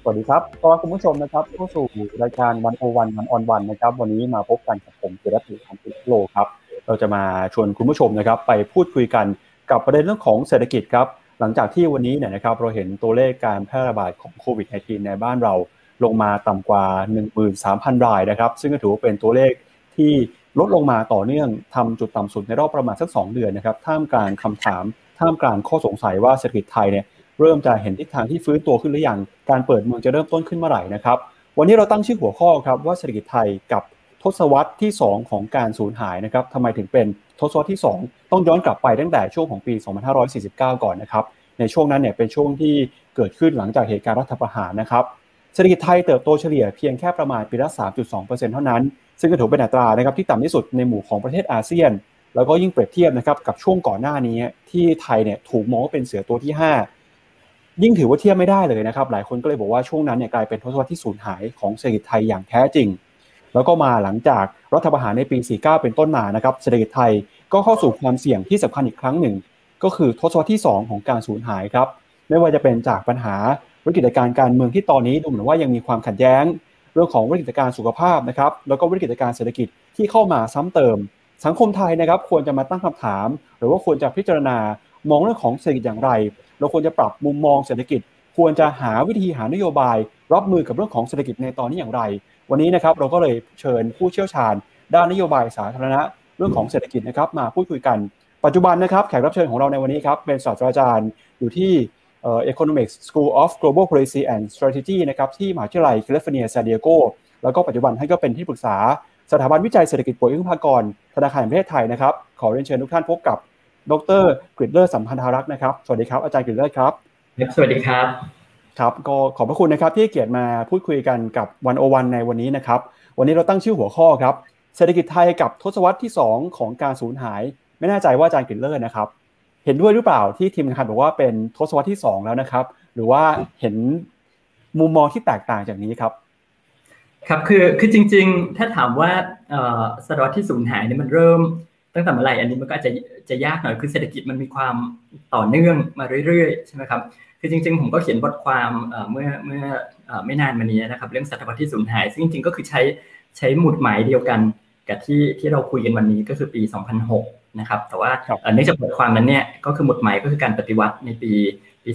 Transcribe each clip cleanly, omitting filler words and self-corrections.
วัสดีครับต้อนรับคุณผู้ชมนะครับเข้าสู่รายการวันโอวันออนวันนะครับวันนี้มาพบกันกับผมเจรัตน์ขันติโลครับเราจะมาชวนคุณผู้ชมนะครับไปพูดคุยกันกับประเด็นเรื่องของเศรษฐกิจครับหลังจากที่วันนี้เนี่ยนะครับเราเห็นตัวเลขการแพร่ระบาดของโควิด -19 ในบ้านเราลงมาต่ำกว่า 13,000 รายนะครับซึ่งก็ถือว่าเป็นตัวเลขที่ลดลงมาต่อเนื่องทำจุดต่ำสุดในรอบประมาณสัก2 เดือนนะครับท่ามกลางคำถามท่ามกลางข้อสงสัยว่าเศรษฐกิจไทยเนี่ยเริ่มจะเห็นทิศทางที่ฟื้นตัวขึ้นหรือยังการเปิดเมืองจะเริ่มต้นขึ้นเมื่อไหร่นะครับวันนี้เราตั้งชื่อหัวข้อครับว่าเศรษฐกิจไทยกับทศวรรษที่2ของการสูญหายนะครับทำไมถึงเป็นทศวรรษที่2ต้องย้อนกลับไปตั้งแต่ช่วงของปี2549ก่อนนะครับในช่วงนั้นเนี่ยเป็นช่วงที่เกิดขึ้นหลังจากเหตุการณ์รัฐประหารนะครับเศรษฐกิจไทยเติบโตเฉลี่ยเพียงแค่ประมาณปีละ 3.2% เท่านั้นซึ่งก็ถือเป็นอัตรานะครับที่ต่ำที่สุดในหมู่ของประเทศอาเซียนแล้วก็ยิ่งเปรียบเทียบนะครับกับช่วงก่อนหน้านี้ที่ไทยเนี่ยถูกมองว่าเป็นเสือตัวที่5ยิ่งถือว่าเทียบไม่ได้เลยนะครับหลายคนก็เลยบอกว่าช่วงนั้นเนี่ยกลายเป็นทศวรรษที่สูญหายของเศรษฐกิจไทยอย่างแท้จริงแล้วก็มาหลังจากรัฐประหารในปี49เป็นต้นมานะครับเศรษฐกิจไทยก็เข้าสู่ความเสี่ยงที่สำคัญอีกครั้งหนึ่งก็คือทศวรรษที่2ของการสูญหายครับไม่ว่าจะเป็นจากปัญหาวิกฤตการณ์เมืองที่ตอนนี้ดูเหมือนว่ายังมีความขัดแย้งเรื่องของวิกฤตการณ์สุขภาพนะครับแล้วก็วิกฤตการณ์เศรษฐกิจที่เข้ามาซ้ำเติมสังคมไทยนะครับควรจะมาตั้งคำถามหรือว่าควรจะพิจารณามองเรื่องของเศรษฐกิจอย่างไรเราควรจะปรับมุมมองเศรษฐกิจควรจะหาวิธีหานโยบายรับมือกับเรื่องของเศรษฐกิจในตอนนี้อย่างไรวันนี้นะครับเราก็เลยเชิญผู้เชี่ยวชาญด้านนโยบายสาธารณะเรื่องของเศรษฐกิจนะครับมาพูดคุยกันปัจจุบันนะครับแขกรับเชิญของเราในวันนี้ครับเป็นศาสตราจารย์อยู่ที่Economics School of Global Policy and Strategy นะครับที่มหาวิทยาลัยแคลิฟอร์เนียซานดิเอโกแล้วก็ปัจจุบันท่านก็เป็นที่ปรึกษาสถาบันวิจัยเศรษฐกิจป่วยอึ้งพากรธนาคารแห่งประเทศไทยนะครับขอเรียนเชิญทุกท่านพบกับดร.กฤษเลิศสัมพันธารักษ์นะครับสวัสดีครับอาจารย์กฤษเลิศครับสวัสดีครับครับก็ขอบพระคุณนะครับที่ให้เกียรติมาพูดคุยกันกับ101ในวันนี้นะครับวันนี้เราตั้งชื่อหัวข้อครับเศรษฐกิจไทยกับทศวรรษที่2ของการสูญหายไม่แน่ใจว่าอาจารย์กฤษเลิศนะครับเห็นด้วยหรือเปล่าที่ทีมงานบอกว่าเป็นทศวรรษที่2แล้วนะครับหรือว่าเห็นมุมมองที่แตกต่างจากนี้ครับครับคือจริงๆถ้าถามว่าศตวรรษที่สูญหายเนี่ยมันเริ่มตั้งแต่เมื่อไหร่อันนี้มันก็อาจจะยากหน่อยคือเศรษฐกิจมันมีความต่อเนื่องมาเรื่อยๆใช่ไหมครับคือจริงๆผมก็เขียนบทความเมื่อไม่นานมานี้นะครับเรื่องศตวรรษที่สูญหายซึ่งจริงๆก็คือใช้หมุดหมายเดียวกันกับที่เราคุยกันวันนี้ก็คือปี2006นะครับแต่ว่าเนื่องจากบทความนั้นเนี่ยก็คือหมุดหมายก็คือการปฏิวัติในปี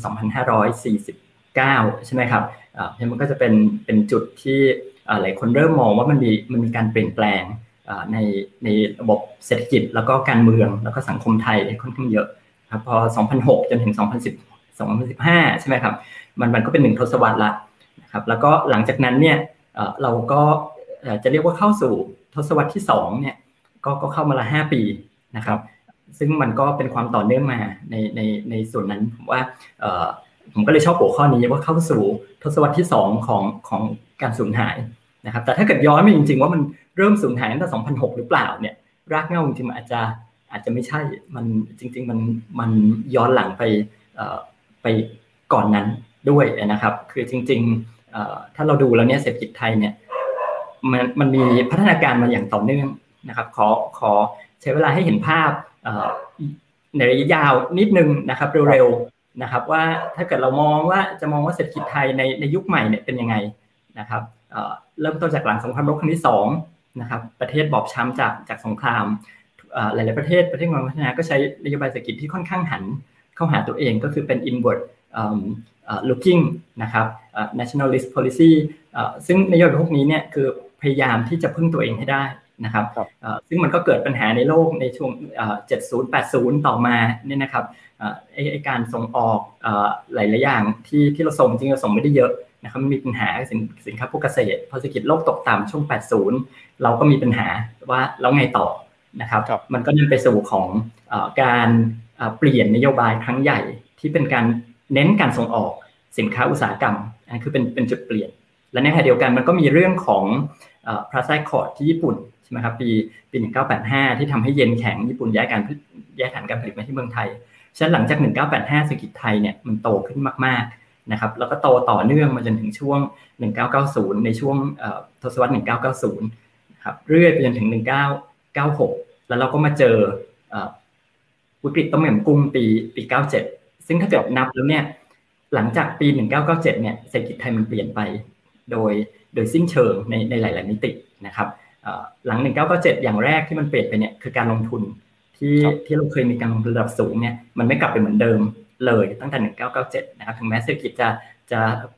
2549ใช่ไหมครับมันก็จะเป็นจุดที่หลายคนเริ่มมองว่ามันมีการเปลี่ยนแปลงในระบบเศรษฐกิจแล้วก็การเมืองแล้วก็สังคมไทยค่อนข้างเยอะครับพอ2006จนถึง2015ใช่ไหมครับมันก็เป็น1ทศวรรษละนะครับแล้วก็หลังจากนั้นเนี่ยเราก็จะเรียกว่าเข้าสู่ทศวรรษที่2เนี่ยก็เข้ามาละ5ปีนะครับซึ่งมันก็เป็นความต่อเนื่องมาในส่วนนั้นผมว่าผมก็เลยชอบหัวข้อนี้ว่าเข้าสู่ทศวรรษที่2ของการสูญหายนะครับแต่ถ้าเกิดย้อนไปจริงๆว่ามันเริ่มสูญหายตั้งแต่2006หรือเปล่าเนี่ยรากเหง้าจริงๆมันอาจจะไม่ใช่มันจริงๆมันย้อนหลังไปก่อนนั้นด้วยนะครับคือจริงๆถ้าเราดูแล้วเนี่ยเศรษฐกิจไทยเนี่ยมันมีพัฒนาการมาอย่างต่อเนื่องนะครับขอใช้เวลาให้เห็นภาพในระยะยาวนิดนึงนะครับเร็วๆนะครับว่าถ้าเกิดเรามองว่าเศรษฐกิจไทยในยุคใหม่เนี่ยเป็นยังไงนะครับเริ่มต้นจากหลังสงครามโลกครั้งที่2นะครับประเทศบอบช้ำจากสงครามหลายๆประเทศกำลังพัฒนาก็ใช้นโยบายเศรษฐกิจที่ค่อนข้างหันเข้าหาตัวเองก็คือเป็น inward looking นะครับ nationalist policy ซึ่งนโยบายพวกนี้เนี่ยคือพยายามที่จะพึ่งตัวเองให้ได้นะครับซึ่งมันก็เกิดปัญหาในโลกในช่วง70-80ต่อมาเนี่ยนะครับการส่งออกหลายๆอย่างที่เราส่งจริงเราส่งไม่ได้เยอะนะครับมีปัญหาสินค้าพวกเกษตรพอเศรษฐกิจโลกตกต่ำช่วง80เราก็มีปัญหาว่าแล้วไงต่อนะครับมันก็นำไปสู่ของการเปลี่ยนนโยบายครั้งใหญ่ที่เป็นการเน้นการส่งออกสินค้าอุตสาหกรรมอันนี้คือเป็นจุดเปลี่ยนและในขณะเดียวกันมันก็มีเรื่องของพาราไซคอร์ดที่ญี่ปุ่นใช่ไหมครับปี1985ที่ทำให้เยนแข็งญี่ปุ่นย้ายฐานการผลิตมาที่เมืองไทยฉะนั้นหลังจาก1985เศรษฐกิจไทยเนี่ยมันโตขึ้นมากๆนะครับแล้วก็โตต่อเนื่องมาจนถึงช่วง1990ในช่วงทศวรรษ1990นะครับเรื่อยไปจนถึง1996แล้วเราก็มาเจอวิกฤตต้มยำกุ้งปี97ซึ่งถ้าเกิดนับแล้วเนี่ยหลังจากปี1997เนี่ยเศรษฐกิจไทยมันเปลี่ยนไปโดยสิ้นเชิงในหลายๆมิตินะครับหลัง1997อย่างแรกที่มันเปลี่ยนไปเนี่ยคือการลงทุนที่เราเคยมีการลงทุนระดับสูงเนี่ยมันไม่กลับไปเหมือนเดิมเลยตั้งแต่1997นะครับถึงแม้เศรษฐกิจจะ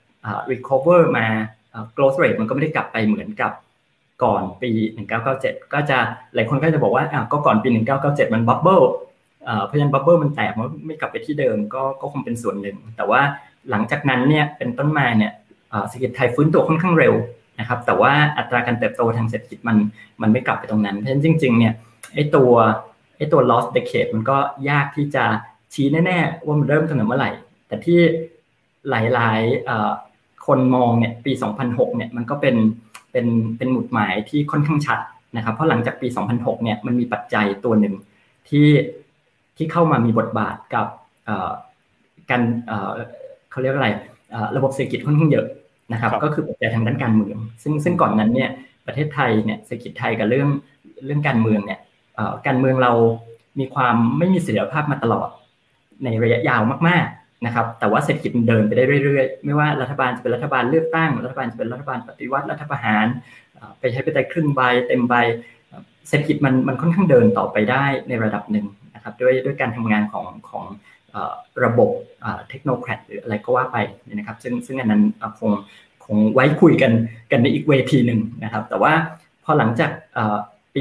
recover มา growth rate มันก็ไม่ได้กลับไปเหมือนกับก่อนปี1997ก็จะหลายคนก็จะบอกว่าก็ก่อนปี1997มัน bubble เพราะฉะนั้น bubble มันแตกมันไม่กลับไปที่เดิมก็คงเป็นส่วนหนึ่งแต่ว่าหลังจากนั้นเนี่ยเป็นต้นมาเนี่ยเศรษฐกิจไทยฟื้นตัวค่อนข้างเร็วนะครับแต่ว่าอัตราการเติบโตทางเศรษฐกิจมันไม่กลับไปตรงนั้นเพราะฉะนั้นจริงๆเนี่ยไอ้ตัว lost decade มันก็ยากที่จะชี้แน่ๆว่ามันเริ่มตั้งแต่เมื่อไหร่แต่ที่หลายๆคนมองเนี่ยปี2006เนี่ยมันก็เป็นหมุดหมายที่ค่อนข้างชัดนะครับเพราะหลังจากปี2006เนี่ยมันมีปัจจัยตัวหนึ่งที่เข้ามามีบทบาทกับการเขาเรียกอะไรระบบเศรษฐกิจค่อนข้างเยอะนะครับก็คือปัจจัยทางด้านการเมืองซึ่งก่อนนั้นเนี่ยประเทศไทยเนี่ยเศรษฐกิจไทยกับเรื่องการเมืองเนี่ยการเมืองเรามีความไม่มีเสถียรภาพมาตลอดในระยะยาวมากๆนะครับแต่ว่าเศรษฐกิจมันเดินไปได้เรื่อยๆไม่ว่ารัฐบาลจะเป็นรัฐบาลเลือกตั้งรัฐบาลจะเป็นรัฐบาลปฏิวัติรัฐประหารไปใช้ไปได้ครึ่งใบเต็มใบเศรษฐกิจมันค่อนข้างเดินต่อไปได้ในระดับหนึ่งนะครับด้วยการทำงานของระบบเทคโนแครดหรืออะไรก็ว่าไปนะครับซึ่งอันนั้นคงไว้คุยกันในอีกเวทีหนึ่งนะครับแต่ว่าพอหลังจากปี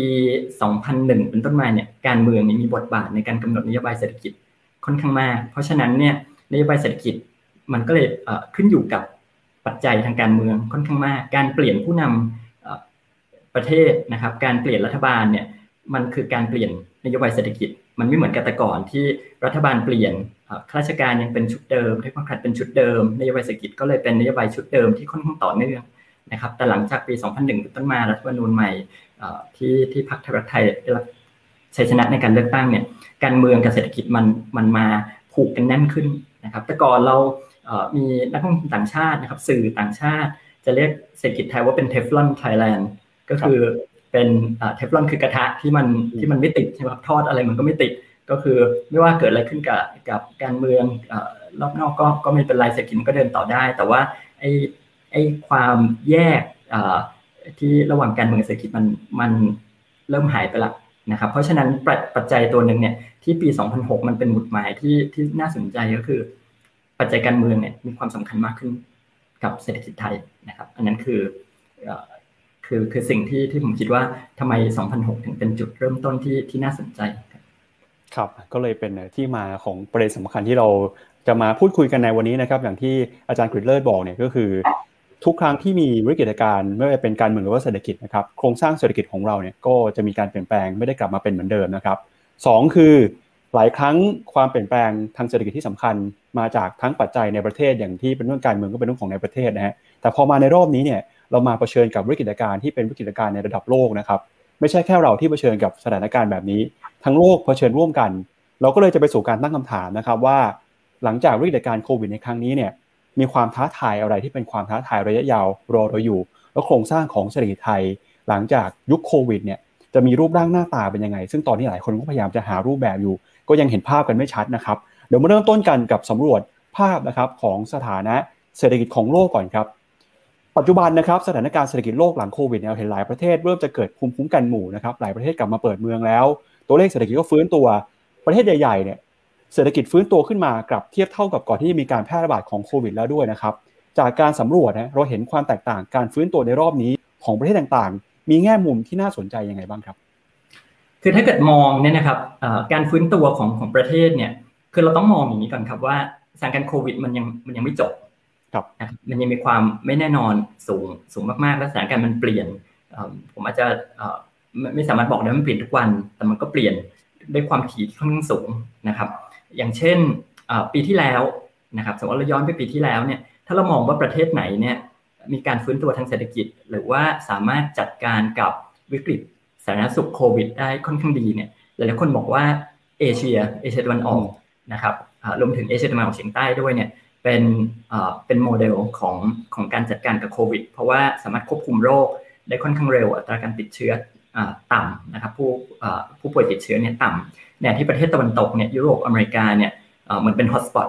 2001เป็นต้นมาเนี่ยการเมืองมีบทบาทในการกำหนดนโยบายเศรษฐกิจค่อนข้างมากเพราะฉะนั้นเนี่ยนโยบายเศรษฐกิจมันก็เลยขึ้นอยู่กับปัจจัยทางการเมืองค่อนข้างมากการเปลี่ยนผู้นำประเทศนะครับการเปลี่ยนรัฐบาลเนี่ยมันคือการเปลี่ยนนโยบายเศรษฐกิจมันไม่เหมือนกับแต่ก่อนที่รัฐบาลเปลี่ยนข้าราชการยังเป็นชุดเดิมเทคโนแครดเป็นชุดเดิมนโยบายเศรษฐกิจก็เลยเป็นนโยบายชุดเดิมที่ค่อนข้างต่อเนื่องนะครับแต่หลังจากปี2001เป็นต้นมารัฐธรรมนูญใหม่ที่พรรคไทยรักไทยได้รับชัยชนะในการเลือกตั้งเนี่ยการเมืองกับเศรษฐกิจมันมาผูกกันแน่นขึ้นนะครับแต่ก่อนเรามีนักลงทุนต่างชาตินะครับสื่อต่างชาติจะเรียกเศรษฐกิจไทยว่าเป็นเทฟลอนไทยแลนด์ก็คือเป็นเทฟลอนคือกระทะที่มันไม่ติดใช่ไหมครับทอดอะไรมันก็ไม่ติดก็คือไม่ว่าเกิดอะไรขึ้นกับการเมืองรอบนอกก็ไม่เป็นไรเศรษฐกิจมันก็เดินต่อได้แต่ว่าไอ้ความแยกที่ระหว่างการเมืองเศรษฐกิจมันเริ่มหายไปละนะครับเพราะฉะนั้นปัจจัยตัวหนึ่งเนี่ยที่ปี2006มันเป็นหมุดหมายที่น่าสนใจก็คือปัจจัยการเมืองเนี่ยมีความสำคัญมากขึ้นกับเศรษฐกิจไทยนะครับอันนั้นคือสิ่งที่ผมคิดว่าทำไม2006ถึงเป็นจุดเริ่มต้นที่น่าสนใจครับก็เลยเป็นที่มาของประเด็นสำคัญที่เราจะมาพูดคุยกันในวันนี้นะครับอย่างที่อาจารย์กฤษเลิศบอกเนี่ยก็คือทุกครั้งที่มีวิกฤตการณ์ไม่ว่าเป็นการเมืองหรือว่าเศรษฐกิจนะครับโครงสร้างเศรษฐกิจของเราเนี่ยก็จะมีการเปลี่ยนแปลงไม่ได้กลับมาเป็นเหมือนเดิมนะครับ2คือหลายครั้งความเปลี่ยนแปลงทางเศรษฐกิจที่สำคัญมาจากทั้งปัจจัยในประเทศอย่างที่เป็นเรื่องการเมืองก็เป็นเรื่องของในประเทศนะฮะแต่พอมาในรอบนี้เนี่ยเรามาเผชิญกับวิกฤตการณ์ที่เป็นวิกฤตการณ์ในระดับโลกนะครับไม่ใช่แค่เราที่เผชิญกับสถานการณ์แบบนี้ทั้งโลกเผชิญร่วมกันเราก็เลยจะไปสู่การตั้งคำถามนะครับว่าหลังจากวิกฤตการณ์โควิดในครั้งนี้เนี่ยมีความท้าทายอะไรที่เป็นความท้าทายระยะยาวรอเราอยู่แล้วโครงสร้างของเศรษฐกิจไทยหลังจากยุคโควิดเนี่ยจะมีรูปร่างหน้าตาเป็นยังไงซึ่งตอนนี้หลายคนก็พยายามจะหารูปแบบอยู่ก็ยังเห็นภาพกันไม่ชัดนะครับเดี๋ยวมาเริ่มต้นกันกับสำรวจภาพนะครับของสถานะเศรษฐกิจของโลกก่อนครับปัจจุบันนะครับสถานการณ์เศรษฐกิจโลกหลังโควิดเนี่ยเห็นหลายประเทศเริ่มจะเกิดภูมิคุ้มกันหมู่นะครับหลายประเทศกลับมาเปิดเมืองแล้วตัวเลขเศรษฐกิจก็ฟื้นตัวประเทศใหญ่ๆเนี่ยเศรษฐกิจฟื้นตัวขึ้นมากลับเทียบเท่ากับก่อนที่จะมีการแพร่ระบาดของโควิดแล้วด้วยนะครับจากการสำรวจนะเราเห็นความแตกต่างการฟื้นตัวในรอบนี้ของประเทศต่างๆมีแง่มุมที่น่าสนใจยังไงบ้างครับคือถ้าเกิดมองเนี่ยนะครับการฟื้นตัวของประเทศเนี่ยคือเราต้องมองอย่างนี้ก่อนครับว่าสถานการณ์โควิดมันยังไม่จบนะครับมันยังมีความไม่แน่นอนสูงมากๆและสถานการณ์มันเปลี่ยนผมอาจจะไม่สามารถบอกได้ว่ามันเปลี่ยนทุกวันแต่มันก็เปลี่ยนด้วยความถี่ที่ค่อนข้างสูงนะครับอย่างเช่นปีที่แล้วนะครับสมมติเราย้อนไปปีที่แล้วเนี่ยถ้าเรามองว่าประเทศไหนเนี่ยมีการฟื้นตัวทางเศรษฐกิจหรือว่าสามารถจัดการกับวิกฤตสาธารณสุขโควิดได้ค่อนข้างดีเนี่ยหลายๆคนบอกว่าเอเชียตะวันออกนะครับรวมถึงเอเชียตะวันออกเฉียงใต้ด้วยเนี่ยเป็นโมเดลของการจัดการกับโควิดเพราะว่าสามารถควบคุมโรคได้ค่อนข้างเร็วอัตราการติดเชื้อต่ำนะครับผู้ป่วยติดเชื้อเนี่ยต่ำเนี่ยที่ประเทศตะวันตกเนี่ยยุโรปอเมริกาเนี่ยเหมือนเป็นฮอตสปอต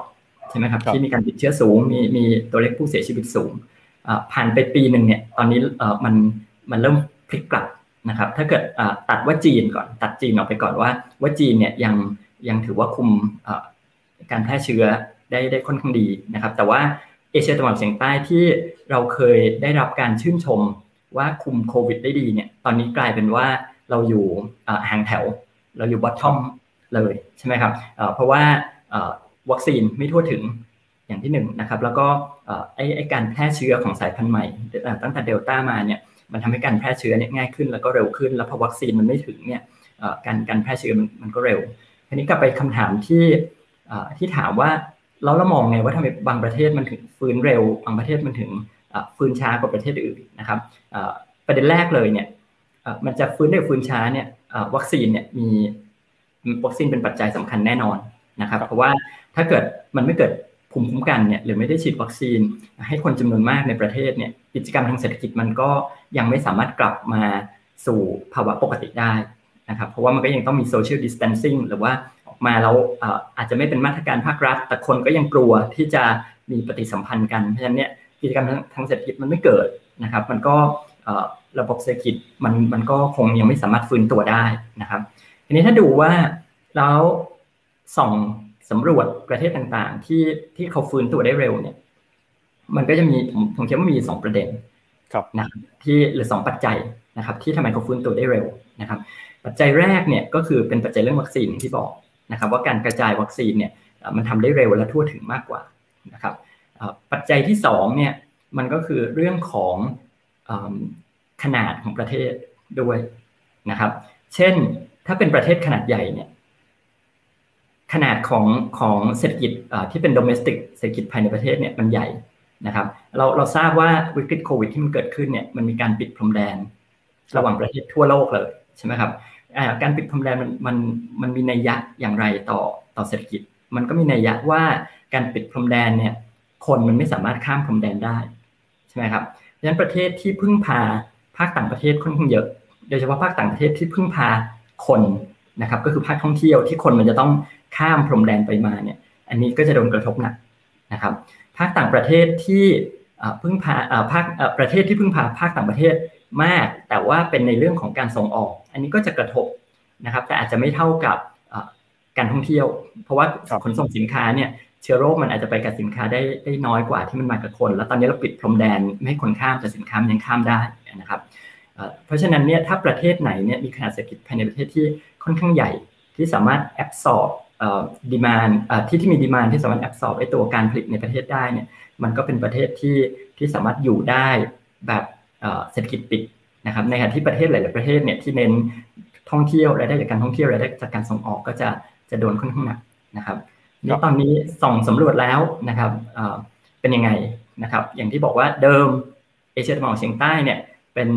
ใช่ไหมครับที่มีการติดเชื้อสูงมีตัวเลขผู้เสียชีวิตสูงผ่านไปปีหนึ่งเนี่ยตอนนี้มันเริ่มพลิกกลับนะครับถ้าเกิดตัดว่าจีนก่อนตัดจีนออกไปก่อนว่าจีนเนี่ยยังถือว่าคุมการแพร่เชื้อได้ค่อนข้างดีนะครับแต่ว่าเอเชียตะวันออกเฉียงใต้ที่เราเคยได้รับการชื่นชมว่าคุมโควิดได้ดีเนี่ยตอนนี้กลายเป็นว่าเราอยู่ห่างแถวเราอยู่บอททอมเลยใช่ไหมครับเพราะว่าวัคซีนไม่ทั่วถึงอย่างที่หนึ่งนะครับแล้วก็ไอ้การแพร่เชื้อของสายพันธุ์ใหม่ตั้งแต่เดลต้ามาเนี่ยมันทำให้การแพร่เชื้อเนี่ยง่ายขึ้นแล้วก็เร็วขึ้นแล้วพอวัคซีนมันไม่ถึงเนี่ยการแพร่เชื้อมันก็เร็วทีนี้กลับไปคำถามที่ถามว่าเรามองไงว่าทำไมบางประเทศมันถึงฟื้นเร็วบางประเทศมันถึงฟื้นช้ากว่าประเทศอื่นนะครับประเด็นแรกเลยเนี่ยมันจะฟื้นเร็วฟื้นช้าเนี่ยวัคซีนเนี่ยมีวัคซีนเป็นปัจจัยสำคัญแน่นอนนะครับเพราะว่าถ้าเกิดมันไม่เกิดภูมิคุ้มกันเนี่ยหรือไม่ได้ฉีดวัคซีนให้คนจำนวนมากในประเทศเนี่ยกิจกรรมทางเศรษฐกิจมันก็ยังไม่สามารถกลับมาสู่ภาวะปกติได้นะครับเพราะว่ามันก็ยังต้องมี social distancing หรือว่าออกมาแล้วอาจจะไม่เป็นมาตรการภาครัฐแต่คนก็ยังกลัวที่จะมีปฏิสัมพันธ์กันเพราะฉะนั้นเนี่ยกิจกรรมทางเศรษฐกิจมันไม่เกิดนะครับมันก็ระบบเศรษฐกิจมันก็คงยังไม่สามารถฟื้นตัวได้นะครับทีนี้ถ้าดูว่าแล้วส่องสำรวจประเทศต่างๆที่เขาฟื้นตัวได้เร็วเนี่ยมันก็จะมีผมคิดว่ามี2ประเด็นนะที่หรือ2ปัจจัยนะครับที่ทำไมเขาฟื้นตัวได้เร็วนะครับปัจจัยแรกเนี่ยก็คือเป็นปัจจัยเรื่องวัคซีนที่บอกนะครับว่าการกระจายวัคซีนเนี่ยมันทำได้เร็วและทั่วถึงมากกว่านะครับปัจจัยที่2เนี่ยมันก็คือเรื่องของขนาดของประเทศด้วยนะครับเช่นถ้าเป็นประเทศขนาดใหญ่เนี่ยขนาดของเศรษฐกิจที่เป็น domestic เศรษฐกิจภายในประเทศเนี่ยมันใหญ่นะครับเราทราบว่าวิกฤตโควิดที่มันเกิดขึ้นเนี่ยมันมีการปิดพรมแดนระหว่างประเทศทั่วโลกเลยใช่ไหมครับการปิดพรมแดนมันมีนัยยะอย่างไรต่อเศรษฐกิจมันก็มีนัยยะว่าการปิดพรมแดนเนี่ยคนมันไม่สามารถข้ามพรมแดนได้ใช่ไหมครับเพราะฉะนั้นประเทศที่พึ่งพาภาคต่างประเทศค่อนข้างเยอะโดยเฉพาะภาคต่างประเทศที่พึ่งพาคนนะครับก็คือภาคท่องเที่ยวที่คนมันจะต้องข้ามพรมแดนไปมาเนี่ยอันนี้ก็จะโดนกระทบหนักนะครับภาคต่างประเทศที่พึ่งพาประเทศที่พึ่งพาภาคต่างประเทศมากแต่ว่าเป็นในเรื่องของการส่งออกอันนี้ก็จะกระทบนะครับแต่อาจจะไม่เท่ากับการท่องเที่ยวเพราะว่าขนส่งสินค้าเนี่ยเชื้อโรคมันอาจจะไปกับสินค้าได้น้อยกว่าที่มันมากับคนแล้วตอนนี้เราปิดพรมแดนไม่ให้คนข้ามแต่สินค้ามันยังข้ามได้นะครับเพราะฉะนั้นเนี่ยถ้าประเทศไหนเนี่ยมีขนาดเศรษฐกิจภายในประเทศที่ค่อนข้างใหญ่ที่สามารถแอบซอร์บดีมานด์ที่มีดีมานด์ที่สามารถแอบซอร์บไอ้ตัวการผลิตในประเทศได้เนี่ยมันก็เป็นประเทศที่สามารถอยู่ได้แบบเศรษฐกิจปิดนะครับในขณะที่ประเทศหลายๆประเทศเนี่ยที่เน้นท่องเที่ยวรายได้จากการท่องเที่ยวรายได้จากการส่งออกก็จะโดนค่อนข้างหนักนะครับนี่ตอนนี้ส่องสำรวจแล้วนะครับเป็นยังไงนะครับอย่างที่บอกว่าเดิมเอเชียตะวันออกเฉียงใต้เนี่ยเป็น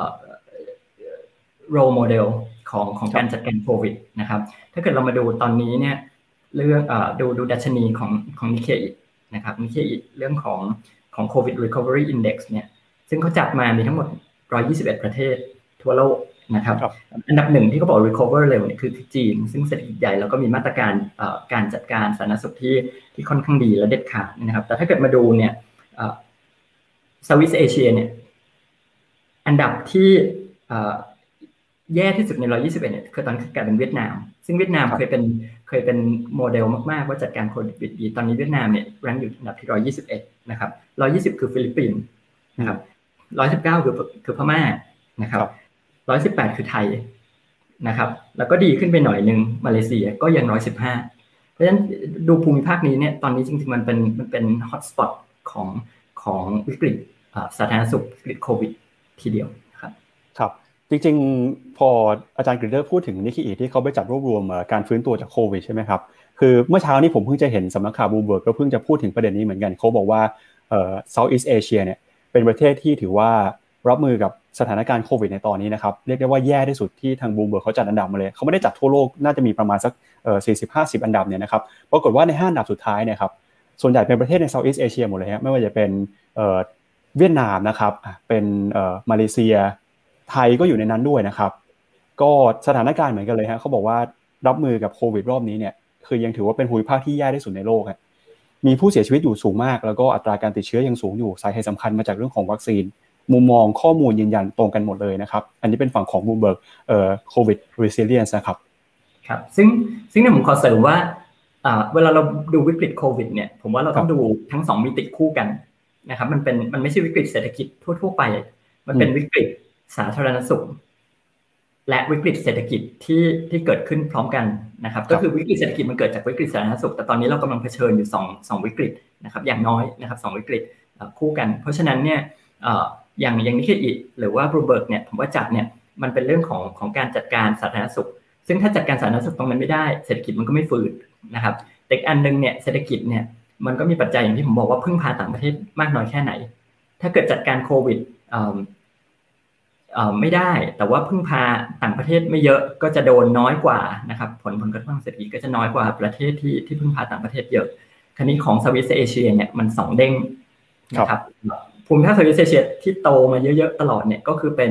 role model ของการจัดการโควิดนะครับถ้าเกิดเรามาดูตอนนี้เนี่ยเรื่องดูดัชนีของนิเคอินะครับนิเคอิเรื่องของ COVID Recovery Index เนี่ยซึ่งเขาจัดมามีทั้งหมด121ประเทศทั่วโลกนะครับอันดับหนึ่งที่เขาบอก recover เร็วเนี่ยคือจีนซึ่งเศรษฐกิจใหญ่แล้วก็มีมาตรการการจัดการสาธารณสุขที่ค่อนข้างดีและเด็ดขาดนะครับแต่ถ้าเกิดมาดูเนี่ยSoutheast Asia เนี่ยอันดับที่แย่ที่สุดใน121เนี่ยคือตอนกลายเป็นเวียดนามซึ่งเวียดนามเคยเป็นโมเดลมากๆว่าจัดการโควิดดีตอนนี้เวียดนามเนี่ยแรงอยู่อันดับที่121นะครับ120คือฟิลิปปินส์นะครับ119คือพม่านะครับ118คือไทยนะครับแล้วก็ดีขึ้นไปหน่อยนึงมาเลเซียก็ยัง115เพราะฉะนั้นดูภูมิภาคนี้เนี่ยตอนนี้จริงๆมันเป็นฮอตสปอตของวิกฤตสาธารณสุขวิกฤตโควิดทีเดียวครับจริงๆพออาจารย์กฤษพูดถึงนิเคอิที่เขาไปจัดรวบรวมการฟื้นตัวจากโควิดใช่ไหมครับคือเมื่อเช้านี้ผมเพิ่งจะเห็นสำนักข่าวบลูมเบิร์กก็เพิ่งจะพูดถึงประเด็นนี้เหมือนกันเขาบอกว่าSoutheast Asia เนี่ยเป็นประเทศที่ถือว่ารับมือกับสถานการณ์โควิดในตอนนี้นะครับเรียกได้ว่าแย่ที่สุดที่ทางบลูมเบิร์กเขาจัดอันดับมาเลยเขาไม่ได้จัดทั่วโลกน่าจะมีประมาณสัก40-50 อันดับเนี่ยนะครับปรากฏว่าใน5อันดับสุดท้ายเนี่ยครับส่วนใหญ่เป็นประเทศใน Southeast Asia หมดเลยฮะไม่ว่าจะเป็นเวียดนามนะครับเป็นมาเลเซียไทยก็อยู่ในนั้นด้วยนะครับก็สถานการณ์เหมือนกันเลยฮะเขาบอกว่ารับมือกับโควิดรอบนี้เนี่ยคือยังถือว่าเป็นภูมิภาคที่แย่ที่สุดในโลกฮะมีผู้เสียชีวิตอยู่สูงมากแล้วก็อัตราการติดเชื้อยังสูงอยู่สาเหตุสำคัญมาจากเรื่องของวัคซีนมุมมองข้อมูลยืนยันตรงกันหมดเลยนะครับอันนี้เป็นฝั่งของ Bloomberg COVID Resilience นะครับครับซึ่งเนี่ยผมขอเสริมว่าเวลาเราดูวิกฤตโควิดเนี่ยผมว่าเราต้องดูทั้ง2มิติคู่กันนะครับมันไม่ใช่วิกฤตเศรษฐกิจทั่วๆไปมันเป็นวิกฤตสาธารณสุขและวิกฤตเศรษฐกิจที่เกิดขึ้นพร้อมกันนะครับก็คือวิกฤตเศรษฐกิจมันเกิดจากวิกฤตสาธารณสุขแต่ตอนนี้เรากำลังเผชิญอยู่2วิกฤตนะครับอย่างน้อยนะครับ2วิกฤตคู่กันเพราะฉะนั้นเนี่ยอย่างนิเคอิหรือว่าบลูเบิร์กเนี่ยผมว่าจัดเนี่ยมันเป็นเรื่องของการจัดการสาธารณสุขซึ่งถ้าจัดการสาธารณสุขตรงนั้นไม่ได้เศรษฐกิจมันก็ไม่ฟื้นนะครับแต่อันนึงเนี่ยเศรษฐกิจเนี่ยมันก็มีปัจจัยอย่างที่ผมบอกว่าพึ่งพาต่างประเทศมากน้อยแค่ไหนถ้าเกิดจัดการโควิดไม่ได้แต่ว่าพึ่งพาต่างประเทศไม่เยอะก็จะโดนน้อยกว่านะครับผลกระทบทางเศรษฐกิจก็จะน้อยกว่าประเทศที่พึ่งพาต่างประเทศเยอะคราวนี้ของเซาท์อีสต์เอเชียเนี่ยมัน2เด้งนะครับภูมิภาคเซาท์อีสต์เอเชียที่โตมาเยอะๆตลอดเนี่ยก็คือเป็น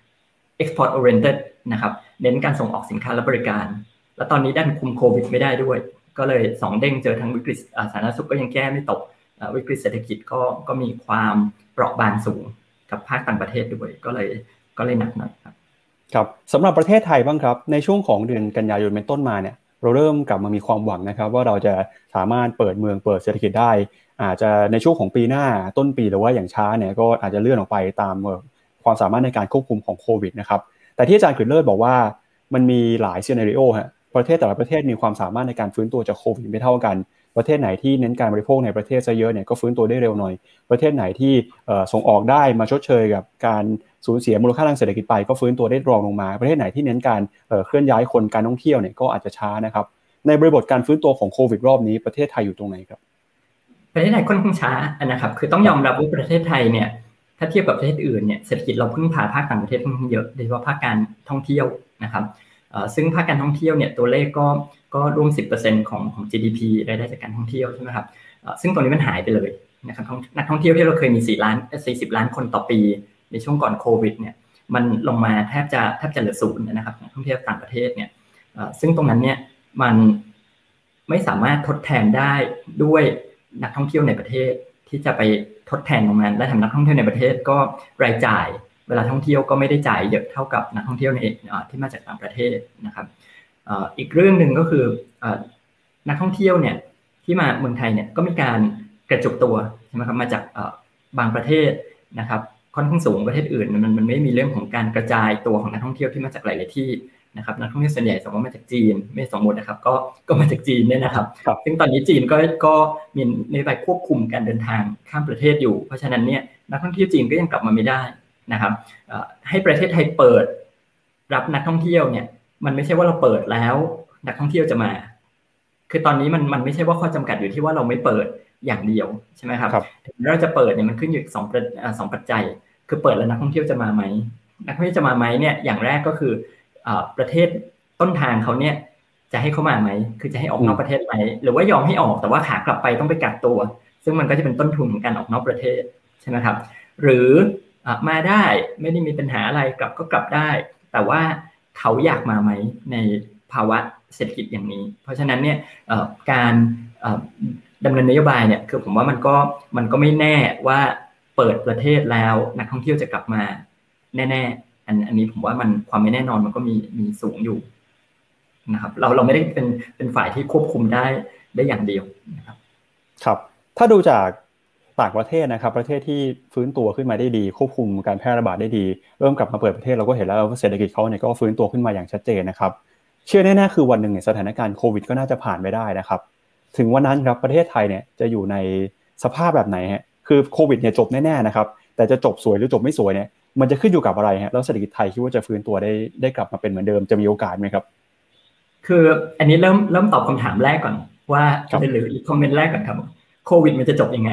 export oriented นะครับเน้นการส่งออกสินค้าและบริการแล้วตอนนี้ด้านคุมโควิดไม่ได้ด้วยก็เลย2เด้งเจอทั้งวิกฤตสาธารณสุขก็ยังแก้ไม่ตกวิกฤตเศรษฐกิจก็มีความเปราะบางสูงกับภาคต่างประเทศด้วยก็เลยหนักหน่อยครับครับสำหรับประเทศไทยบ้างครับในช่วงของเดือนกันยายนเป็นต้นมาเนี่ยเราเริ่มกลับมามีความหวังนะครับว่าเราจะสามารถเปิดเมืองเปิดเศรษฐกิจได้อาจจะในช่วงของปีหน้าต้นปีหรือว่าอย่างช้าเนี่ยก็อาจจะเลื่อนออกไปตามความสามารถในการควบคุมของโควิดนะครับแต่ที่อาจารย์กฤษเลิศบอกว่ามันมีหลายซีนาริโอฮะประเทศแต่ละประเทศมีความสามารถในการฟื้นตัวจากโควิดไม่เท่ากันประเทศไหนที่เน้นการบริโภคในประเทศซะเยอะเนี่ยก็ฟื้นตัวได้เร็วหน่อยประเทศไหนที่ส่งออกได้มาชดเชยกับการสูญเสียมูลค่าทางเศรษฐกิจไปก็ฟื้นตัวได้รองลงมาประเทศไหนที่เน้นการเคลื่อนย้ายคนการท่องเที่ยวเนี่ยก็อาจจะช้านะครับในบริบทการฟื้นตัวของโควิดรอบนี้ประเทศไทยอยู่ตรงไหนครับประเทศไทยค่อนข้างช้านะครับคือต้องยอมรับว่าประเทศไทยเนี่ยถ้าเทียบกับประเทศอื่นเนี่ยเศรษฐกิจเราพึ่งพาภาคต่างประเทศค่อนข้างเยอะโดยเฉพาะภาคการท่องเที่ยวนะครับซึ่งภาคการท่องเที่ยวเนี่ยตัวเลขก็ร่วม 10% ของ GDP รายได้จากการท่องเที่ยวใช่ไหมครับซึ่งตรงนี้มันหายไปเลยนะครับนักท่องเที่ยวที่เราเคยมี40 ล้านคนต่อปีในช่วงก่อนโควิดเนี่ยมันลงมาแทบจะเหลือศูนย์นะครับนักท่องเที่ยวต่างประเทศเนี่ยซึ่งตรงนั้นเนี่ยมันไม่สามารถทดแทนได้ด้วยนักท่องเที่ยวในประเทศที่จะไปทดแทนตรงนั้นและทำนักท่องเที่ยวในประเทศก็รายจ่ายเวลาท่องเที่ยวก็ไม่ได้จ่ายเยอะเท่ากับนักท่องเที่ยวในที่มาจากต่างประเทศนะครับอีกเรื่องนึงก็คือนักท่องเที่ยวเนี่ยที่มาเมืองไทยเนี่ยก็มีการกระจุกตัวใช่ไหมครับมาจากบางประเทศนะครับค่อนข้างสูงประเทศอื่นมันไม่มีเรื่องของการกระจายตัวของนักท่องเที่ยวที่มาจากหลายๆที่นะครับนักท่องเที่ยวส่วนใหญ่สมมติมาจากจีนไม่สมมตินะครับก็มาจากจีนเนี่ยนะครับซึ่งตอนนี้จีนก็มีนโยบายควบคุมการเดินทางข้ามประเทศอยู่เพราะฉะนั้นเนี่ยนักท่องเที่ยวจีนก็ยังกลับมาไม่ได้นะครับให้ประเทศไทยเปิดรับนักท่องเที่ยวเนี่ยมันไม่ใช่ว่าเราเปิดแล้วนักท่องเที่ยวจะมาคือตอนนี้มันไม่ใช่ว่าข้อจำกัดอยู่ที่ว่าเราไม่เปิดอย่างเดียวใช่ไหมครับเราจะเปิดเนี่ยมันขึ้นอยู่สองปัจจัยคือเปิดแล้วนักท่องเที่ยวจะมาไหมนักท่องเที่ยวจะมาไหมเนี่ยอย่างแรกก็คือประเทศต้นทางเขาเนี่ยจะให้เขามาไหมคือจะให้ออกนอกประเทศไหมหรือว่ายอมให้ออกแต่ว่าขากลับไปต้องไปกักตัวซึ่งมันก็จะเป็นต้นทุนของการออกนอกประเทศใช่ไหมครับหรือมาได้ไม่ได้มีปัญหาอะไรกลับก็กลับได้แต่ว่าเขาอยากมาไหมในภาวะเศรษฐกิจอย่างนี้เพราะฉะนั้นเนี่ยการดำเนินนโยบายเนี่ยคือผมว่ามันก็ไม่แน่ว่าเปิดประเทศแล้วนักท่องเที่ยวจะกลับมาแน่ๆอันนี้ผมว่ามันความไม่แน่นอนมันก็มีสูงอยู่นะครับเราไม่ได้เป็นฝ่ายที่ควบคุมได้อย่างเดียวนะครับครับถ้าดูจากต่างประเทศนะครับประเทศที่ฟื้นตัวขึ้นมาได้ดีควบคุมการแพร่ระบาดได้ดีเริ่มกลับมาเปิดประเทศเราก็เห็นแล้วว่าเศรษฐกิจเขาเนี่ยก็ฟื้นตัวขึ้นมาอย่างชัดเจนนะครับเชื่อแน่ๆคือวันหนึ่งเนี่ยสถานการณ์โควิดก็น่าจะผ่านไปได้นะครับถึงวันนั้นครับประเทศไทยเนี่ยจะอยู่ในสภาพแบบไหนฮะคือโควิดเนี่ยจบแน่ๆนะครับแต่จะจบสวยหรือจบไม่สวยเนี่ยมันจะขึ้นอยู่กับอะไรฮะแล้วเศรษฐกิจไทยคิดว่าจะฟื้นตัวได้กลับมาเป็นเหมือนเดิมจะมีโอกาสไหมครับคืออันนี้เริ่มตอบคำถามแรกก่อนว่าหรืออีกคอมเมนต์แรกก่อนครับโควิดมันจะจบยังไง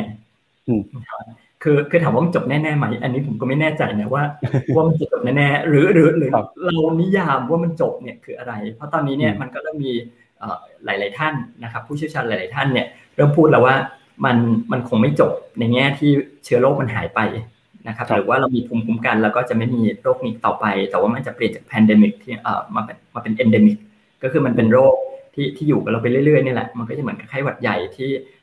คือถามว่ามันจบแน่ๆไหมอันนี้ผมก็ไม่แน่ใจนะว่ามันจะจบแน่ๆหรือเรานิยามว่ามันจบเนี่ยคืออะไรเพราะตอนนี้เนี่ยมันก็เริ่มมีหลายๆท่านนะครับผู้เชี่ยวชาญหลายๆท่านเนี่ยเริ่มพูดแล้วว่ามันคงไม่จบในแง่ที่เชื้อโรคมันหายไปนะครับหรือว่าเรามีภูมิคุ้มกันแล้วก็จะไม่มีโรคนี้ต่อไปแต่ว่ามันจะเปลี่ยนจากแพนเดมิกที่มาเป็นเอนเดมิกก็คือมันเป็นโรคที่อยู่กับเราไปเรื่อยๆนี่แหละมันก็จะเหมือนกับไข้หวัดใหญ่ที่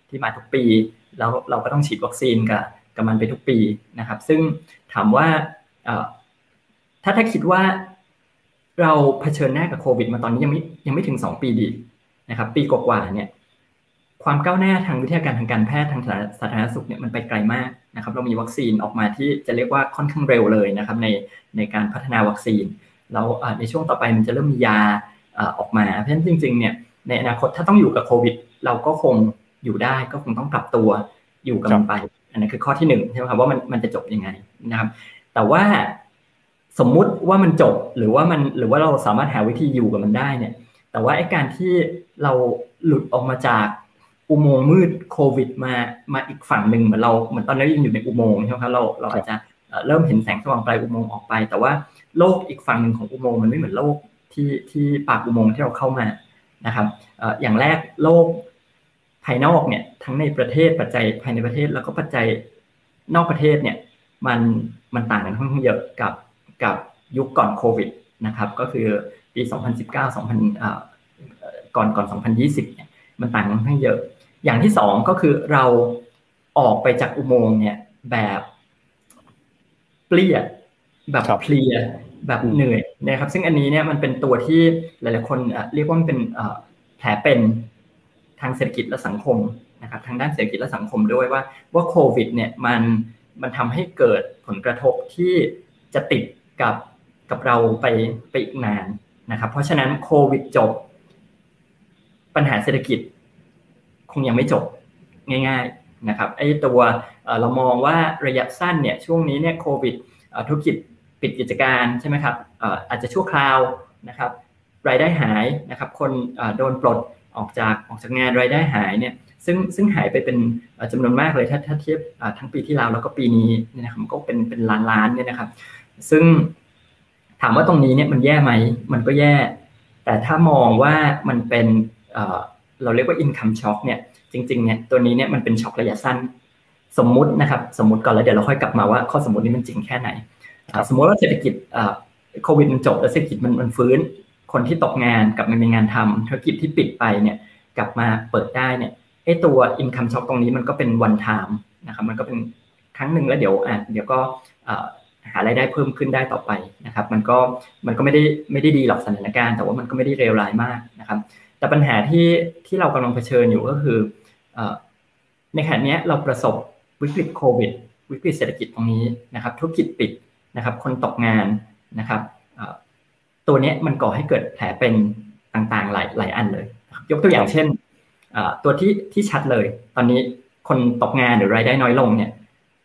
ที่มาทุกปีแล้วเราก็ต้องฉีดวัคซีนกับมันไปทุกปีนะครับซึ่งถามว่าถ้าคิดว่าเราเผชิญหน้ากับโควิดมาตอนนี้ยังไม่ถึง2 ปีดีนะครับปีกว่าๆเนี่ยความก้าวหน้าทางวิทยาการทางการแพทย์ทางสาธารณสุขเนี่ยมันไปไกลมากนะครับเรามีวัคซีนออกมาที่จะเรียกว่าค่อนข้างเร็วเลยนะครับในการพัฒนาวัคซีนแล้วในช่วงต่อไปมันจะเริ่มมียาออกมาเพราะฉะนั้นจริงๆเนี่ยในอนาคตถ้าต้องอยู่กับโควิดเราก็คงอยู่ได้ก็คงต้องปรับตัวอยู่กับมันไปอันนั้นคือข้อที่1ใช่ไหมครับว่ามันจะจบยังไงนะครับแต่ว่าสมมุติว่ามันจบหรือว่าเราสามารถหาวิธีอยู่กับมันได้เนี่ยแต่ว่าไอ้การที่เราหลุดออกมาจากอุโมงค์มืดโควิดมาอีกฝั่งหนึ่งเหมือนตอนนี้ยังอยู่ในอุโมงค์ใช่ไหมครับเราอาจจะเริ่มเห็นแสงสว่างปลายอุโมงค์ออกไปแต่ว่าโลกอีกฝั่งหนึ่งของอุโมงค์มันไม่เหมือนโลกที่ปากอุโมงค์ที่เราเข้ามานะครับอย่างแรกโลกภายนอกเนี่ยทั้งในประเทศปัจจัยภายในประเทศแล้วก็ปัจจัยนอกประเทศเนี่ยมันต่างกันค่อนข้างเยอะกับยุคก่อนโควิดนะครับก็คือปี2019 ก่อน 2020เนี่ยมันต่างกันค่อนข้างเยอะอย่างที่2ก็คือเราออกไปจากอุโมงค์เนี่ยแบบเปรี้ยแบบเพลียแบบเหนื่อยนะครับซึ่งอันนี้เนี่ยมันเป็นตัวที่หลายๆคนเรียกว่ามันเป็นแผลเป็นทางเศรษฐกิจและสังคมนะครับทางด้านเศรษฐกิจและสังคมด้วยว่าโควิดเนี่ยมันทำให้เกิดผลกระทบที่จะติดกับเราไปอีกนานนะครับเพราะฉะนั้นโควิดจบปัญหาเศรษฐกิจคงยังไม่จบง่ายๆนะครับไอ้ตัวเรามองว่าระยะสั้นเนี่ยช่วงนี้เนี่ยโควิดธุรกิจปิดกิจการใช่ไหมครับอาจจะชั่วคราวนะครับรายได้หายนะครับคนโดนปลดออกจากงานรายได้หายเนี่ยซึ่งหายไปเป็นจำนวนมากเลยถ้าเทียบทั้งปีที่แล้วแล้วก็ปีนี้นะครับก็เป็นล้านเนี่ยนะครับซึ่งถามว่าตรงนี้เนี่ยมันแย่ไหมมันก็แย่แต่ถ้ามองว่ามันเป็นเราเรียกว่า income shock เนี่ยจริงๆเนี่ยตัวนี้เนี่ยมันเป็นช็อคระยะสั้นสมมุตินะครับสมมุติก่อนแล้วเดี๋ยวเราค่อยกลับมาว่าข้อสมมุตินี้มันจริงแค่ไหนสมมติว่าเศรษฐกิจโควิดมันจบแล้วเศรษฐกิจมันฟื้นคนที่ตกงานกลับมามีงานทำธุรกิจที่ปิดไปเนี่ยกลับมาเปิดได้เนี่ยไอ้ตัว income shock ตรงนี้มันก็เป็น one time นะครับมันก็เป็นครั้งหนึ่งแล้วเดี๋ยวก็หารายได้เพิ่มขึ้นได้ต่อไปนะครับมันก็ไม่ได้ดีหรอกสถานการณ์แต่ว่ามันก็ไม่ได้เลวร้ายมากนะครับแต่ปัญหาที่เรากำลังเผชิญอยู่ก็คือในขณะนี้เราประสบวิกฤตโควิดวิกฤตเศรษฐกิจตรงนี้นะครับธุรกิจปิดนะครับคนตกงานนะครับตัวนี้มันก่อให้เกิดแผลเป็นต่างๆหลายอันเลยยกตัวอย่างเช่นตัวที่ชัดเลยตอนนี้คนตกงานหรือรายได้น้อยลงเนี่ย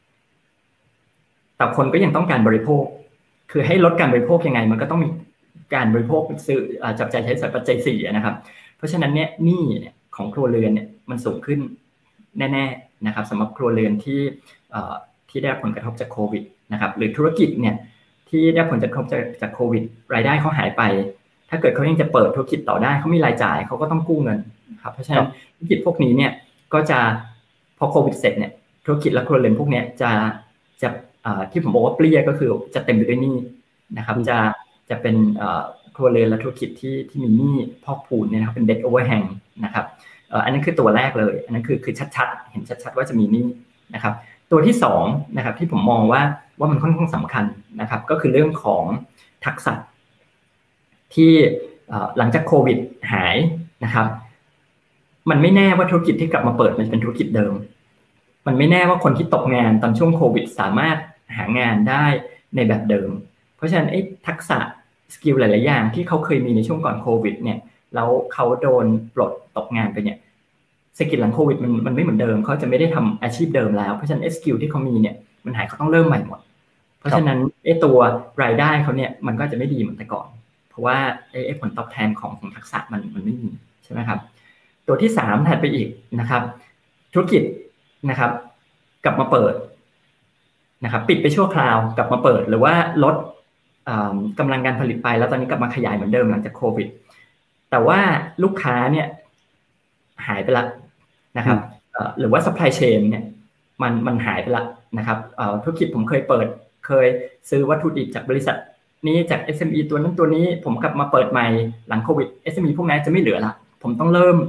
แต่คนก็ยังต้องการบริโภคคือให้ลดการบริโภคยังไงมันก็ต้องมีการบริโภคซื้อจับจ่ายใช้สอยปัจจัย4นะครับเพราะฉะนั้นเนี่ยหนี้เนี่ยของครัวเรือนเนี่ยมันสูงขึ้นแน่ๆนะครับสำหรับครัวเรือนที่ได้รับผลกระทบจากโควิดนะครับหรือธุรกิจเนี่ยที่ได้ผลกระทบจากโควิดรายได้เขาหายไปถ้าเกิดเขายังจะเปิดธุรกิจต่อได้เขามีรายจ่ายเขาก็ต้องกู้เงินครับเพราะฉะนั้นธุรกิจพวกนี้เนี่ยก็จะพอโควิดเสร็จเนี่ยธุรกิจและครัวเรือนพวกนี้จะที่ผมบอกว่าเปรี้ยก็คือจะเต็มไปด้วยหนี้นะครับจะเป็นครัวเรือนและธุรกิจที่มีหนี้พอกพูนเนี่ยนะครับเป็น debt overhang นะครับอันนั้นคือตัวแรกเลยอันนั้นคือชัดๆเห็นชัดๆว่าจะมีหนี้นะครับตัวที่2นะครับที่ผมมองว่ามันค่อนข้างสำคัญนะครับก็คือเรื่องของทักษะที่หลังจากโควิดหายนะครับมันไม่แน่ว่าธุรกิจที่กลับมาเปิดมันเป็นธุรกิจเดิมมันไม่แน่ว่าคนที่ตกงานตอนช่วงโควิดสามารถหางานได้ในแบบเดิมเพราะฉะนั้นไอ้ทักษะสกิลหลายๆอย่างที่เขาเคยมีในช่วงก่อนโควิดเนี่ยแล้วเขาโดนปลดตกงานไปเนี่ยเศรษฐกิจหลังโควิดมันไม่เหมือนเดิมเขาจะไม่ได้ทำอาชีพเดิมแล้วเพราะฉะนั้นสกิลที่เขามีเนี่ยมันหายเขาต้องเริ่มใหม่หมดเพราะฉะนั้นไอ้ตัวรายได้เขาเนี่ยมันก็จะไม่ดีเหมือนแต่ก่อนเพราะว่าไอ้ผลตอบแทนของทักษะมันไม่มีใช่ไหมครับตัวที่3ถัดไปอีกนะครับธุรกิจนะครับกลับมาเปิดนะครับปิดไปชั่วคราวกลับมาเปิดหรือว่าลดกำลังการผลิตไปแล้วตอนนี้กลับมาขยายเหมือนเดิมหลังจากโควิดแต่ว่าลูกค้าเนี่ยหายไปแล้วนะครับหรือว่า supply chain เนี่ยมันหายไปแล้วนะครับธุรกิจผมเคยซื้อวัตถุดิบจากบริษัทนี้จาก SME ตัวนั้นตัวนี้ผมกลับมาเปิดใหม่หลังโควิด SME พวกนั้นจะไม่เหลือละผมต้องเริ่ม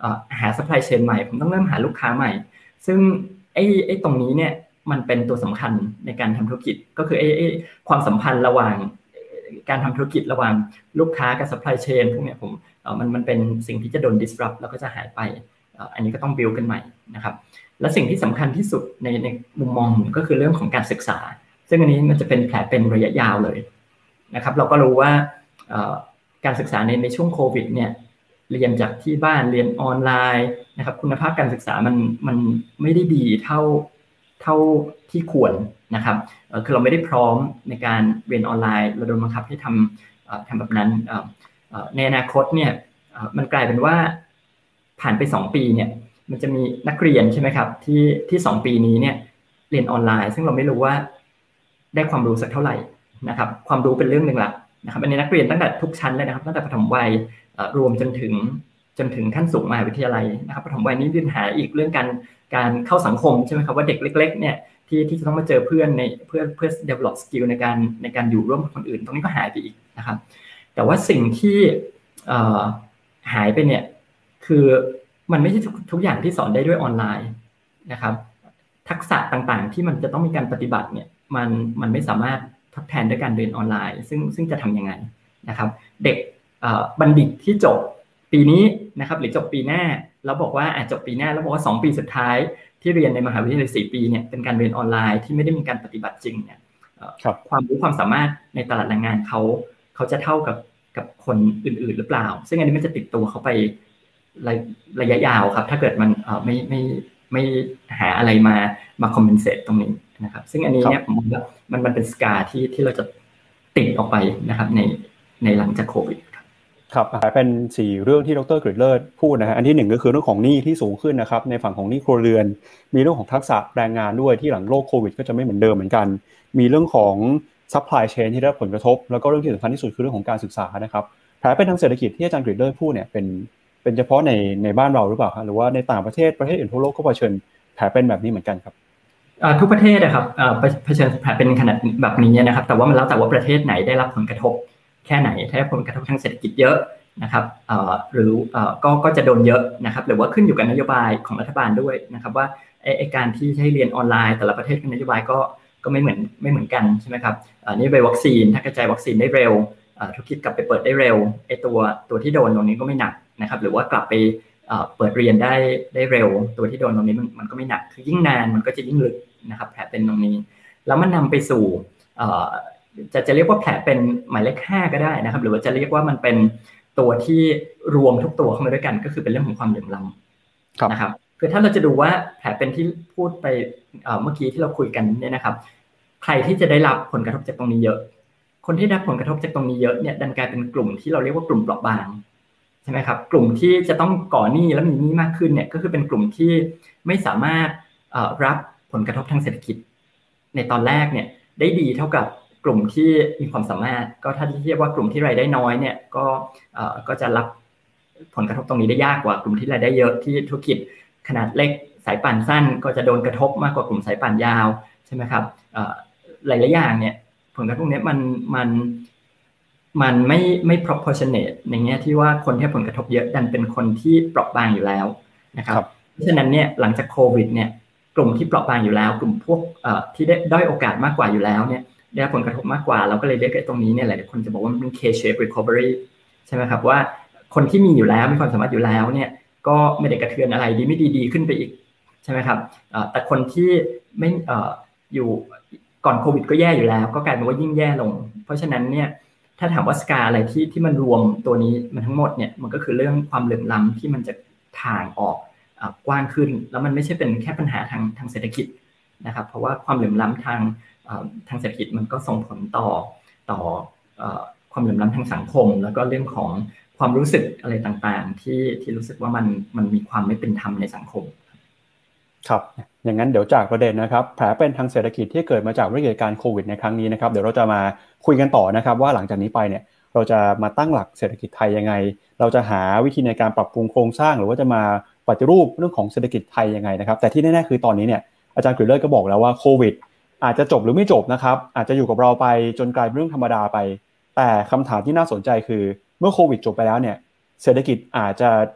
หา supply chain ใหม่ผมต้องเริ่มหาลูกค้าใหม่ซึ่งไอ้ตรงนี้เนี่ยมันเป็นตัวสำคัญในการทำธุรกิจก็คือไอ้ความสัมพันธ์ระหว่างการทำธุรกิจระหว่างลูกค้ากับ supply chain พวกเนี้ยผมมันเป็นสิ่งที่จะโดน disrupt แล้วก็จะหายไปอันนี้ก็ต้อง build กันใหม่นะครับและสิ่งที่สำคัญที่สุดในมุมมองผมก็คือเรื่องของการศึกษาซึ่งอันนี้มันจะเป็นแผลเป็นระยะยาวเลยนะครับเราก็รู้ว่าการศึกษาในช่วงโควิดเนี่ยเรียนจากที่บ้านเรียนออนไลน์นะครับคุณภาพการศึกษามันไม่ได้ดีเท่าที่ควรนะครับคือเราไม่ได้พร้อมในการเรียนออนไลน์เราโดนบังคับให้ทำแบบนั้นในอนาคตเนี่ยมันกลายเป็นว่าผ่านไป2ปีเนี่ยมันจะมีนักเรียนใช่ไหมครับที่2ปีนี้เนี่ยเรียนออนไลน์ซึ่งเราไม่รู้ว่าได้ความรู้สักเท่าไหร่นะครับความรู้เป็นเรื่องนึงละนะครับอันนี้นักเรียนตั้งแต่ทุกชั้นเลยนะครับตั้งแต่ประถมวัยรวมจนถึงขั้นสูงมหาวิทยาลัยนะครับประถมวัยนี้มีปัญหาอีกเรื่องการเข้าสังคมใช่ไหมครับว่าเด็กเล็กๆเนี่ยที่จะต้องมาเจอเพื่อนในเพื่อ develop skill ในการอยู่ร่วมกับคนอื่นตรงนี้ก็หายไปอีกนะครับแต่ว่าสิ่งที่หายไปเนี่ยคือมันไม่ใช่ทุกอย่างที่สอนได้ด้วยออนไลน์นะครับทักษะต่างๆที่มันจะต้องมีการปฏิบัติเนี่ยมันไม่สามารถทดแทนด้วยการเรียนออนไลน์ซึ่งจะทำยังไงนะครับเด็กบัณฑิตที่จบปีนี้นะครับหรือจบปีหน้าแล้วบอกว่าจบปีหน้าแล้วบอกว่า2ปีสุดท้ายที่เรียนในมหาวิทยาลัย4ปีเนี่ยเป็นการเรียนออนไลน์ที่ไม่ได้มีการปฏิบัติจริงเนี่ยความรู้ความสามารถในตลาดแรงงานเขาจะเท่ากับคนอื่นๆหรือเปล่าซึ่งอันนี้มันจะติดตัวเขาไประยะยาวครับถ้าเกิดมันไม่หาอะไรมาคอมเพนเซตตรงนี้นะครับซึ่งอันนี้เนี่ยผมว่ามันเป็นสกาที่เราจะติดออกไปนะครับในหลังจากโควิดครับเป็น4เรื่องที่ดร.กฤษเลิศพูดนะฮะอันที่1ก็คือเรื่องของหนี้ที่สูงขึ้นนะครับในฝั่งของหนี้ครัวเรือนมีเรื่องของทักษะแรงงานด้วยที่หลังโรคโควิดก็จะไม่เหมือนเดิมเหมือนกันมีเรื่องของซัพพลายเชนที่ได้ผลกระทบแล้วก็เรื่องที่สำคัญที่สุดคือเรื่องของการศึกษานะครับแผลเป็นทางเศรษฐกิจที่อาจารย์กฤษเลิศพูดเนี่ยเป็นเฉพาะในบ้านเราหรือเปล่าครับหรือว่าในต่างประเทศอื่นทั่วโลกก็เผชิญแผลเป็นแบบนี้เหมือนกันครับทุกประเทศนะครับเผชิญแผลเป็นขนาดแบบนี้นะครับแต่ว่ามันแล้วแต่ว่าประเทศไหนได้รับผลกระทบแค่ไหนถ้าได้ผลกระทบทางเศรษฐกิจเยอะนะครับหรือก็จะโดนเยอะนะครับหรือว่าขึ้นอยู่กับนโยบายของรัฐบาลด้วยนะครับว่าไอ้การที่ให้เรียนออนไลน์แต่ละประเทศนโยบายก็ไม่เหมือนกันใช่ไหมครับนี่ไปวัคซีนถ้ากระจายวัคซีนได้เร็วธุรกิจกลับไปเปิดได้เร็วไอ้ตัวที่โดนตรงนี้ก็ไม่หนักนะครับหรือว่ากลับไปเปิดเรียนได้เร็วตัวที่โดนตรงนี้มันก็ไม่หนักคือยิ่งนานมันก็จะยิ่งลึกนะครับแผลเป็นตรงนี้แล้วมันนำไปสู่จะเรียกว่าแผลเป็นหมายเลข5ก็ได้นะครับหรือว่าจะเรียกว่ามันเป็นตัวที่รวมทุกตัวเข้ามาด้วยกันก็คือเป็นเรื่องของความเหลื่อมล้ำนะครับคือถ้าเราจะดูว่าแผลเป็นที่พูดไปเมื่อกี้ที่เราคุยกันเนี่ยนะครับใครที่จะได้รับผลกระทบจากตรงนี้เยอะคนที่ได้ผลกระทบจากตรงนี้เยอะเนี่ยดันกลายเป็นกลุ่มที่เราเรียกว่ากลุ่มเปราะบางใช่ไหมครับกลุ่มที่จะต้องก่อหนี้และมีหนี้มากขึ้นเนี่ยก็คือเป็นกลุ่มที่ไม่สามารถรับผลกระทบทางเศรษฐกิจในตอนแรกเนี่ยได้ดีเท่ากับกลุ่มที่มีความสามารถก็ถ้าเทียบว่ากลุ่มที่รายได้น้อยเนี่ยก็จะรับผลกระทบตรงนี้ได้ยากกว่ากลุ่มที่รายได้เยอะที่ธุรกิจขนาดเล็กสายป่านสั้นก็จะโดนกระทบมากกว่ากลุ่มสายป่านยาวใช่ไหมครับหลายๆอย่างเนี่ยผลกระทบนี้มันไม่ proportionate ในแง่ที่ว่าคนที่ผลกระทบเยอะดันเป็นคนที่เปราะบางอยู่แล้วนะครับเพราะฉะนั้นเนี่ยหลังจากโควิดเนี่ยกลุ่มที่เปราะบางอยู่แล้วกลุ่มพวกที่ได้ด้อยโอกาสมากกว่าอยู่แล้วเนี่ยได้ผลกระทบมากกว่าเราก็เลยเรียกไอ้ตรงนี้เนี่ยหลายคนจะบอกว่ามันเป็น K-shape recovery ใช่ไหมครับว่าคนที่มีอยู่แล้วมีความสามารถอยู่แล้วเนี่ยก็ไม่ได้กระเทือนอะไรดีไม่ดีขึ้นไปอีกใช่ไหมครับแต่คนที่ไม่อยู่ก่อนโควิดก็แย่อยู่แล้วก็กลายเป็นว่ายิ่งแย่ลงเพราะฉะนั้นเนี่ยถ้าถามว่าสกาอะไรที่มันรวมตัวนี้มันทั้งหมดเนี่ยมันก็คือเรื่องความเหลื่อมล้ำที่มันจะถ่างออกกว้างขึ้นแล้วมันไม่ใช่เป็นแค่ปัญหาทางเศรษฐกิจนะครับเพราะว่าความเหลื่อมล้ำทางเศรษฐกิจมันก็ส่งผลต่อความเหลื่อมล้ำทางสังคมแล้วก็เรื่องของความรู้สึกอะไรต่างๆที่รู้สึกว่ามันมีความไม่เป็นธรรมในสังคมครับอย่างนั้นเดี๋ยวจากประเด็นนะครับแผลเป็นทางเศรษฐกิจที่เกิดมาจากวิกฤตการณ์โควิดในครั้งนี้นะครับเดี๋ยวเราจะมาคุยกันต่อนะครับว่าหลังจากนี้ไปเนี่ยเราจะมาตั้งหลักเศรษฐกิจไทยยังไงเราจะหาวิธีในการปรับปรุงโครงสร้างหรือว่าจะมาปฏิรูปเรื่องของเศรษฐกิจไทยยังไงนะครับแต่ที่แน่ๆคือตอนนี้เนี่ยอาจารย์กฤษเลิศก็บอกแล้วว่าโควิดอาจจะจบหรือไม่จบนะครับอาจจะอยู่กับเราไปจนกลายเป็นเรื่องธรรมดาไปแต่คำถามที่น่าสนใจคือเมื่อโควิดจบไปแล้วเนี่ยเศรษฐกิจอาจจะ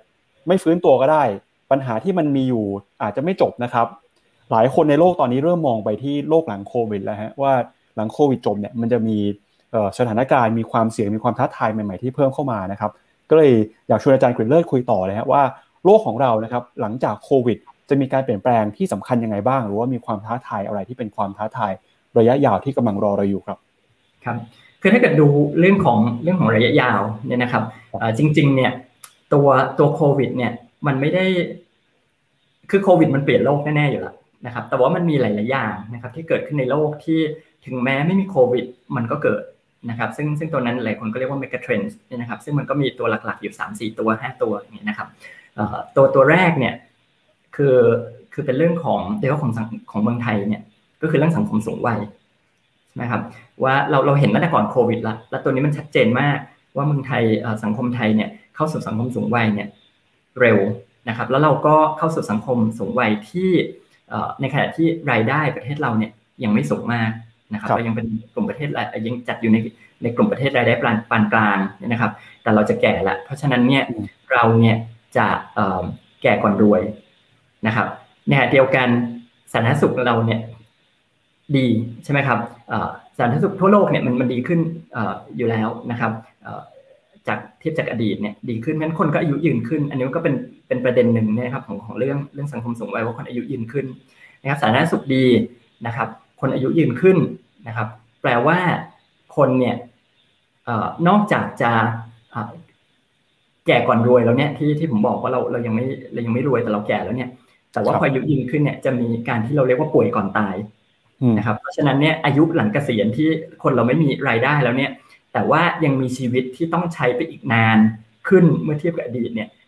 ไม่ฟื้นตัวก็ได้ปัญหาที่มันมีอยู่อาจจะไม่จบนะครับหลายคนในโลกตอนนี้เริ่มมองไปที่โลกหลังโควิดแล้วฮะว่าหลังโควิดจบเนี่ยมันจะมีสถานการณ์มีความเสี่ยงมีความท้าทายใหม่ๆที่เพิ่มเข้ามานะครับก็เลยอยากชวนอาจารย์กฤษเลิศคุยต่อเลยฮะว่าโลกของเรานะครับหลังจากโควิดจะมีการเปลี่ยนแปลงที่สำคัญยังไงบ้างหรือว่ามีความท้าทายอะไรที่เป็นความท้าทายระยะยาวที่กำลังรอเราอยู่ครับครับคือถ้าเกิดดูเรื่องของระยะยาวเนี่ยนะครับจริงๆเนี่ยตัวโควิดเนี่ยมันไม่ได้คือโควิดมันเปลี่ยนโลกแน่ๆอยู่แล้วนะครับแต่ว่ามันมีหลายๆอย่างนะครับที่เกิดขึ้นในโลกที่ถึงแม้ไม่มีโควิดมันก็เกิดนะครับซึ่งตัวนั้นหลายคนก็เรียกว่า mega trends เนี่ยนะครับซึ่งมันก็มีตัวหลักๆอยู่ 3-4 ตัว5ตัวอย่างเงี้ยนะครับตัวแรกเนี่ยคือเป็นเรื่องของเรื่องของเมืองไทยเนี่ยก็คือเรื่องสังคมสูงวัยใช่ไหมครับว่าเราเห็นตั้งแต่ก่อนโควิดแล้วตัวนี้มันชัดเจนมากว่าเมืองไทยสังคมไทยเนี่ยเข้าสู่สังคมสูงวัยเนี่ยเร็วนะครับแล้วเราก็เข้าสู่สังคมสูงวัยที่ในขณะที่รายได้ประเทศเราเนี่ยยังไม่สูงมากนะครับเรายังเป็นกลุ่มประเทศยังจัดอยู่ในกลุ่มประเทศรายได้ปานกลางนะครับแต่เราจะแก่ละเพราะฉะนั้นเนี่ยเราเนี่ยจะแก่ก่อนรวยนะครับในขณะเดียวกันสาธารณสุขเราเนี่ยดีใช่ไหมครับสาธารณสุขทั่วโลกเนี่ยมันดีขึ้นอยู่แล้วนะครับจากเทียบจากอดีตเนี่ยดีขึ้นงั้นคนก็อายุยืนขึ้นอันนี้ก็เป็นประเด็นหนึ่งนะครับของเรื่องสังคมสูงวัยว่าคนอายุยืนขึ้นนะครับสาธารณสุขดีนะครับคนอายุยืนขึ้นนะครับแปลว่าคนเนี่ยนอกจากจะแก่ก่อนรวยแล้วเนี่ยที่ผมบอกว่าเรายังไม่รวยแต่เราแก่แล้วเนี่ยแต่ว่าพออายุยืนขึ้นเนี่ยจะมีการที่เราเรียกว่าป่วยก่อนตายนะครับเพราะฉะนั้นเนี่ยอายุหลังเกษียณที่คนเราไม่มีรายได้แล้วเนี่ยแต่ว่ายังมีชีวิตที่ต้องใช้ไปอีกนานขึ้นเมื่อเทียบกับอดีตเนี่ย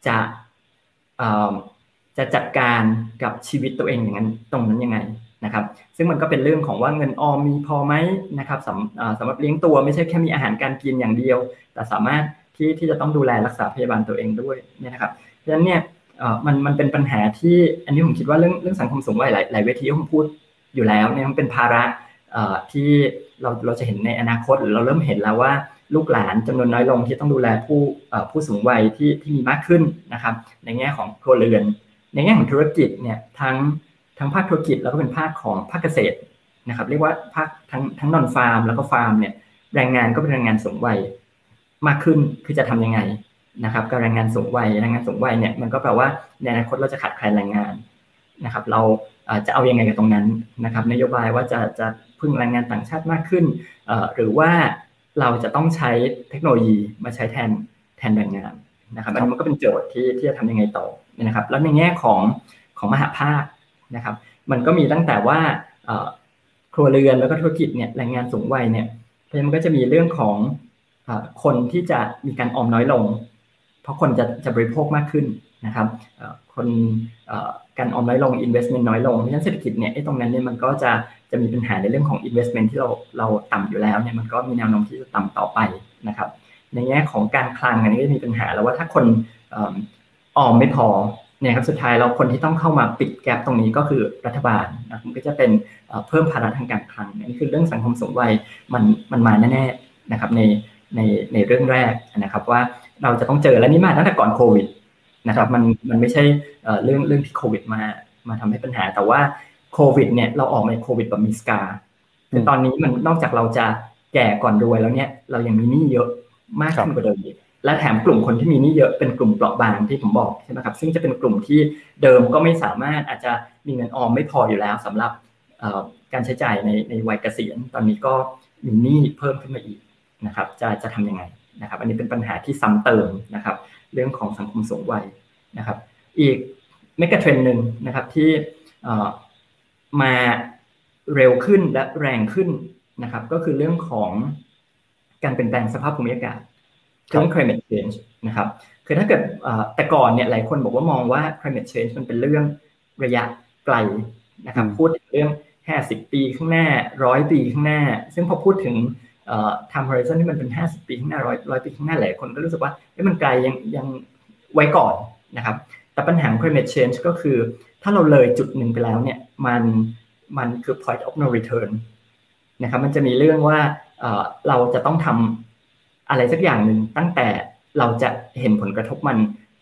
จะจัดการกับชีวิตตัวเองอย่างนั้นตรงนั้นยังไงนะครับซึ่งมันก็เป็นเรื่องของว่าเงินออมมีพอไหมนะครับสำหรับเลี้ยงตัวไม่ใช่แค่มีอาหารการกินอย่างเดียวแต่สามารถที่จะต้องดูแลรักษาพยาบาลตัวเองด้วยเนี่ยนะครับเพราะฉะนั้นเนี่ยมันเป็นปัญหาที่อันนี้ผมคิดว่าเรื่องสังคมสูงวัยหลายเวทีที่ผมพูดอยู่แล้วเนี่ยมันเป็นภาระที่เราจะเห็นในอนาคตหรือเราเริ่มเห็นแล้วว่าลูกหลานจำนวนน้อยลงที่ต้องดูแลผู้สูงวัยที่มีมากขึ้นนะครับในแง่ของครัวเรือนในแง่ของธุรกิจเนี่ยทั้งภาคธุรกิจแล้วก็เป็นภาคของภาคเกษตรนะครับเรียกว่าภาคทั้งนอนฟาร์มแล้วก็ฟาร์มเนี่ยแรงงานก็เป็นแรงงานสูงวัยมากขึ้นคือจะทำยังไงนะครับกับแรงงานสูงวัยเนี่ยมันก็แปลว่าในอนาคตเราจะขาดแคลนแรงงานนะครับเราจะเอายังไงกับตรงนั้นนะครับนโยบายว่าจะพึ่งแรงงานต่างชาติมากขึ้นหรือว่าเราจะต้องใช้เทคโนโลยีมาใช้แทนแรงงานนะครับอันนี้มันก็เป็นโจทย์ที่จะทำยังไงต่อนะครับแล้วในแง่ของมหาภาคนะครับมันก็มีตั้งแต่ว่าครัวเรือนแล้วก็ธุรกิจเนี่ยแรงงานสูงวัยเนี่ยเพราะฉะนั้นมันก็จะมีเรื่องของคนที่จะมีการออมน้อยลงเพราะคนจะบริโภคมากขึ้นนะครับคนการออมน้อยลง investment น้อยลงเพราะฉะนั้นเศรษฐกิจเนี่ยตรงนั้นเนี่ยมันก็จะมีปัญหาในเรื่องของ investment ที่เราต่ำอยู่แล้วเนี่ยมันก็มีแนวโน้มที่จะต่ำต่อไปนะครับในแง่ของการคลังอันนี้ก็มีปัญหาแล้วว่าถ้าคนออมไม่พอเนี่ยครับสุดท้ายเราคนที่ต้องเข้ามาปิดแกปตรงนี้ก็คือรัฐบาลนะมันก็จะเป็นเพิ่มภาระทางการคลังนี่คือเรื่องสังคมสูงวัยมันมาแน่ๆนะครับในเรื่องแรกนะครับว่าเราจะต้องเจอและนี่มาตั้งแต่ก่อนโควิดนะครับมันไม่ใช่เรื่องที่โควิดมาทำให้ปัญหาแต่ว่าโควิดเนี่ยเราออกมาโควิดแบบมีสกาคือตอนนี้มันนอกจากเราจะแก่ก่อนรวยแล้วเนี่ยเรายังมีหนี้เยอะมากขึ้นกว่าเดิมอีกและแถมกลุ่มคนที่มีหนี้เยอะเป็นกลุ่มเปราะบางที่ผมบอกใช่ไหมครับซึ่งจะเป็นกลุ่มที่เดิมก็ไม่สามารถอาจจะมีเงินออมไม่พออยู่แล้วสำหรับการใช้จ่ายในวัยเกษียณตอนนี้ก็มีหนี้เพิ่มขึ้นมาอีกนะครับจะทำยังไงนะครับอันนี้เป็นปัญหาที่ซ้ำเติมนะครับเรื่องของสังคมสูงวัยนะครับอีกเมกะเทรนด์นึงนะครับที่มาเร็วขึ้นและแรงขึ้นนะครับก็คือเรื่องของการเปลี่ยนแปลงสภาพภูมิอากาศเรื่อง climate change นะครับคือถ้าเกิดแต่ก่อนเนี่ยหลายคนบอกว่ามองว่า climate change มันเป็นเรื่องระยะไกลนะครับพูดถึงเรื่อง50ปีข้างหน้า100ปีข้างหน้าซึ่งพอพูดถึงtime horizon ที่มันเป็น50ปีข้างหน้า100ปีข้างหน้าหลายคนก็รู้สึกว่ามันไกลยังไว้ก่อนนะครับแต่ปัญหาของ climate change ก็คือถ้าเราเลยจุดหนึ่งไปแล้วเนี่ยมันคือ point of no return นะครับมันจะมีเรื่องว่าเราจะต้องทำอะไรสักอย่างหนึ่งตั้งแต่เราจะเห็นผลกระทบมัน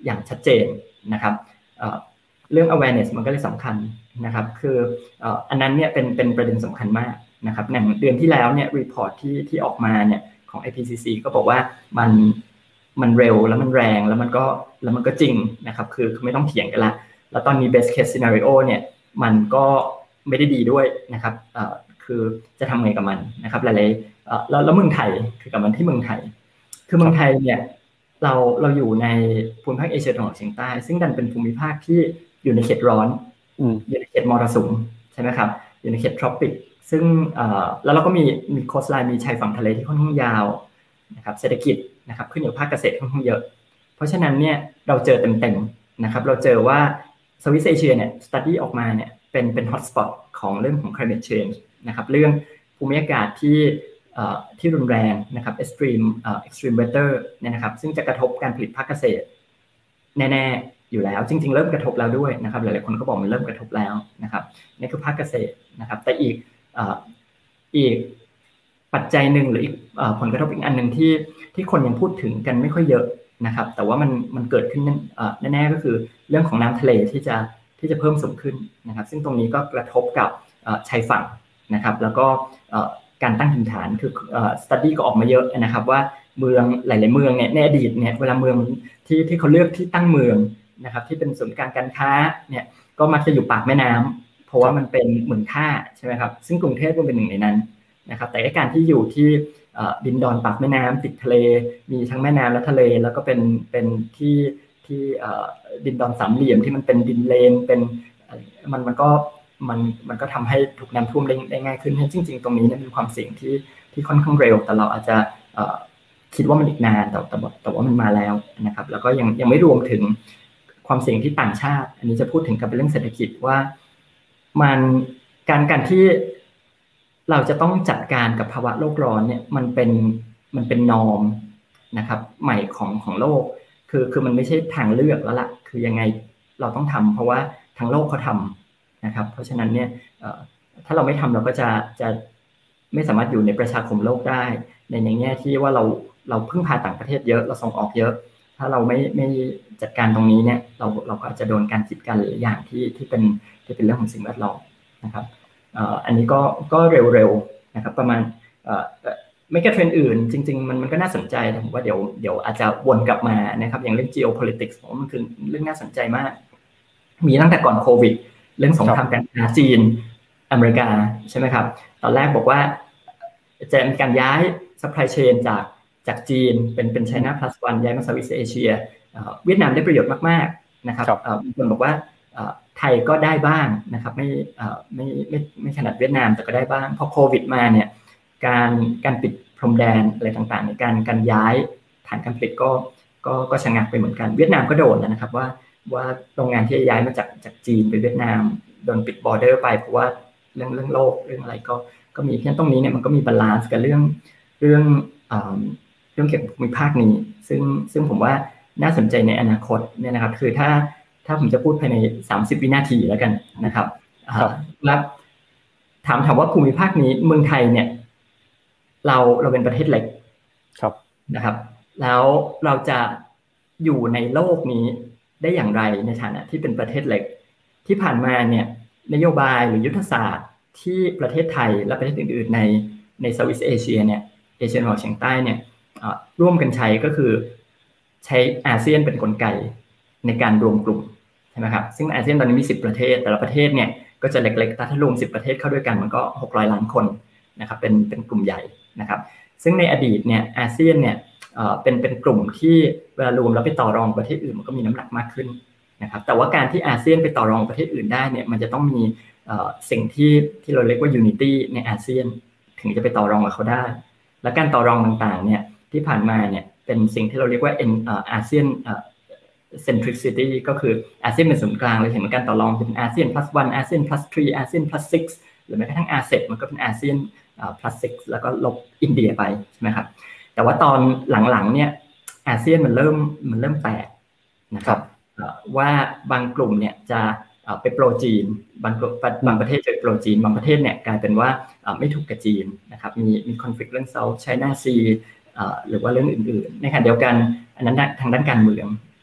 อย่างชัดเจนนะครับเรื่อง awareness มันก็เลยสำคัญนะครับคืออันนั้นเนี่ยเป็นประเด็นสำคัญมากนะครับอย่างเดือนที่แล้วเนี่ยรีพอร์ตที่ออกมาเนี่ยของ IPCC ก็บอกว่ามันเร็วแล้วมันแรงแล้วมันก็จริงนะครับคือไม่ต้องเถียงกันละแล้วตอนนี้ best case scenario เนี่ยมันก็ไม่ได้ดีด้วยนะครับคือจะทำไงกับมันนะครับหลายๆแล้วเมืองไทยคือกลับมาที่เมืองไทยคือเมืองไทยเนี่ยเราอยู่ในภูมิภาคเอเชียตะวันออกเฉียงใต้ซึ่งดันเป็นภูมิภาคที่อยู่ในเขตร้อนอยู่ในเขตมรสุมใช่ไหมครับอยู่ในเขตทรอปิกซึ่งแล้วเราก็มีโคสต์ไลน์มีชายฝั่งทะเลที่ค่อนข้างยาวนะครับเศรษฐกิจนะครับขึ้นอยู่ภาคเกษตรค่อนข้างเยอะเพราะฉะนั้นเนี่ยเราเจอเต็มๆนะครับเราเจอว่าเซาท์อีสต์เอเชียเนี่ยสตั๊ดดี้ออกมาเนี่ยเป็นฮอตสปอตของเรื่องของ climate change นะครับเรื่องภูมิอากาศที่รุนแรงนะครับ extreme weather เนี่ยนะครับซึ่งจะกระทบการผลิตภาคเกษตรแน่ๆอยู่แล้วจริงๆเริ่มกระทบแล้วด้วยนะครับหลายๆคนก็บอกมันเริ่มกระทบแล้วนะครับนี่คือภาคเกษตรนะครับแต่อีกปัจจัยหนึ่งหรืออีกผลกระทบอีกอันหนึ่งที่คนยังพูดถึงกันไม่ค่อยเยอะนะครับแต่ว่ามันเกิดขึ้นแน่ๆก็คือเรื่องของน้ำทะเลที่จะเพิ่มสูงขึ้นนะครับซึ่งตรงนี้ก็กระทบกับชายฝั่งนะครับแล้วก็การตั้งถิ่นฐานคือstudy ก็ออกมาเยอะนะครับว่าเมืองหลายๆเมืองเนี่ยในอดีตเนี่ยเวลาเมืองที่เขาเลือกที่ตั้งเมืองนะครับที่เป็นศูนย์กลางการค้าเนี่ยก็มักจะอยู่ปากแม่น้ำเพราะว่ามันเป็นเหมืองท่าใช่ไหมครับซึ่งกรุงเทพก็เป็นหนึ่งในนั้นนะครับแต่การที่อยู่ที่ดินดอนปากแม่น้ำติดทะเลมีทั้งแม่น้ำและทะเลแล้วก็เป็นที่ดินดอนสามเหลี่ยมที่มันเป็นดินเลนเป็นมันก็ทำให้ถูกน้ำท่วมได้ง่ายขึ้นจริงๆตรงนี้เนี่ยมีความเสี่ยงที่ค่อนข้างเร็วแต่เราอาจจะคิดว่ามันอีกนานแต่ว่ามันมาแล้วนะครับแล้วก็ยังไม่รวมถึงความเสี่ยงที่ต่างชาติอันนี้จะพูดถึงกับเรื่องเศรษฐกิจว่ามันการที่เราจะต้องจัดการกับภาวะโลกร้อนเนี่ยมันเป็นนอร์มนะครับใหม่ของโลกคือมันไม่ใช่ทางเลือกแล้วล่ะคือยังไงเราต้องทำเพราะว่าทั้งโลกเขาทำนะครับเพราะฉะนั้นเนี่ยถ้าเราไม่ทำเราก็จะไม่สามารถอยู่ในประชาคมโลกได้ในแง่ที่ว่าเราพึ่งพาต่างประเทศเยอะเราส่งออกเยอะถ้าเราไม่จัดการตรงนี้เนี่ยเราก็อาจจะโดนการกีดกันหรืออย่างที่เป็นเรื่องของสิ่งแวดล้อมนะครับอันนี้ก็เร็วๆนะครับประมาณไม่แค่เทรนด์อื่นจริงๆมันก็น่าสนใจแต่ผมว่าเดี๋ยวอาจจะวนกลับมานะครับอย่างเรื่อง geopolitics ผมว่ามันคือเรื่องน่าสนใจมากมีตั้งแต่ก่อนโควิดเรื่องสงครามการค้าจีนอเมริกาใช่ไหมครับตอนแรกบอกว่าจะมีการย้าย supply chain จากจีนเป็น China Plus One ย้ายมา Southeast Asia เวียดนามได้ประโยชน์มากๆนะครับบางคนบอกว่าไทยก็ได้บ้างนะครับไม่ขนาดเวียดนามแต่ก็ได้บ้างพอโควิดมาเนี่ยการปิดพรมแดนอะไรต่างๆในการย้ายฐานการผลิตก็ชะงักไปเหมือนกันเวียดนามก็โดนนะครับว่าโรงงานที่ย้ายมาจากจีนไปเวียดนามโดนปิดบอร์เดอร์ไปเพราะว่าเรื่องโลกเรื่องอะไรก็มีเพียงตรงนี้เนี่ยมันก็มีบาลานซ์กับเรื่องเกี่ยวกับภูมิภาคนี้ซึ่งผมว่าน่าสนใจในอนาคตเนี่ยนะครับคือถ้าผมจะพูดภายใน30วินาทีแล้วกันนะครับแล้วถามว่าภูมิภาคนี้เมืองไทยเนี่ยเราเป็นประเทศเล็กนะครับแล้วเราจะอยู่ในโลกนี้ได้อย่างไรในฐานะที่เป็นประเทศเล็กที่ผ่านมาเนี่ยนโยบายหรือยุทธศาสตร์ที่ประเทศไทยและประเทศอื่นๆในเซาท์อีสต์เอเชียเนี่ยเอเชียตะวันออกเฉียงใต้เนี่ยร่วมกันใช้ก็คือใช้อาเซียนเป็นกลไกในการรวมกลุ่มใช่ไหมครับซึ่งอาเซียนตอนนี้มี10ประเทศแต่ละประเทศเนี่ยก็จะเล็กๆแต่ถ้ารวม10ประเทศเข้าด้วยกันมันก็600ล้านคนนะครับเป็นกลุ่มใหญ่นะครับซึ่งในอดีตเนี่ยอาเซียนเนี่ยเป็นกลุ่มที่เวลารวมแล้วไปต่อรองประเทศอื่นมันก็มีน้ำหนักมากขึ้นนะครับแต่ว่าการที่อาเซียนไปต่อรองประเทศอื่นได้เนี่ยมันจะต้องมีสิ่งที่เราเรียกว่า unity ในอาเซียนถึงจะไปต่อรองกับเขาได้และการต่อรองต่างๆเนี่ยที่ผ่านมาเนี่ยเป็นสิ่งที่เราเรียกว่าอาเซียนcentricity ก็คืออาเซียนเป็นศูนย์กลางเลยเห็นการต่อรองจะเป็นอาเซียน plus 1 อาเซียน plus 3 อาเซียน plus 6หรือแม้กระทั่งอาเซียนมันก็เป็นอาเซียนplus 6แล้วก็ลบอินเดียไปใช่ไหมครับแต่ว่าตอนหลังๆเนี่ยอาเซียนมันเริ่มแตกนะครับว่าบางกลุ่มเนี่ยจะไปโปรจีนบางประเทศจะโปรจีนบางประเทศเนี่ยกลายเป็นว่าไม่ถูกกับจีนนะครับมีคอนฟลิกต์เรื่อง South China Sea หรือว่าเรื่องอื่นๆในขณะเดียวกันอันนั้นทางด้านการเมือง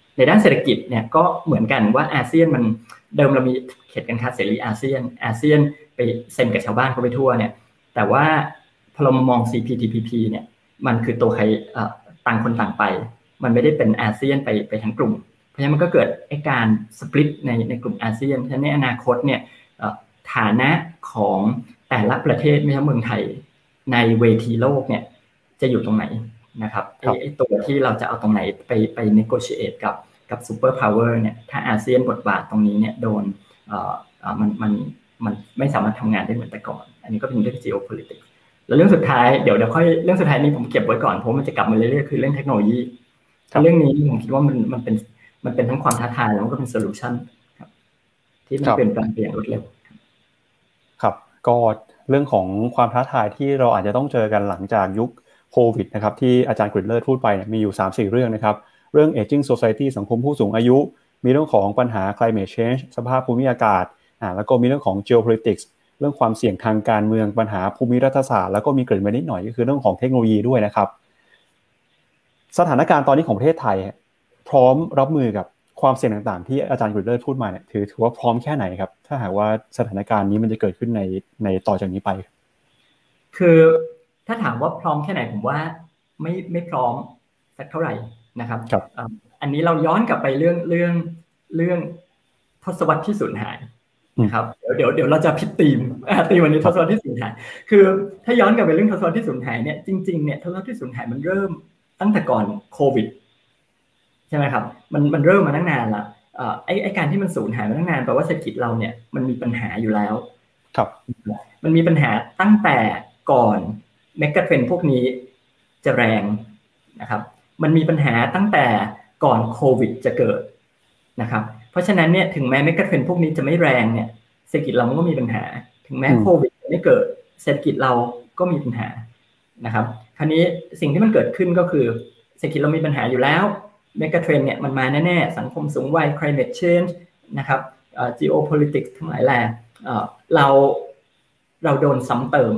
ในด้านเศรษฐกิจเนี่ยก็เหมือนกันว่าอาเซียนมันเดิมเรามีเขตการค้าเสรีอาเซียนไปเซ็นกับชาวบ้านเขาไปทั่วเนี่ยแต่ว่าพอเรามอง CPTPP เนี่ยมันคือตัวใครต่างคนต่างไปมันไม่ได้เป็นอาเซียนไปทั้งกลุ่มเพราะฉะนั้นมันก็เกิดการสปลิตในกลุ่มอาเซียนเพราะฉะนั้นในอนาคตเนี่ยฐานะของแต่ละประเทศไม่ใช่เมืองไทยในเวทีโลกเนี่ยจะอยู่ตรงไหนนะครับไอ้ตัวที่เราจะเอาตรงไหนไป negotiate กับซูเปอร์พาวเวอร์เนี่ยถ้าอาเซียนบทบาทตรงนี้เนี่ยโดนมันไม่สามารถทำงานได้เหมือนแต่ก่อนอันนี้ก็เป็นเรื่อง geopolitics แล้วเรื่องสุดท้ายเดี๋ยวค่อยเรื่องสุดท้ายนี้ผมเก็บไว้ก่อนเพราะมันจะกลับมาเรื่อยๆคือเรื่องเทคโนโลยีเรื่องนี้ผมคิดว่ามันเป็นทั้งความท้าทายแล้วก็เป็นโซลูชันครับที่มันเปลี่ยนแปลงไปอย่างรวดเร็วครับก็เรื่องของความท้าทายที่เราอาจจะต้องเจอกันหลังจากยุคโควิดนะครับที่อาจารย์กฤษเลิศพูดไปมีอยู่ 3-4 เรื่องนะครับเรื่อง aging society สังคมผู้สูงอายุมีเรื่องของปัญหา climate change สภาพภูมิอากาศแล้วก็มีเรื่องของ geopolitics เรื่องความเสี่ยงทางการเมืองปัญหาภูมิรัฐศาสตร์แล้วก็มีเกริ่นมานิดหน่อยก็คือเรื่องของเทคโนโลยีด้วยนะครับสถานการณ์ตอนนี้ของประเทศไทยพร้อมรับมือกับความเสี่ยงต่างๆที่อาจารย์กฤษเลิศพูดมาเนี่ยถือว่าพร้อมแค่ไหนครับถ้าหากว่าสถานการณ์นี้มันจะเกิดขึ้นในต่อจากนี้ไปคือถ้าถามว่าพร้อมแค่ไหนผมว่าไม่พร้อมสักเท่าไหร่นะครับอันนี้เราย้อนกลับไปเรื่องทศวรรษที่สูญหายนะครับเดี๋ยวเราจะพิดธีมวันนี้ทศวรรษที่สูญหายคือถ้าย้อนกลับไปเรื่องทศวรรษที่สูญหายเนี่ยจริงๆเนี่ยทศวรรษที่สูญหายมันเริ่มตั้งแต่ก่อนโควิดใช่ไหมครับมันเริ่มมาตั้งนานละไอ้การที่มันสูญหายมาตั้งนานแปลว่าเศรษฐกิจเราเนี่ยมันมีปัญหาอยู่แล้วครับมันมีปัญหาตั้งแต่ก่อนเมกะเทรนด์พวกนี้จะแรงนะครับมันมีปัญหาตั้งแต่ก่อนโควิดจะเกิดนะครับเพราะฉะนั้นเนี่ยถึงแม้เมกะเทรนด์พวกนี้จะไม่แรงเนี่ยเศรษฐกิจเราก็มีปัญหาถึงแม้โควิดจะไม่เกิดเศรษฐกิจเราก็มีปัญหานะครับคราวนี้สิ่งที่มันเกิดขึ้นก็คือเศรษฐกิจเรามีปัญหาอยู่แล้วเมกะเทรนด์เนี่ยมันมาแน่ๆสังคมสูงวัย climate change นะครับgeopolitics ทั้งหลายแหล่เราโดนซ้ำเติม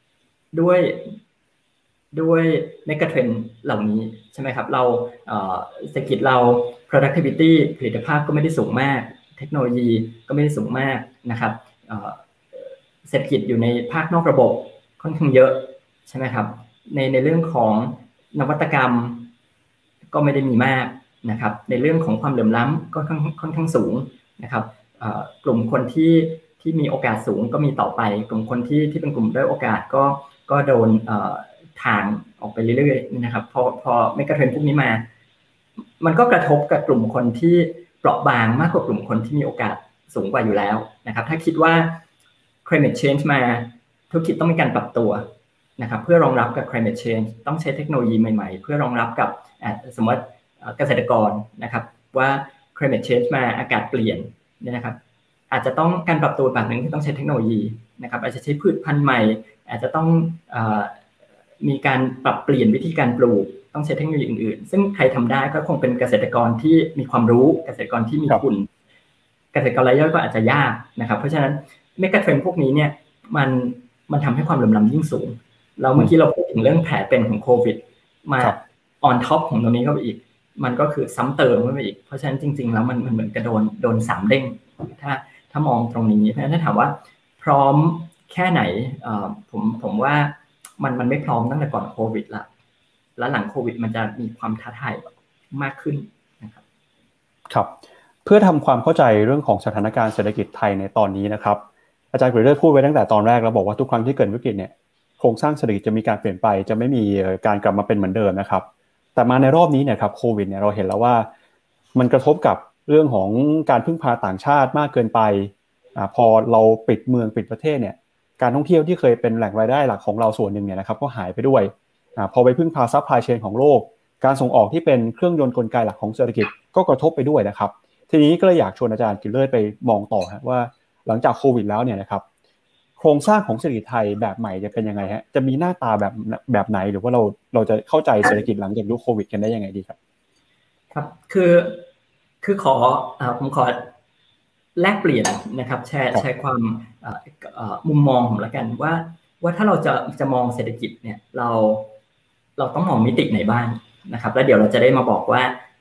ด้วยเมกะเทรนด์เหล่านี้ใช่ไหมครับเราเศรษฐกิจเรา productivity ผลิตภาพก็ไม่ได้สูงมากเทคโนโลยีก็ไม่ได้สูงมากนะครับเศรษฐกิจอยู่ในภาคนอกระบบค่อนข้างเยอะใช่ไหมครับในเรื่องของนวัตกรรมก็ไม่ได้มีมากนะครับในเรื่องของความเหลื่อมล้ำก็ค่อนข้างสูงนะครับกลุ่มคนที่มีโอกาสสูงก็มีต่อไปกลุ่มคนที่เป็นกลุ่มด้อยโอกาสก็โดนทางออกไปเรื่อยๆนะครับพอเมกะเทรนด์พวกนี้มามันก็กระทบกับกลุ่มคนที่เปราะบางมากกว่ากลุ่มคนที่มีโอกาสสูงกว่าอยู่แล้วนะครับถ้าคิดว่า climate change มาธุรกิจต้องมีการปรับตัวนะครับเพื่อรองรับกับ climate change ต้องใช้เทคโนโลยีใหม่ๆเพื่อรองรับกับสมมติเกษตรกรนะครับว่า climate change มาอากาศเปลี่ยนเนี่ยนะครับอาจจะต้องการปรับตัวแบบนึงที่ต้องใช้เทคโนโลยีนะครับอาจจะใช้พืชพันธุ์ใหม่อาจจะต้องมีการปรับเปลี่ยนวิธีการปลูกต้องใช้เทคโนโลยีอื่นๆซึ่งใครทำได้ก็คงเป็นเกษตรกรที่มีความรู้เกษตรกรที่มีทุนเกษตรกรรายย่อยก็อาจจะยากนะครับเพราะฉะนั้นเมกะเทรนด์พวกนี้เนี่ยมันทำให้ความเหลื่อมล้ำยิ่งสูงเราเมื่อกี้เราพูดถึงเรื่องแผลเป็นของโควิดมาออนท็อปของตรงนี้เข้าไปอีกมันก็คือซ้ำเติมเข้าไปอีกเพราะฉะนั้นจริงๆแล้วมันเหมือนกระโดน3เด้งถ้ามองตรงนี้เพราะฉะนั้นถ้าถามว่าพร้อมแค่ไหนผมว่ามันไม่พร้อมตั้งแต่ก่อนโควิดละแล้วหลังโควิดมันจะมีความท้าทายมากขึ้นนะครับครับเพื่อทำความเข้าใจเรื่องของสถานการณ์เศรษฐกิจไทยในตอนนี้นะครับอาจารย์กฤษเลิศพูดไว้ตั้งแต่ตอนแรกแล้วบอกว่าทุกครั้งที่เกิดวิกฤตเนี่ยโครงสร้างเศรษฐกิจจะมีการเปลี่ยนไปจะไม่มีการกลับมาเป็นเหมือนเดิมนะครับแต่มาในรอบนี้เนี่ยครับโควิดเนี่ยเราเห็นแล้วว่ามันกระทบกับเรื่องของการพึ่งพาต่างชาติมากเกินไปพอเราปิดเมืองปิดประเทศเนี่ยการท่องเที่ยวที่เคยเป็นแหล่งรายได้หลักของเราส่วนหนึ่งเนี่ยนะครับก็หายไปด้วยพอไปพึ่งพาซัพพลายเชนของโลกการส่งออกที่เป็นเครื่องยนต์กลไกหลักของเศรษฐกิจก็กระทบไปด้วยนะครับทีนี้ก็เลยอยากชวนอาจารย์กฤษเลิศไปมองต่อว่าหลังจากโควิดแล้วเนี่ยนะครับโครงสร้างของเศรษฐกิจไทยแบบใหม่จะเป็นยังไงฮะจะมีหน้าตาแบบไหนหรือว่าเราจะเข้าใจเศรษฐกิจหลังจากยุคโควิดกันได้ยังไงดีครับครับคือผมขอแลกเปลี่ยนนะครับแชร์ความมุมมองผมละกันว่าถ้าเราจะมองเศรษฐกิจเนี่ยเราต้องมองมิติไหนบ้างนะครับแล้วเดี๋ยวเราจะได้มาบอกว่า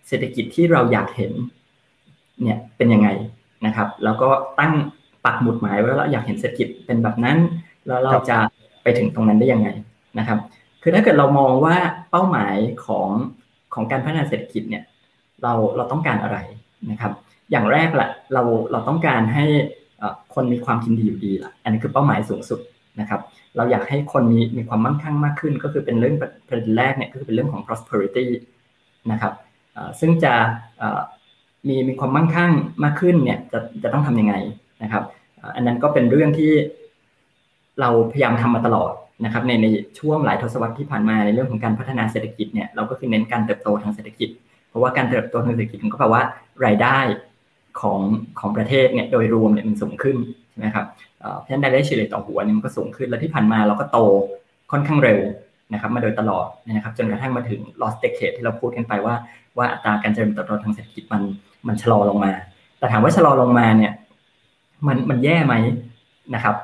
เศรษฐกิจที่เราอยากเห็นเนี่ยเป็นยังไงนะครับแล้วก็ตั้งปักหมุดหมายไว้ว่าเราอยากเห็นเศรษฐกิจเป็นแบบนั้นแล้วเราจะไปถึงตรงนั้นได้ยังไงนะครับคือถ้าเกิดเรามองว่าเป้าหมายของการพัฒนาเศรษฐกิจเนี่ยเราต้องการอะไรนะครับอย่างแรกแหละเราต้องการให้คนมีความกินดีอยู่ดีล่ะอันนี้คือเป้าหมายสูงสุดนะครับเราอยากให้คนมีความมั่งคั่งมากขึ้นก็คือเป็นเรื่องประเด็นแรกเนี่ยก็คือเป็นเรื่องของ prosperity นะครับซึ่งจะมีความมั่งคั่งมากขึ้นเนี่ยจะต้องทำยังไงนะครับอันนั้นก็เป็นเรื่องที่เราพยายามทำมาตลอดนะครับในช่วงหลายทศวรรษที่ผ่านมาในเรื่องของการพัฒนาเศรษฐกิจเนี่ยเราก็คือเน้นการเติบโตทางเศรษฐกิจเพราะว่าการเติบโตทางเศรษฐกิจมันก็แปลว่ารายได้ของประเทศเนี่ยโดยรวมเนี่ยมันสูงขึ้นใช่ไหมครับเพราะฉะนั้นรายได้เฉลี่ยต่อหัวเนี่ยมันก็สูงขึ้นและที่ผ่านมาเราก็โตค่อนข้างเร็วนะครับมาโดยตลอดนะครับจนกระทั่งมาถึง lost decade ที่เราพูดกันไปว่าอัตราการเจริญเติบโตทางเศรษฐกิจมันชะลอลงมาแต่ถามว่าชะลอลงมาเนี่ยมันแย่ไหมนะครับ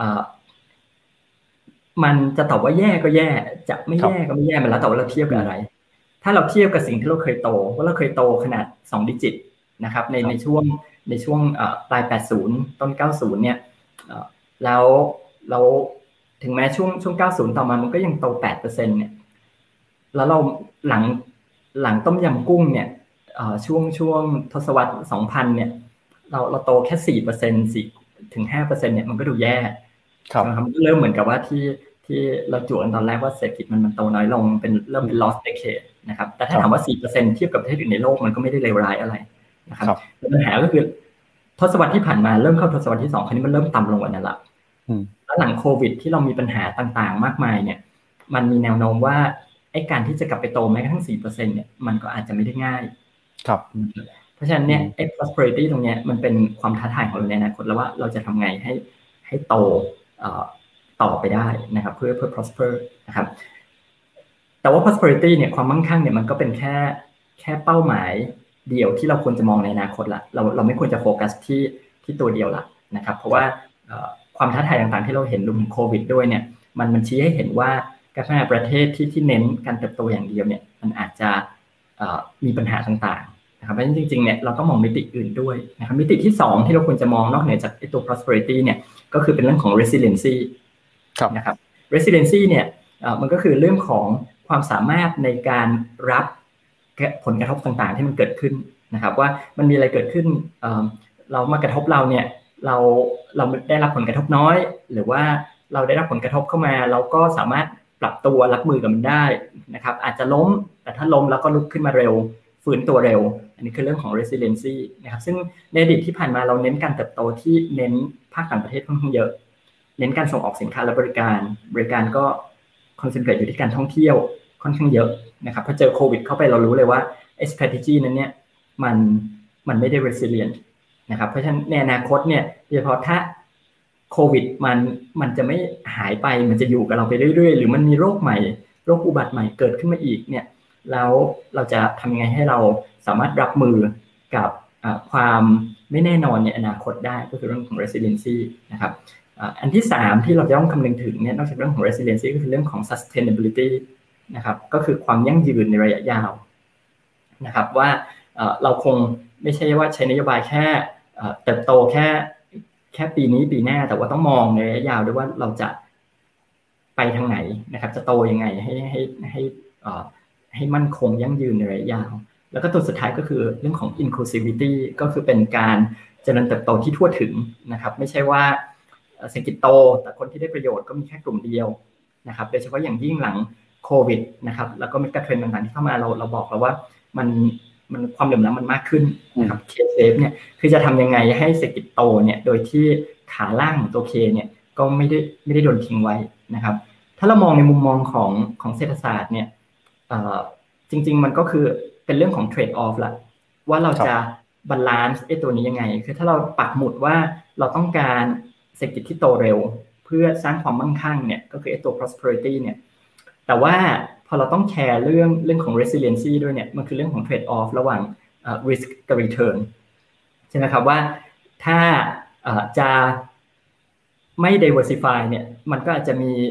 มันจะตอบว่าแย่ก็แย่จะไม่แย่ก็ไม่แย่มันแล้วแต่ว่าเราเทียบกับอะไรถ้าเราเทียบกับสิ่งที่เราเคยโตว่าเราเคยโตขนาด2ดิจิตนะครับในช่วงปลาย80ต้น90เนี่ยแล้วถึงแม้ช่วง90ต่อมามันก็ยังโต 8% เนี่ยแล้วเราหลังต้มยำกุ้งเนี่ยช่วงทศวรรษ 2000 เนี่ยเราโตแค่ 4% 4ถึง 5% เนี่ยมันก็ดูแย่นะครับเริ่มเหมือนกับว่าที่เราจู่กันตอนแรกว่าเศรษฐกิจมันโตน้อยลงเริ่มเป็น lost decade นะครับแต่ถ้าถามว่า 4% เทียบกับประเทศอื่นในโลกมันก็ไม่ได้เลวร้ายอะไรนะครับปัญหาก็คือทศวรรษที่ผ่านมาเริ่มเข้าทศวรรษที่2คราวนี้มันเริ่มต่ำลงกว่านั้นละแล้วหลังโควิดที่เรามีปัญหาต่างๆมากมายเนี่ยมันมีแนวโน้มว่าไอ้การที่จะกลับไปโตแม้กระทั่ง 4% เนี่ยมันก็อาจจะไม่ได้ง่ายครับเพราะฉะนั้นเนี่ยไอ้ prosperity ตรงเนี้ยมันเป็นความท้าทายของเราในอนาคตแล้วว่าเราจะทำไงให้โตต่อไปได้นะครับเพื่อ prosper นะครับแต่ว่า prosperity เนี่ยความมั่งคั่งเนี่ยมันก็เป็นแค่เป้าหมายเดียวที่เราควรจะมองในอนาคตละเราไม่ควรจะโฟกัสที่ตัวเดียวละนะครับเพราะว่าความท้าทายต่างๆที่เราเห็นรวมถึงโควิดด้วยเนี่ยมันชี้ให้เห็นว่าการพัฒนาประเทศที่เน้นการเติบโตอย่างเดียวเนี่ยมันอาจจะมีปัญหาต่างๆนะครับเพราะฉะนั้นจริงๆเนี่ยเราต้องมองมิติอื่นด้วยนะครับมิติที่2ที่เราควรจะมองนอกเหนือจากตัว prosperity เนี่ยก็คือเป็นเรื่องของ resiliency นะครับ resiliency เนี่ยมันก็คือเรื่องของความสามารถในการรับผลกระทบต่างๆที่มันเกิดขึ้นนะครับว่ามันมีอะไรเกิดขึ้นเรามากระทบเราเนี่ยเราได้รับผลกระทบน้อยหรือว่าเราได้รับผลกระทบเข้ามาเราก็สามารถปรับตัวรับมือกับมันได้นะครับอาจจะล้มแต่ถ้าล้มแล้วก็ลุกขึ้นมาเร็วฟื้นตัวเร็วอันนี้คือเรื่องของ resiliency นะครับซึ่งในอดีตที่ผ่านมาเราเน้นการเติบโตที่เน้นภาคต่างประเทศค่อนข้างเยอะเน้นการส่งออกสินค้าและบริการก็คอนเซนเทรตอยู่ที่การท่องเที่ยวค่อนข้างเยอะนะครับพอเจอโควิดเข้าไปเรารู้เลยว่าไอ้ strategy นั้นเนี่ยมันไม่ได้ resilient นะครับเพราะฉะนั้นในอนาคตเนี่ยโดยเฉพาะถ้าโควิดมันจะไม่หายไปมันจะอยู่กับเราไปเรื่อยๆหรือมันมีโรคใหม่โรคอุบัติใหม่เกิดขึ้นมาอีกเนี่ยแล้วเราจะทำยังไงให้เราสามารถรับมือกับความไม่แน่นอนในอนาคตได้ก็คือเรื่องของ resiliency นะครับอันที่3ที่เราจะต้องคำนึงถึงเนี่ยนอกจากเรื่องของ resiliency ก็คือเรื่องของ sustainability นะครับก็คือความยั่งยืนในระยะยาวนะครับว่าเราคงไม่ใช่ว่าใช้นโยบายแค่เติบโตแค่ปีนี้ปีหน้าแต่ว่าต้องมองในระยะยาวด้วยว่าเราจะไปทางไหนนะครับจะโตยังไงให้มั่นคงยั่งยืนในระยะยาวแล้วก็ตัวสุดท้ายก็คือเรื่องของ inclusivity ก็คือเป็นการเจริญเติบโตที่ทั่วถึงนะครับไม่ใช่ว่าเศรษฐกิจโตแต่คนที่ได้ประโยชน์ก็มีแค่กลุ่มเดียวนะครับโดยเฉพาะอย่างยิ่งหลังโควิดนะครับแล้วก็มีกระเทรนด์ต่างๆที่เข้ามาเราบอกแล้วว่ามันความเหลื่อมล้ำมันมากขึ้นนะครับ K-shape เนี่ยคือจะทำยังไงให้เศรษฐกิจโตเนี่ยโดยที่ขาล่างของตัว K เนี่ยก็ไม่ได้โดนทิ้งไว้นะครับถ้าเรามองในมุมมองของเศรษฐศาสตร์เนี่ยจริงๆมันก็คือเป็นเรื่องของ trade off ละว่าเราจะบาลานซ์ไอ้ตัวนี้ยังไงคือถ้าเราปักหมุดว่าเราต้องการเศรษฐกิจที่โตเร็วเพื่อสร้างความมั่งคั่งเนี่ยก็คือไอ้ตัว prosperity เนี่ยแต่ว่าพอเราต้องแคร์เรื่องของ resiliency ด้วยเนี่ยมันคือเรื่องของ trade off ระหว่างrisk กับ return ใช่ไหมครับว่าถ้าจะไม่ diversify เนี่ยมันก็อาจจะมี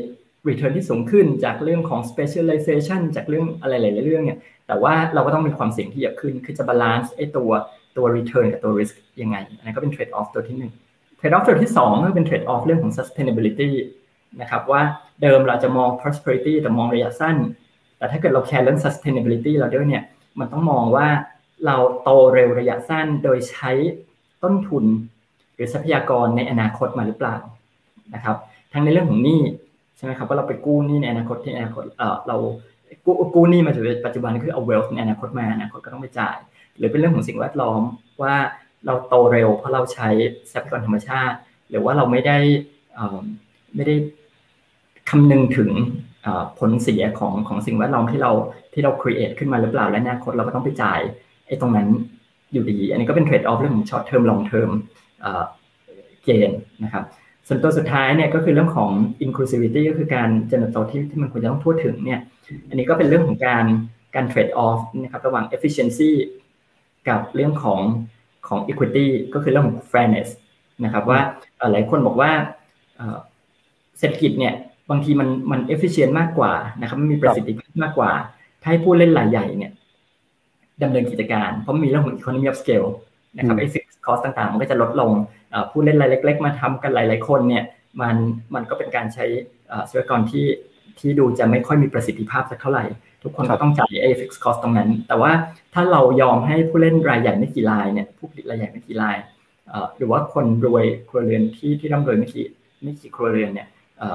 return ที่สูงขึ้นจากเรื่องของ specialization จากเรื่องอะไรหลายๆเรื่องเนี่ยแต่ว่าเราก็ต้องมีความเสี่ยงที่เยอะขึ้นคือจะ balance ไอ้ตัว return กับตัว risk ยังไงอันนั้นก็เป็น trade off ตัวที่1 trade off ตัวที่2ก็เป็น trade off เรื่องของ sustainability นะครับว่าเดิมเราจะมอง prosperity แต่มองระยะสั้นแต่ถ้าเกิดเราแคร์เรื่อง sustainability เราด้วยเนี่ยมันต้องมองว่าเราโตเร็วระยะสั้นโดยใช้ต้นทุนหรือทรัพยากรในอนาคตมาหรือเปล่านะครับทั้งในเรื่องของหนี้ใช่ไหมครับว่าเราไปกู้หนี้ในอนาคตที่อนาคตเรากู้หนี้มาถึงปัจจุบันคือเอา wealth ในอนาคตมาอนาคตก็ต้องไปจ่ายหรือเป็นเรื่องของสิ่งแวดล้อมว่าเราโตเร็วเพราะเราใช้ทรัพยากรธรรมชาติหรือว่าเราไม่ได้คำนึงถึงผลเสียของสิ่งแวดล้อมที่เรา create ขึ้นมาหรือเปล่าและอนาคตเราก็ต้องไปจ่ายไอ้ตรงนั้นอยู่ดีอันนี้ก็เป็น trade off เรื่องของ short term long term gain นะครับส่วนตัวสุดท้ายเนี่ยก็คือเรื่องของ inclusivity ก็คือการเจริญเติบโตที่มันควรจะต้องทั่วถึงเนี่ยอันนี้ก็เป็นเรื่องของการ trade off นะครับระหว่าง efficiency กับเรื่องของ equity ก็คือเรื่องของ fairness นะครับว่าหลายคนบอกว่าเศรษฐกิจเนี่ยบางทีมัน efficient มากกว่านะครับมันมีประสิทธิภาพมากกว่าถ้าให้ผู้เล่นรายใหญ่เนี่ยดำเนินกิจการเพราะมีเรื่องของ economy of scale นะครับไอ้ fixed cost ต่างๆมันก็จะลดลงผู้เล่นรายเล็กๆมาทำกันหลายๆคนเนี่ยมันก็เป็นการใช้ทรัพยากรที่ดูจะไม่ค่อยมีประสิทธิภาพสักเท่าไหร่ทุกคนก็ต้องจ่ายไอ้ fixed cost ตรงนั้นแต่ว่าถ้าเรายอมให้ผู้เล่นรายใหญ่ไม่กี่รายเนี่ยผู้ผลิตรายใหญ่ไม่กี่รายหรือว่าคนรวยครัวเรือนที่ร่ำรวยไม่กี่ครัวเรือนเนี่ย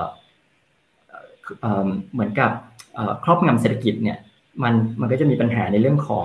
เหมือนกับครอบงำเศรษฐกิจเนี่ยมันก็จะมีปัญหาในเรื่องของ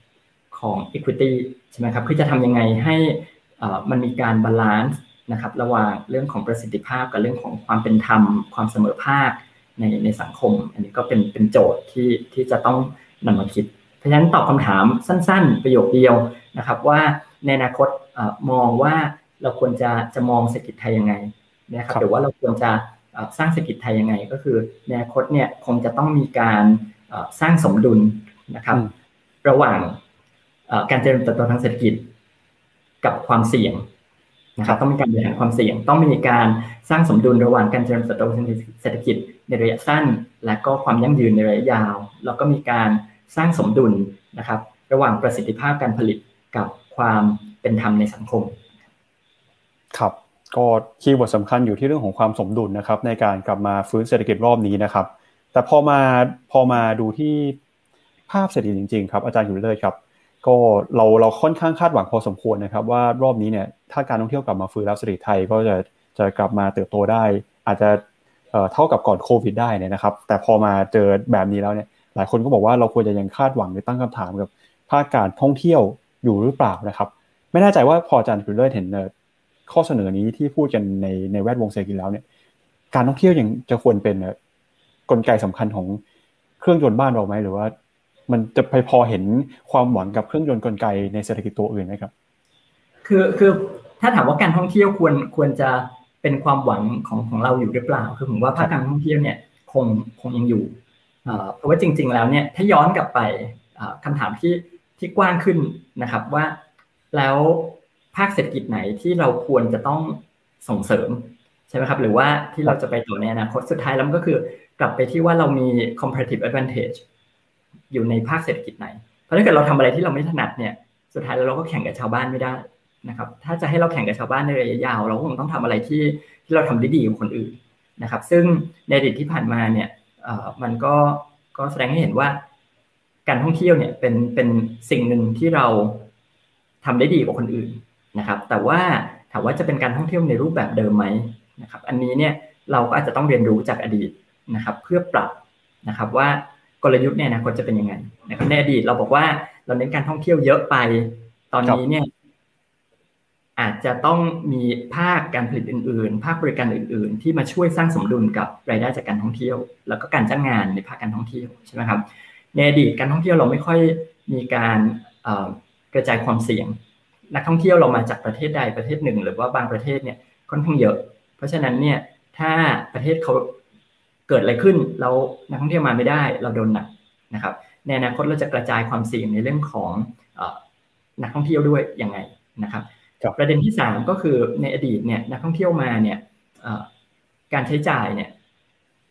equity ใช่ไหมครับคือจะทำยังไงให้มันมีการบาลานซ์นะครับระหว่างเรื่องของประสิทธิภาพกับเรื่องของความเป็นธรรมความเสมอภาคในสังคมอันนี้ก็เป็นโจทย์ที่จะต้องนำมาคิดเพราะฉะนั้นตอบคำถามสั้นๆประโยคเดียวนะครับว่าในอนาคตมองว่าเราควรจะมองเศรษฐกิจไทยยังไงนะครับหรือว่าเราควรจะสร้างเศรษฐกิจไทยยังไงก็คือในอนาคตเนี่ยคงจะต้องมีการสร้างสมดุลนะครับระหว่างการเจริญเติบโตทางเศรษฐกิจกับความเสี่ยงนะครับต้องมีการบริหารความเสี่ยงต้องมีการสร้างสมดุลระหว่างการเจริญเติบโตทางเศรษฐกิจในระยะสั้นและก็ความยั่งยืนในระยะยาวแล้วก็มีการสร้างสมดุลนะครับระหว่างประสิทธิภาพการผลิตกับความเป็นธรรมในสังคมครับก็คีย์เวิร์ดสำคัญอยู่ที่เรื่องของความสมดุลนะครับในการกลับมาฟื้นเศรษฐกิจรอบนี้นะครับแต่พอมาดูที่ภาพเศรษฐกิจจริงๆครับอาจารย์อยู่เลยครับก็เราค่อนข้างคาดหวังพอสมควรนะครับว่ารอบนี้เนี่ยถ้าการท่องเที่ยวกลับมาฟื้นแล้วเศรษฐกิจไทยก็จะกลับมาเติบโตได้อาจจะเท่ากับก่อนโควิดได้นะครับแต่พอมาเจอแบบนี้แล้วเนี่ยหลายคนก็บอกว่าเราควรจะยังคาดหวังหรือตั้งคำถามกับภาคการท่องเที่ยวอยู่หรือเปล่านะครับไม่แน่ใจว่าพออาจารย์อยู่เลยเห็นข้อเสนอนี้ที่พูดกันในแวดวงเศรษฐกิจแล้วเนี่ยการท่องเที่ยวยังจะควรเป็นกลไกสำคัญของเครื่องยนต์บ้านเราไหมหรือว่ามันจะพอเห็นความหวังกับเครื่องยนต์กลไกในเศรษฐกิจตัวอื่นไหมครับคือถ้าถามว่าการท่องเที่ยวควรจะเป็นความหวังของเราอยู่หรือเปล่าคือผมว่าภาคการท่องเที่ยวเนี่ยคงยังอยู่เพราะว่าจริงๆแล้วเนี่ยถ้าย้อนกลับไปคำถามที่กว้างขึ้นนะครับว่าแล้วภาคเศรษฐกิจไหนที่เราควรจะต้องส่งเสริมใช่ไหมครับหรือว่าที่เราจะไปต่อในอนาคตสุดท้ายแล้วมันก็คือกลับไปที่ว่าเรามี comparative advantage อยู่ในภาคเศรษฐกิจไหนเพราะถ้าเกิดเราทำอะไรที่เราไม่ถนัดเนี่ยสุดท้ายแล้วเราก็แข่งกับชาวบ้านไม่ได้นะครับถ้าจะให้เราแข่งกับชาวบ้านในระยะยาวเราคงต้องทำอะไรที่เราทำได้ดีกว่าคนอื่นนะครับซึ่งในอดีตที่ผ่านมาเนี่ยมันก็แสดงให้เห็นว่าการท่องเที่ยวเนี่ยเป็นสิ่งหนึ่งที่เราทำได้ดีกว่าคนอื่นนะครับแต่ว่าถามว่าจะเป็นการท่องเที่ยวในรูปแบบเดิมไหมนะครับอันนี้เนี่ยเราก็อาจจะต้องเรียนรู้จากอดีตนะครับเพื่อปรับนะครับว่ากลยุทธ์ในอนาคตจะเป็นยังไงนะครับในอดีตเราบอกว่าเราเน้นการท่องเที่ยวเยอะไปตอนนี้เนี่ยอาจจะต้องมีภาคการผลิตอื่นๆภาคบริการอื่นๆที่มาช่วยสร้างสมดุลกับรายได้จากการท่องเที่ยวแล้วก็การจ้างงานในภาคการท่องเที่ยวใช่ไหมครับในอดีตการท่องเที่ยวเราไม่ค่อยมีการกระจายความเสี่ยงนักท่องเที่ยวเรามาจากประเทศใดประเทศหนึ่งหรือว่าบางประเทศเนี่ยค่อนข้างเยอะเพราะฉะนั้นเนี่ยถ้าประเทศเขาเกิดอะไรขึ้นแล้วนักท่องเที่ยวมาไม่ได้เราโดนหนักนะครับในอนาคตเราจะกระจายความเสี่ยงในเรื่องของนักท่องเที่ยวด้วยยังไงนะครับประเด็นที่3ก็คือในอดีตเนี่ยนักท่องเที่ยวมาเนี่ยการใช้จ่ายเนี่ย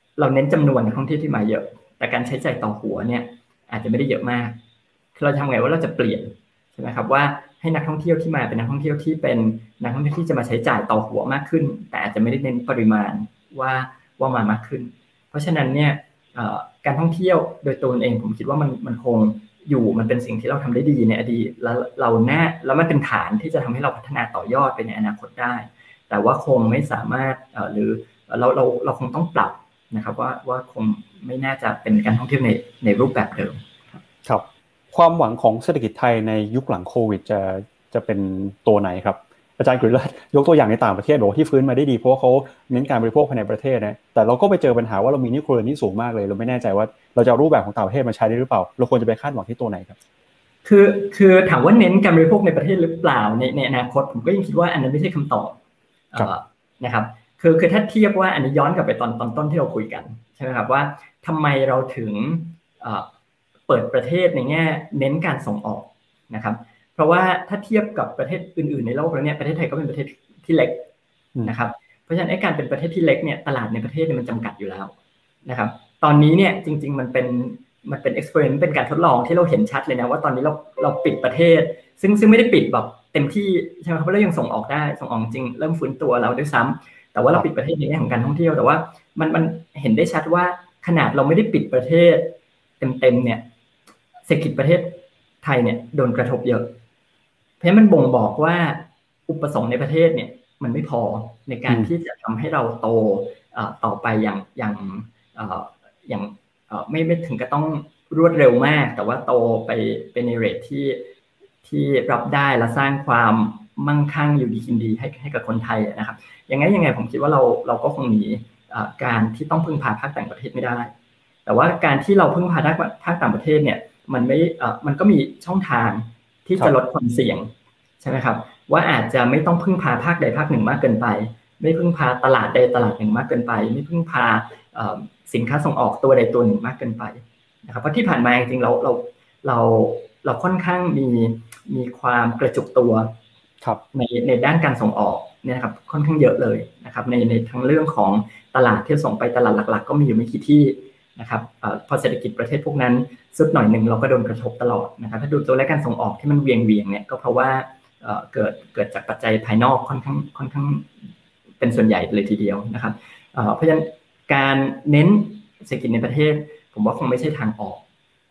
เราเน้นจำนวนนักท่องเที่ยวที่มาเยอะแต่การใช้จ่ายต่อหัวเนี่ยอาจจะไม่ได้เยอะมากเราทำไงว่าเราจะเปลี่ยนใช่ไหมครับว่าให้นักท่องเที่ยวที่มาเป็นนักท่องเที่ยวที่เป็นนักท่องเที่ยวที่จะมาใช้จ่ายต่อหัวมากขึ้นแต่อาจจะไม่ได้เน้นปริมาณว่ามามากขึ้นเพราะฉะนั้นเนี่ยการท่องเที่ยวโดยตัวเองผมคิดว่ามันคงอยู่มันเป็นสิ่งที่เราทำได้ดีในอดีตแล้วมันเป็นฐานที่จะทำให้เราพัฒนาต่อยอดไปในอนาคตได้แต่ว่าคงไม่สามารถหรือเราคงต้องปรับนะครับว่าคงไม่น่าจะเป็นการท่องเที่ยวในรูปแบบเดิมครับความหวังของเศรษฐกิจไทยในยุคหลังโควิดจะเป็นตัวไหนครับอาจารย์กฤษยกตัวอย่างในต่างประเทศบอกว่าที่ฟื้นมาได้ดีเพราะว่าเขาเน้นการบริโภคภายในประเทศนะแต่เราก็ไปเจอปัญหาว่าเรามีหนี้ครัวเรือนที่สูงมากเลยเราไม่แน่ใจว่าเราจะเอารูปแบบของต่างประเทศมาใช้ได้หรือเปล่าเราควรจะไปคาดหวังที่ตัวไหนครับคือถามว่าเน้นการบริโภคในประเทศหรือเปล่าในอนาคตผมก็ยังคิดว่าอันนั้นไม่ใช่คำตอบนะครับคือถ้าเทียบว่าอันนี้ย้อนกลับไปตอนต้นที่เราคุยกันใช่ไหมครับว่าทำไมเราถึงเปิดประเทศในแง่เน้นการส่งออกนะครับเพราะว่าถ้าเทียบกับประเทศอื่นๆในโลกแล้วเนี่ยประเทศไทยก็เป็นประเทศที่เล็กนะครับเพราะฉะนั้นการเป็นประเทศที่เล็กเนี่ยตลาดในประเทศเนี่ยมันจำกัดอยู่แล้วนะครับตอนนี้เนี่ยจริงๆมันเป็น experiment เป็นการทดลองที่เราเห็นชัดเลยนะว่าตอนนี้เราปิดประเทศซึ่งไม่ได้ปิดแบบเต็มที่ใช่ไหมครับเพราะเรายังส่งออกได้ส่งออกจริงเริ่มฟื้นตัวแล้วด้วยซ้ำแต่ว่าเราปิดประเทศในแง่ของการท่องเที่ยวแต่ว่ามันเห็นได้ชัดว่าขนาดเราไม่ได้ปิดประเทศเต็มเนี่ยเศรษฐกิจประเทศไทยเนี่ยโดนกระทบเยอะเพราะฉะนั้นมันบ่งบอกว่าอุปสงค์ในประเทศเนี่ยมันไม่พอในการที่จะทำให้เราโตต่อไปอย่างไม่ถึงกับต้องรวดเร็วมากแต่ว่าโตไปในเรทที่รับได้และสร้างความมั่งคั่งอยู่ดีกินดีให้กับคนไทยนะครับยังไงผมคิดว่าเราก็คงหนีการที่ต้องพึ่งพาภาคต่างประเทศไม่ได้แต่ว่าการที่เราพึ่งพาภาคต่างประเทศเนี่ยมันก็มีช่องทางที่จะลดความเสี่ยงใช่ไหมครับว่าอาจจะไม่ต้องพึ่งพาภาคใดภาคหนึ่งมากเกินไปไม่พึ่งพาตลาดใดตลาดหนึ่งมากเกินไปไม่พึ่งพาสินค้าส่งออกตัวใดตัวหนึ่งมากเกินไปนะครับเพราะที่ผ่านมาจริงๆเราค่อนข้างมีความกระจุกตัวในด้านการส่งออกเนี่ยนะครับค่อนข้างเยอะเลยนะครับในทั้งเรื่องของตลาดที่ส่งไปตลาดหลักๆก็มีอยู่ไม่กี่ที่นะครับพอเศรษฐกิจประเทศพวกนั้นสุดหน่อยหนึ่งเราก็โดนกระทบตลอดนะครับถ้าดูตัวเลขการส่งออกที่มันเวียงเนี่ยก็เพราะว่าเกิดจากปัจจัยภายนอกค่อนข้างเป็นส่วนใหญ่เลยทีเดียวนะครับเพราะฉะนั้นการเน้นเศรษฐกิจในประเทศผมว่าคงไม่ใช่ทางออก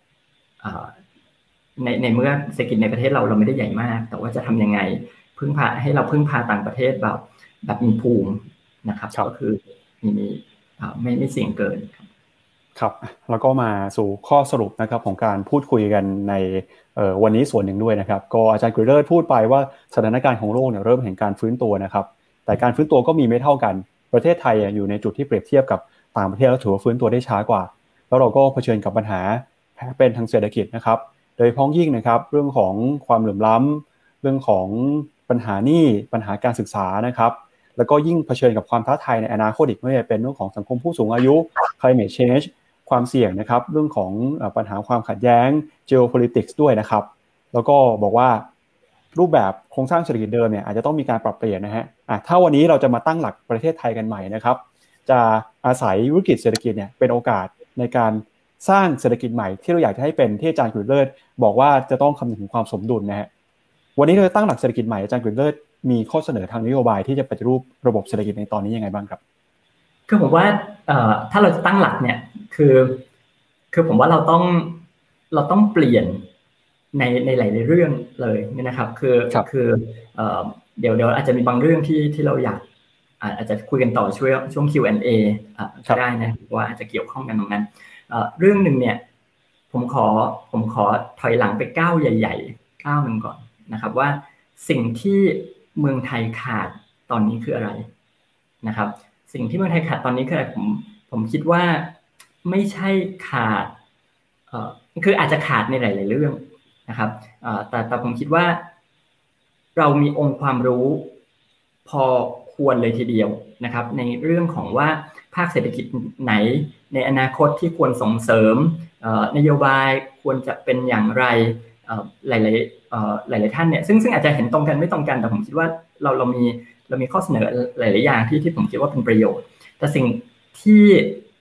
ในเมื่อเศรษฐกิจในประเทศเราไม่ได้ใหญ่มากแต่ว่าจะทำยังไงให้เราพึ่งพาต่างประเทศแบบมีภูมินะครับก็คือไม่เสี่ยงเกินครับแล้วก็มาสู่ข้อสรุปนะครับของการพูดคุยกันในวันนี้ส่วนหนึ่งด้วยนะครับก็อาจารย์กฤษพูดไปว่าสถานการณ์ของโลกเนี่ยเริ่มเห็นการฟื้นตัวนะครับแต่การฟื้นตัวก็มีไม่เท่ากันประเทศไทยอยู่ในจุดที่เปรียบเทียบกับต่างประเทศแล้วถือว่าฟื้นตัวได้ช้ากว่าแล้วเราก็เผชิญกับปัญหาเป็นทางเศรษฐกิจนะครับโดยพ้องยิ่งนะครับเรื่องของความเหลื่อมล้ำเรื่องของปัญหาหนี้ปัญหาการศึกษานะครับแล้วก็ยิ่งเผชิญกับความท้าทายในอนาคตอีกไม่ว่าจะเป็นเรื่องของสังคมผู้สูงอายุ climate change ความเสี่ยงนะครับเรื่องของปัญหาความขัดแย้ง geopolitics ด้วยนะครับแล้วก็บอกว่ารูปแบบโครงสร้างเศรษฐกิจเดิมเนี่ยอาจจะต้องมีการปรับเปลี่ยนนะฮะถ้าวันนี้เราจะมาตั้งหลักประเทศไทยกันใหม่นะครับจะอาศัยวิกฤตเศรษฐกิจเนี่ยเป็นโอกาสในการสร้างเศรษฐกิจใหม่ที่เราอยากจะให้เป็นที่อาจารย์กฤษบอกว่าจะต้องคำนึงถึงความสมดุลนะฮะวันนี้เราตั้งหลักเศรษฐกิจใหม่อาจารย์กฤษมีข้อเสนอทางนโยบายที่จะปฏิรูประบบเศรษฐกิจในตอนนี้ยังไงบ้างครับคือผมว่าถ้าเราจะตั้งหลักเนี่ยคือผมว่าเราต้องเปลี่ยนในหลายๆเรื่องเลยนะครับคือเดี๋ยวอาจจะมีบางเรื่องที่เราอยากอาจจะคุยกันต่อช่วง Q&A ก็ได้นะว่าอาจจะเกี่ยวข้องกันตรงนั้นเรื่องหนึ่งเนี่ยผมขอถอยหลังไปก้าวใหญ่ๆก้าวหนึ่งก่อนนะครับว่าสิ่งที่เมืองไทยขาดตอนนี้คืออะไรนะครับสิ่งที่เมืองไทยขาดตอนนี้คืออะไรผมคิดว่าไม่ใช่ขาดคืออาจจะขาดในหลายๆเรื่องนะครับแต่ผมคิดว่าเรามีองค์ความรู้พอควรเลยทีเดียวนะครับในเรื่องของว่าภาคเศรษฐกิจไหนในอนาคตที่ควรส่งเสริมนโยบายควรจะเป็นอย่างไรหลายท่านเนี่ยซึ่งอาจจะเห็นตรงกันไม่ตรงกันแต่ผมคิดว่าเรามีข้อเสนอหลายๆอย่างที่ผมคิดว่าเป็นประโยชน์แต่สิ่งที่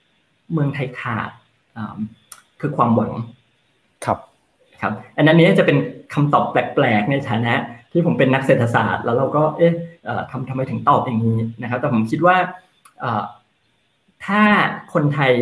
เมืองไทยขาดคือความหวังครับอันนี้จะเป็นคำตอบแปลกๆในฐานะที่ผมเป็นนักเศรษฐศาสตร์แล้วเราก็ทำไมถึงตอบอย่างนี้นะครับแต่ผมคิดว่าถ้าคนไทย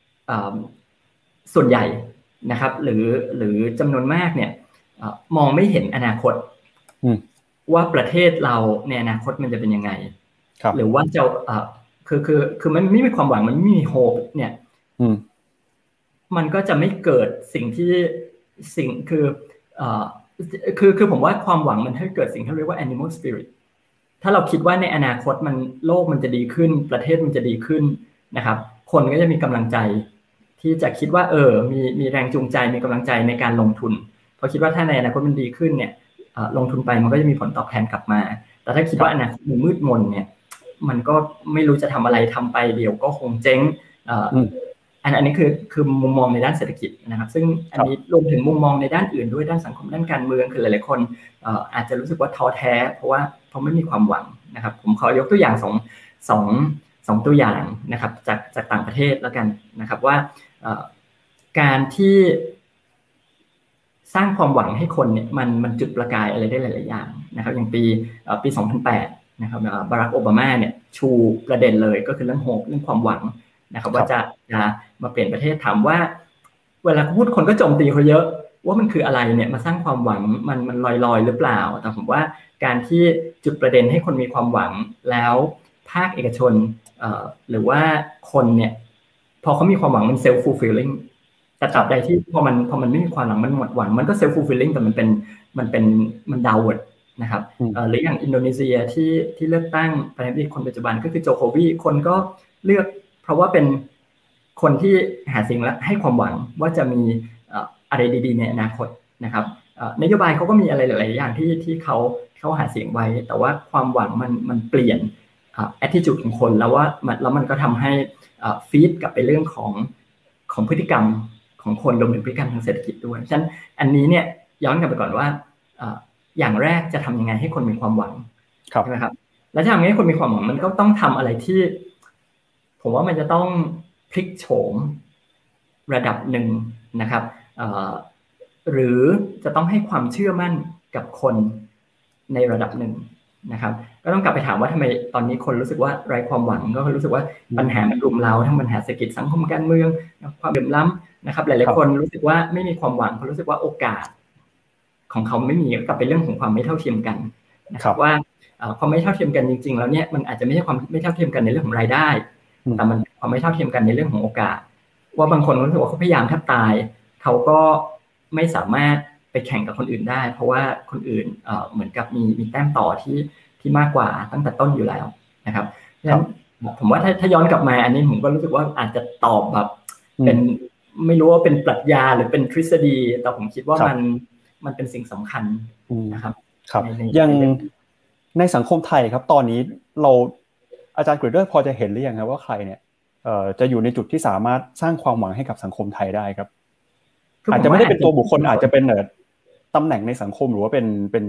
ส่วนใหญ่นะครับหรือจำนวนมากเนี่ยมองไม่เห็นอนาคตว่าประเทศเราในอนาคตมันจะเป็นยังไงหรือว่าจะคือมันไม่มีความหวังมันไม่มีโฮปเนี่ยมันก็จะไม่เกิดสิ่งคือผมว่าความหวังมันให้เกิดสิ่งที่เรียกว่า animal spirit ถ้าเราคิดว่าในอนาคตโลกมันจะดีขึ้นประเทศมันจะดีขึ้นนะครับคนก็จะมีกำลังใจที่จะคิดว่ามีแรงจูงใจมีกำลังใจในการลงทุนเพราะคิดว่าถ้าในอนาคตมันดีขึ้นเนี่ยลงทุนไปมันก็จะมีผลตอบแทนกลับมาแต่ถ้าคิดว่าอนาคตมันมืดมนเนี่ยมันก็ไม่รู้จะทำอะไรทำไปเดี๋ยวก็คงเจ๊งอันนี้คือมุมมองในด้านเศรษฐกิจนะครับซึ่งอันนี้รวมถึงมุมมองในด้านอื่นด้วยด้านสังคมด้านการเมืองคือหลายๆคนอาจจะรู้สึกว่าท้อแท้เพราะไม่มีความหวังนะครับผมขอยกตัวอย่างสองตัวอย่างนะครับจากต่างประเทศแล้วกันนะครับว่าการที่สร้างความหวังให้คนเนี่ยมันจุดประกายอะไรได้หลายๆอย่างนะครับอย่างปี 2008นะครับบารักโอบามาเนี่ยชูประเด็นเลยก็คือเรื่องโฮปเรื่องความหวังนะครับว่าจะมาเปลี่ยนประเทศถามว่าเวลาพูดคนก็โจมตีเขาเยอะว่ามันคืออะไรเนี่ยมาสร้างความหวังมันลอยๆหรือเปล่าแต่ผมว่าการที่จุดประเด็นให้คนมีความหวังแล้วภาคเอกชนหรือว่าคนเนี่ยพอเขามีความหวังมัน self fulfilling แต่ตราบใดที่พอมันไม่มีความหวังมันหมดหวังมันก็ self fulfilling แต่มัน downward นะครับหรืออย่างอินโดนีเซียที่เลือกตั้งประธานาธิบดีคนปัจจุบันก็คือโจโควีคนก็เลือกเพราะว่าเป็นคนที่หาสิ่งและให้ความหวังว่าจะมีอะไรดีๆในอนาคตนะครับนโยบายเขาก็มีอะไรหลายๆอย่างที่เขาหาเสียงไว้แต่ว่าความหวังมันเปลี่ยนattitude ของคนแล้วมันก็ทำให้ฟีดกลับไปเรื่องของพฤติกรรมของคนรวมถึงพฤติกรรมทางเศรษฐกิจด้วยฉะนั้นอันนี้เนี่ยย้อนกลับไปก่อนว่าอย่างแรกจะทำยังไงให้คนมีความหวังใช่ไหมครับแล้วจะทำยังไงให้คนมีความหวังมันก็ต้องทำอะไรที่ผมว่ามันจะต้องพลิกโฉมระดับหนึ่งนะครับหรือจะต้องให้ความเชื่อมั่นกับคนในระดับหนึ่งนะครับก็ต้องกลับไปถามว่าทำไมตอนนี้คนรู้สึกว่าไร้ความหวังก็รู้สึกว่าปัญหามันรุมเร้าทั้งปัญหาเศรษฐกิจสังคมการเมืองความเหลื่อมล้ำนะครับหลายๆคนรู้สึกว่าไม่มีความหวังเขารู้สึกว่าโอกาสของเขาไม่มีกลับไปเรื่องของความไม่เท่าเทียมกันนะครับว่าความไม่เท่าเทียมกันจริงๆแล้วเนี่ยมันอาจจะไม่ใช่ความไม่เท่าเทียมกันในเรื่องของรายได้แต่มันความไม่เท่าเทียมกันในเรื่องของโอกาสว่าบางคนรู้สึกว่าเขาพยายามแทบตายเขาก็ไม่สามารถไปแข่งกับคนอื่นได้เพราะว่าคนอื่นเหมือนกับมีแต้มต่อที่มากกว่าตั้งแต่ต้นอยู่แล้วนะครับฉะนั้นผมว่าถ้าย้อนกลับมาอันนี้ผมก็รู้สึกว่าอาจจะตอบแบบเป็นไม่รู้ว่าเป็นปรัชญาหรือเป็นทฤษฎีแต่ผมคิดว่ามันเป็นสิ่งสำคัญนะครับยังในสังคมไทยครับตอนนี้อาจารย์กฤษพอจะเห็นหรือยังครับว่าใครเนี่ยจะอยู่ในจุดที่สามารถสร้างความหวังให้กับสังคมไทยได้ครับอาจจะไม่ได้เป็นตัวบุคคลอาจจะเป็นตำแหน่งในสังคมหรือว่าเป็น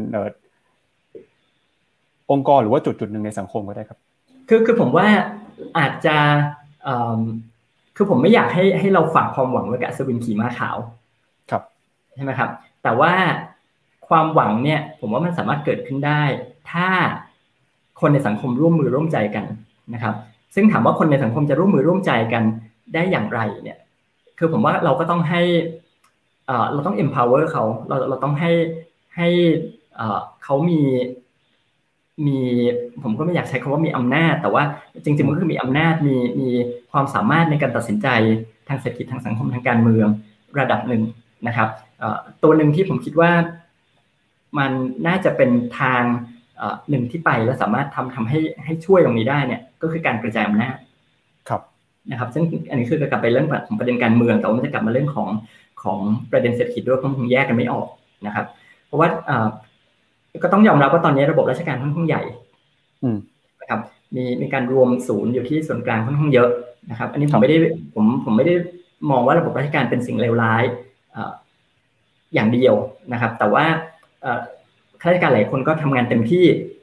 องค์กรหรือว่าจุดหนึ่งในสังคมก็ได้ครับคือผมว่าอาจจะคือผมไม่อยากให้เราฝากความหวังไว้กับอัศวินขี่ม้าขาวครับใช่ไหมครับแต่ว่าความหวังเนี่ยผมว่ามันสามารถเกิดขึ้นได้ถ้าคนในสังคมร่วมมือร่วมใจกันนะครับซึ่งถามว่าคนในสังคมจะร่วมมือร่วมใจกันได้อย่างไรเนี่ยคือผมว่าเราก็ต้องให้เราต้อง empower เขาเราต้องให้เขามีผมก็ไม่อยากใช้คำว่ามีอำนาจแต่ว่าจริงๆมันก็คือมีอำนาจมีความสามารถในการตัดสินใจทางเศรษฐกิจทางสังคมทางการเมืองระดับหนึ่งนะครับตัวหนึ่งที่ผมคิดว่ามันน่าจะเป็นทางหนึ่งที่ไปแล้วสามารถทำให้ช่วยตรงนี้ได้เนี่ยก็คือการกระจายอำนาจนะครับซึ่งอันนี้คือกลับไปเรื่องของประเด็นการเมืองแต่ว่ามันจะกลับมาเรื่องของประเด็นเศรษฐกิจด้วยเพราะมันแยกกันไม่ออกนะครับเพราะว่าก็ต้องยอมรับว่าตอนนี้ระบบราชการค่อนข้างใหญ่นะครับมีการรวมศูนย์อยู่ที่ส่วนกลางค่อนข้างเยอะนะครับอันนี้ผมไม่ได้มองว่าระบบราชการเป็นสิ่งเลวร้ายอย่างเดียวนะครับแต่ว่าข้าราชการหลายคนก็ทำงานเต็มที่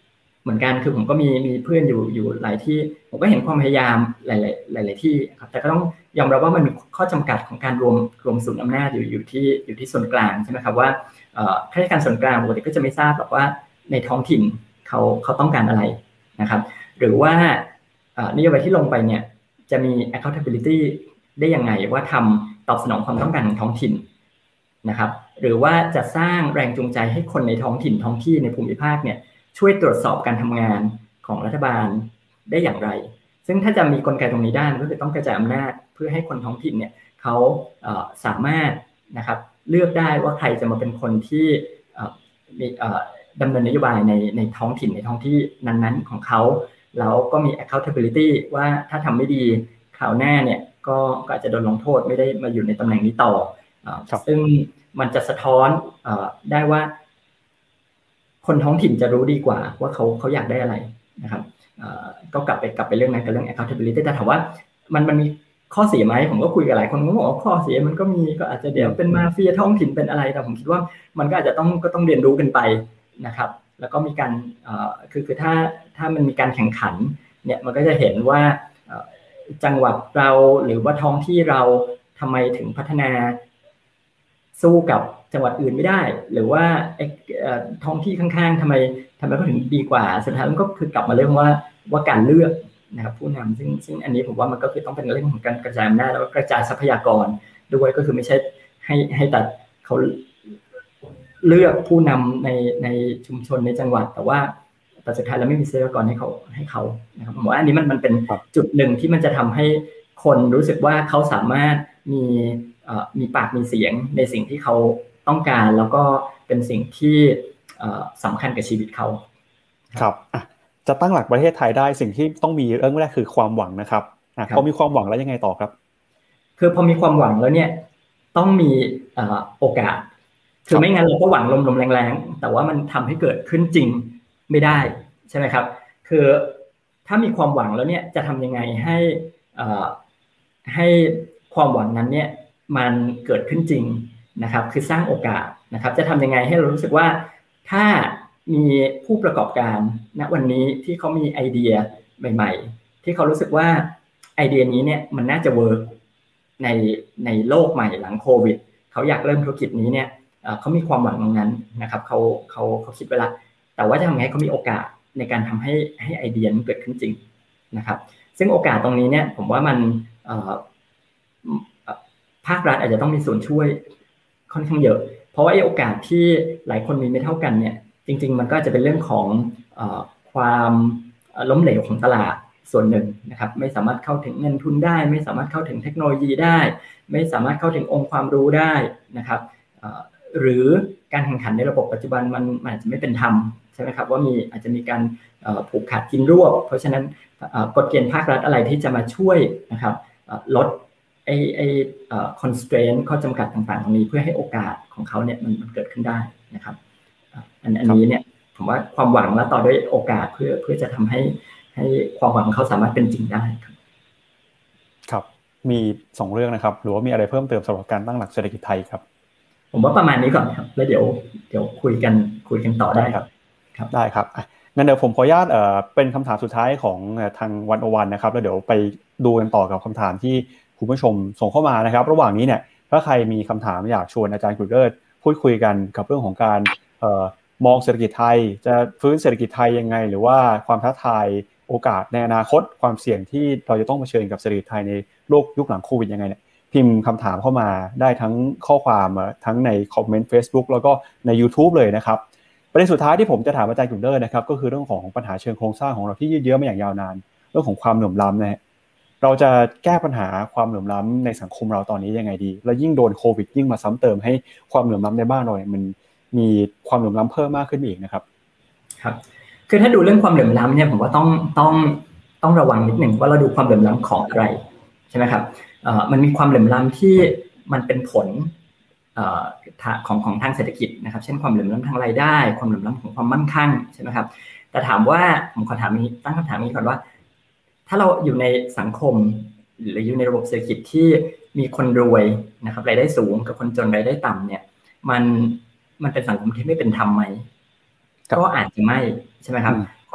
เหมือนกันคือผมก็มีเพื่อนอยู่หลายที่ผมก็เห็นความพยายามหลายที่ครับแต่ก็ต้องยอมรับว่ามันมีข้อจำกัดของการรวมศูนย์อำนาจอยู่ที่ส่วนกลางใช่ไหมครับว่าข้าราชการส่วนกลางปกติก็จะไม่ทราบหรอกว่าในท้องถิ่นเขาต้องการอะไรนะครับหรือว่านโยบายที่ลงไปเนี่ยจะมี accountability ได้ยังไงว่าตอบสนองความต้องการของท้องถิ่นนะครับหรือว่าจะสร้างแรงจูงใจให้คนในท้องถิ่นท้องที่ในภูมิภาคเนี่ยช่วยตรวจสอบการทำงานของรัฐบาลได้อย่างไรซึ่งถ้าจะมีกลไกตรงนี้ได้ก็คือต้องกระจายอำนาจเพื่อให้คนท้องถิ่นเนี่ยเขาสามารถนะครับเลือกได้ว่าใครจะมาเป็นคนที่ดำเนินนโยบายในท้องถิ่นในท้องที่นั้นๆของเขาแล้วก็มี accountability ว่าถ้าทำไม่ดีคราวหน้าเนี่ยก็อาจจะโดนลงโทษไม่ได้มาอยู่ในตำแหน่งนี้ต่อซึ่งมันจะสะท้อนได้ว่าคนท้องถิ่นจะรู้ดีกว่าว่าเขาอยากได้อะไรนะครับก็กลับไปเรื่องนั้นกับเรื่อง accountability แต่ถามว่ามันมีข้อเสียไหมผมก็คุยกับหลายคนก็บอกว่าข้อเสียมันก็มีก็อาจจะเดี๋ยวเป็นมาเฟียท้องถิ่นเป็นอะไรแต่ผมคิดว่ามันก็อาจจะต้องเรียนรู้กันไปนะครับแล้วก็มีการคือถ้ามันมีการแข่งขันเนี่ยมันก็จะเห็นว่าจังหวัดเราหรือว่าท้องที่เราทำไมถึงพัฒนาสู้กับจังหวัดอื่นไม่ได้หรือว่าท้องที่ข้างๆทำไมเขาถึงดีกว่าสุดท้ายมันก็คือกลับมาเรื่องว่าการเลือกนะครับผู้นำซึ่งอันนี้ผมว่ามันก็คือต้องเป็นเรื่องของการกระจายอำนาจแล้วก็กระจายทรัพยากรด้วยก็คือไม่ใช่ให้แต่เขาเลือกผู้นำในชุมชนในจังหวัดแต่สุดท้ายแล้วไม่มีทรัพยากรให้เขานะครับผมว่าอันนี้มันเป็นจุดหนึ่งที่มันจะทำให้คนรู้สึกว่าเขาสามารถมีปากมีเสียงในสิ่งที่เขาต้องการแล้วก็เป็นสิ่งที่สำคัญกับชีวิตเขาครับจะตั้งหลักประเทศไทยได้สิ่งที่ต้องมีเรื่องแรกคือความหวังนะครับพอมีความหวังแล้วยังไงต่อครับคือพอมีความหวังแล้วเนี่ยต้องมีโอกาสคือไม่งั้นเราก็หวังลมๆแรงๆแต่ว่ามันทำให้เกิดขึ้นจริงไม่ได้ใช่ไหมครับคือถ้ามีความหวังแล้วเนี่ยจะทำยังไงให้ความหวังนั้นเนี่ยมันเกิดขึ้นจริงนะครับคือสร้างโอกาสนะครับจะทำยังไงให้เรารู้สึกว่าถ้ามีผู้ประกอบการณวันนี้ที่เขามีไอเดียใหม่ๆที่เขารู้สึกว่าไอเดียนี้เนี่ยมันน่าจะเวิร์กในโลกใหม่หลังโควิดเขาอยากเริ่มธุรกิจนี้เนี่ยเขามีความหวังตรงนั้นนะครับเขาคิดไว้ละแต่ว่าจะทำไงให้เขามีโอกาสในการทำให้ไอเดียนั้นเกิดขึ้นจริงนะครับซึ่งโอกาสตรงนี้เนี่ยผมว่ามันภาครัฐอาจจะต้องมีส่วนช่วยค่อนข้างเยอะเพราะว่าไอ้โอกาสที่หลายคนมีไม่เท่ากันเนี่ยจริงๆมันก็จะเป็นเรื่องของความล้มเหลวของตลาดส่วนหนึ่งนะครับไม่สามารถเข้าถึงเงินทุนได้ไม่สามารถเข้าถึงเทคโนโลยีได้ไม่สามารถเข้าถึงองค์ความรู้ได้นะครับหรือการแข่งขันในระบบปัจจุบันมันอาจจะไม่เป็นธรรมใช่ไหมครับว่าอาจจะมีการผูกขาดกินรวบเพราะฉะนั้นกฎเกณฑ์ภาครัฐอะไรที่จะมาช่วยนะครับลดconstraint ข้อจำกัดต่างๆตรงนี้เพื่อให้โอกาสของเขาเนี่ยมันเกิดขึ้นได้นะครับอันนี้เนี่ยผมว่าความหวังแล้วต่อด้วยโอกาสเพื่อจะทำให้ความหวังเขาสามารถเป็นจริงได้ครับมี2เรื่องนะครับหรือว่ามีอะไรเพิ่มเติมสำหรับการตั้งหลักเศรษฐกิจไทยครับผมว่าประมาณนี้ก่อนครับแล้วเดี๋ยวคุยกันต่อได้ครับได้ครับงั้นเดี๋ยวผมขออนุญาตเป็นคำถามสุดท้ายของทาง101นะครับแล้วเดี๋ยวไปดูกันต่อกับคำถามที่คุณผู้ชมส่งเข้ามานะครับระหว่างนี้เนี่ยถ้าใครมีคำถามอยากชวนอาจารย์กฤษเลิศพูดคุยกันกับเรื่องของการมองเศรษฐกิจไทยจะฟื้นเศรษฐกิจไทยยังไงหรือว่าความท้าทายโอกาสในอนาคตความเสี่ยงที่เราจะต้องเผชิญกับเศรษฐกิจไทยในโลกยุคหลังโควิดยังไงเนี่ยพิมพ์คำถามเข้ามาได้ทั้งข้อความทั้งในคอมเมนต์ Facebook แล้วก็ใน YouTube เลยนะครับประเด็นสุดท้ายที่ผมจะถามอาจารย์กฤษเลิศนะครับก็คือเรื่องของปัญหาเชิงโครงสร้างของเราที่ยืดเยื้อมาอย่างยาวนานเรื่องของความเหลื่อมล้ำนะฮะเราจะแก้ปัญหาความเหลื่อมล้ำในสังคมเราตอนนี้ยังไงดีแล้วยิ่งโดนโควิดยิ่งมาซ้ำเติมให้ความเหลื่อมล้ำในบ้านเราเนี่ยมันมีความเหลื่อมล้ำเพิ่มมากขึ้นอีกนะครับครับคือถ้าดูเรื่องความเหลื่อมล้ำเนี่ยผมว่าต้องระวังนิดหนึ่งว่าเราดูความเหลื่อมล้ำของอะไรใช่ไหมครับมันมีความเหลื่อมล้ำที่มันเป็นผลของทางเศรษฐกิจนะครับเช่นความเหลื่อมล้ำทางรายได้ความเหลื่อมล้ำของความมั่งคั่งใช่ไหมครับแต่ถามว่าผมขอตั้งคำถามนี้ก่อนว่าถ้าเราอยู่ในสังคมหรืออยู่ในระบบเศรษฐกิจที่มีคนรวยนะครับรายได้สูงกับคนจนรายได้ต่ำเนี่ยมันเป็นสังคมที่ไม่เป็นธรรมไหมก็อาจจะไม่ใช่ไหมครับค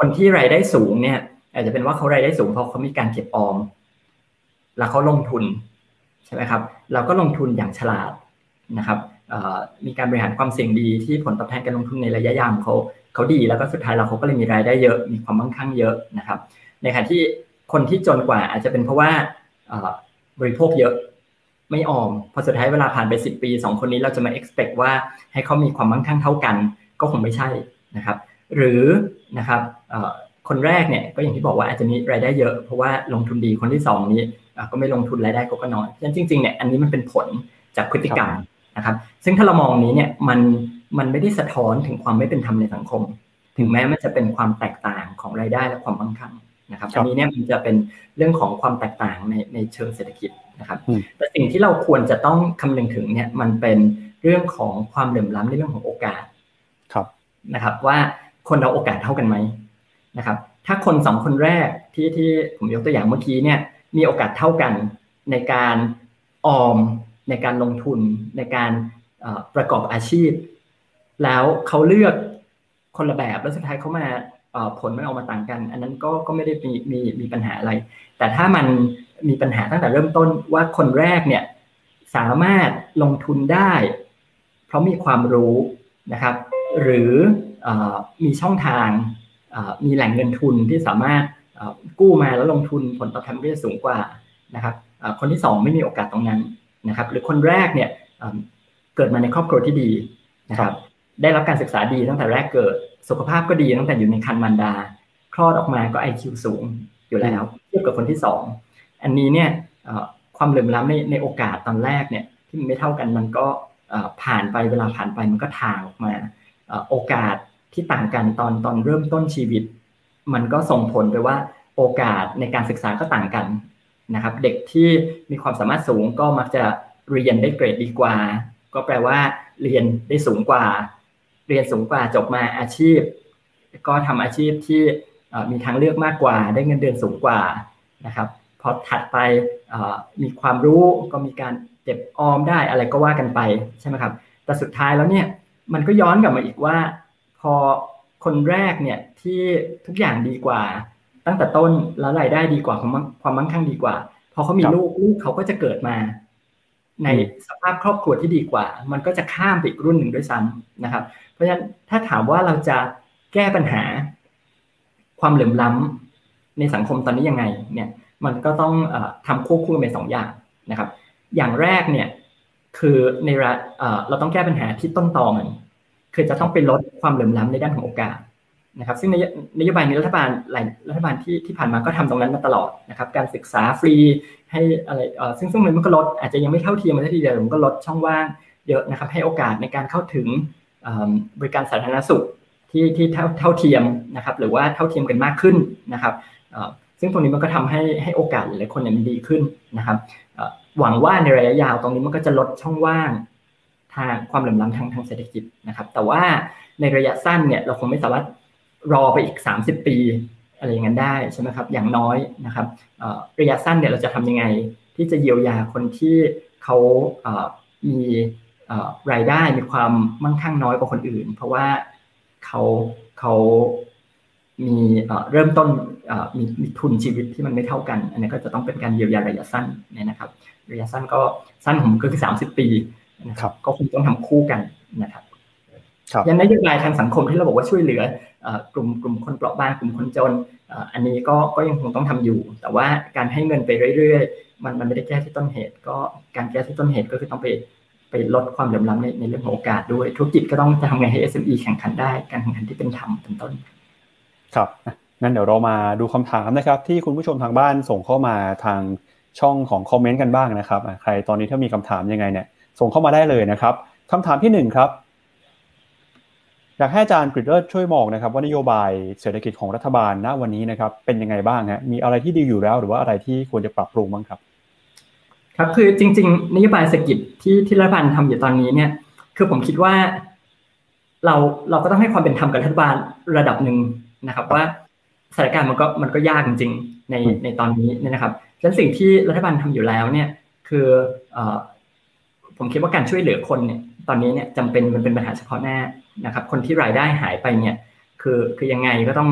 คนที่รายได้สูงเนี่ยอาจจะเป็นว่าเขารายได้สูงเพราะเขามีการเก็บออมแล้วเขาลงทุนใช่ไหมครับเราก็ลงทุนอย่างฉลาดนะครับมีการบริหารความเสี่ยงดีที่ผลตอบแทนการลงทุนในระยะยาวเขาดีแล้วก็สุดท้ายเขาก็เลยมีรายได้เยอะมีความมั่งคั่งเยอะนะครับในขณะที่คนที่จนกว่าอาจจะเป็นเพราะว่าบริโภคเยอะไม่ออมพอสุดท้ายเวลาผ่านไป10 ปี2คนนี้เราจะมา expect ว่าให้เขามีความมั่งคั่งเท่ากันก็คงไม่ใช่นะครับหรือนะครับคนแรกเนี่ยก็อย่างที่บอกว่าอาจจะมีรายได้เยอะเพราะว่าลงทุนดีคนที่2นี้ก็ไม่ลงทุนรายได้ก็น้อยฉะนั้นจริงๆเนี่ยอันนี้มันเป็นผลจากพฤติกรรมนะครับซึ่งถ้าเรามองนี้เนี่ยมันไม่ได้สะท้อนถึงความไม่เป็นธรรมในสังคมถึงแม้มันจะเป็นความแตกต่างของรายได้และความมั่งคั่งนะครับอันนี้เนี่ยมันจะเป็นเรื่องของความแตกต่างในเชิงเศรษฐกิจนะครับแต่สิ่งที่เราควรจะต้องคำนึงถึงเนี่ยมันเป็นเรื่องของความเหลื่อมล้ำในเรื่องของโอกาสนะครับว่าคนเราโอกาสเท่ากันไหมนะครับถ้าคน2คนแรกที่ผมยกตัวอย่างเมื่อกี้เนี่ยมีโอกาสเท่ากันในการออมในการลงทุนในการประกอบอาชีพแล้วเขาเลือกคนละแบบแล้วสุดท้ายเขามาผลมันออกมาต่างกันอันนั้นก็ไม่ได้มีปัญหาอะไรแต่ถ้ามันมีปัญหาตั้งแต่เริ่มต้นว่าคนแรกเนี่ยสามารถลงทุนได้เพราะมีความรู้นะครับหรือมีช่องทางมีแหล่งเงินทุนที่สามารถกู้มาแล้วลงทุนผลตอบแทนก็จะสูงกว่านะครับคนที่2ไม่มีโอกาสตรงนั้นนะครับหรือคนแรกเนี่ยเกิดมาในครอบครัวที่ดีนะครับได้รับการศึกษาดีตั้งแต่แรกเกิดสุขภาพก็ดีตั้งแต่อยู่ในครรภ์มารดาคลอดออกมาก็ IQ สูงอยู่แล้วเทียบกับคนที่2อันนี้เนี่ยความเหลื่อมล้ำในโอกาสตอนแรกเนี่ยที่มันไม่เท่ากันมันก็ผ่านไปเวลาผ่านไปมันก็ทางออกมาโอกาสที่ต่างกันตอนเริ่มต้นชีวิตมันก็ส่งผลไปว่าโอกาสในการศึกษาก็ต่างกันนะครับเด็กที่มีความสามารถสูงก็มักจะเรียนได้เกรดดีกว่าก็แปลว่าเรียนได้สูงกว่าเรียนสูงกว่าจบมาอาชีพก็ทำอาชีพที่มีทางเลือกมากกว่าได้เงินเดือนสูงกว่านะครับพอถัดไปมีความรู้ก็มีการเก็บออมได้อะไรก็ว่ากันไปใช่ไหมครับแต่สุดท้ายแล้วเนี่ยมันก็ย้อนกลับมาอีกว่าพอคนแรกเนี่ยที่ทุกอย่างดีกว่าตั้งแต่ต้นแล้วรายได้ดีกว่าความมั่งคั่งดีกว่าพอเขามีลูกเขาก็จะเกิดมาในสภาพครอบครัวที่ดีกว่ามันก็จะข้ามไปอีกรุ่นหนึ่งด้วยซ้ำนะครับเพราะฉะนั้นถ้าถามว่าเราจะแก้ปัญหาความเหลื่อมล้ำในสังคมตอนนี้ยังไงเนี่ยมันก็ต้องทำควบคู่ไป2อย่างนะครับอย่างแรกเนี่ยคือเราต้องแก้ปัญหาที่ต้นตอมันคือจะต้องไปลดความเหลื่อมล้ำในด้านของโอกาสนะครับซึ่งนโยบายนี้รัฐบาลที่ผ่านมาก็ทำตรงนั้นมาตลอดนะครับการศึกษาฟรีให้อะไรซึ่งมันก็ลดอาจจะยังไม่เท่าเทียมมาทีเดียวมันก็ลดช่องว่างเยอะนะครับให้โอกาสในการเข้าถึงบริการสาธารณสุขที่เท่าเทียมนะครับหรือว่าเท่าเทียมกันมากขึ้นนะครับซึ่งตรงนี้มันก็ทำให้โอกาสหลายคนเนี่ยมันดีขึ้นนะครับหวังว่าในระยะยาวตรงนี้มันก็จะลดช่องว่างทางความเหลื่อมล้ำทางเศรษฐกิจนะครับแต่ว่าในระยะสั้นเนี่ยเราคงไม่สามารถรอไปอีก30 ปีอะไรอย่างนั้นได้ใช่ไหมครับอย่างน้อยนะครับระยะสั้นเนี่ยเราจะทำยังไงที่จะเยียวยาคนที่เขามีรายได้มีความมั่งคั่งน้อยกว่าคนอื่นเพราะว่าเขามีเริ่มต้นมีทุนชีวิตที่มันไม่เท่ากันอันนี้ก็จะต้องเป็นการเยียวยาระยะสั้นเนี่ยนะครับระยะสั้นก็สั้นของก็คือ30 ปีนะครับก็คงต้องทำคู่กันนะครับยังนโยบายทางสังคมที่เราบอกว่าช่วยเหลือกลุ่มคนเปราะบางกลุ่มคนจนอันนี้ก็ยังคงต้องทำอยู่แต่ว่าการให้เงินไปเรื่อยๆมันไม่ได้แก้ที่ต้นเหตุก็การแก้ที่ต้นเหตุก็คือต้องไปลดความเหลื่อมล้ำในเรื่องของโอกาสด้วยธุรกิจก็ต้องจะทำไงให้ SME แข่งขันได้การแข่งขันที่เป็นธรรมเป็นต้นครับงั้นเดี๋ยวเรามาดูคำถามนะครับที่คุณผู้ชมทางบ้านส่งเข้ามาทางช่องของคอมเมนต์กันบ้างนะครับใครตอนนี้ถ้ามีคำถามยังไงเนี่ยส่งเข้ามาได้เลยนะครับคำถามที่1ครับอยากให้อาจารย์กฤษเลิศช่วยมองนะครับว่านโยบายเศรษฐกิจของรัฐบาลณวันนี้นะครับเป็นยังไงบ้างฮะมีอะไรที่ดีอยู่แล้วหรือว่าอะไรที่ควรจะปรับปรุงบ้างครับครับคือจริงๆนโยบายเศรษฐกิจที่รัฐบาลทำอยู่ตอนนี้เนี่ยคือผมคิดว่าเราก็ต้องให้ความเป็นธรรมกับรัฐบาลระดับหนึ่งนะครับว่าสถานการณ์มันก็ยากจริงๆในตอนนี้เนี่ยนะครับฉะนั้นสิ่งที่รัฐบาลทำอยู่แล้วเนี่ยคือผมคิดว่าการช่วยเหลือคนเนี่ยตอนนี้เนี่ยจำเป็นมันเป็นปัญหาเฉพาะหน้านะครับคนที่รายได้หายไปเนี่ยคือยังไงก็ต้อง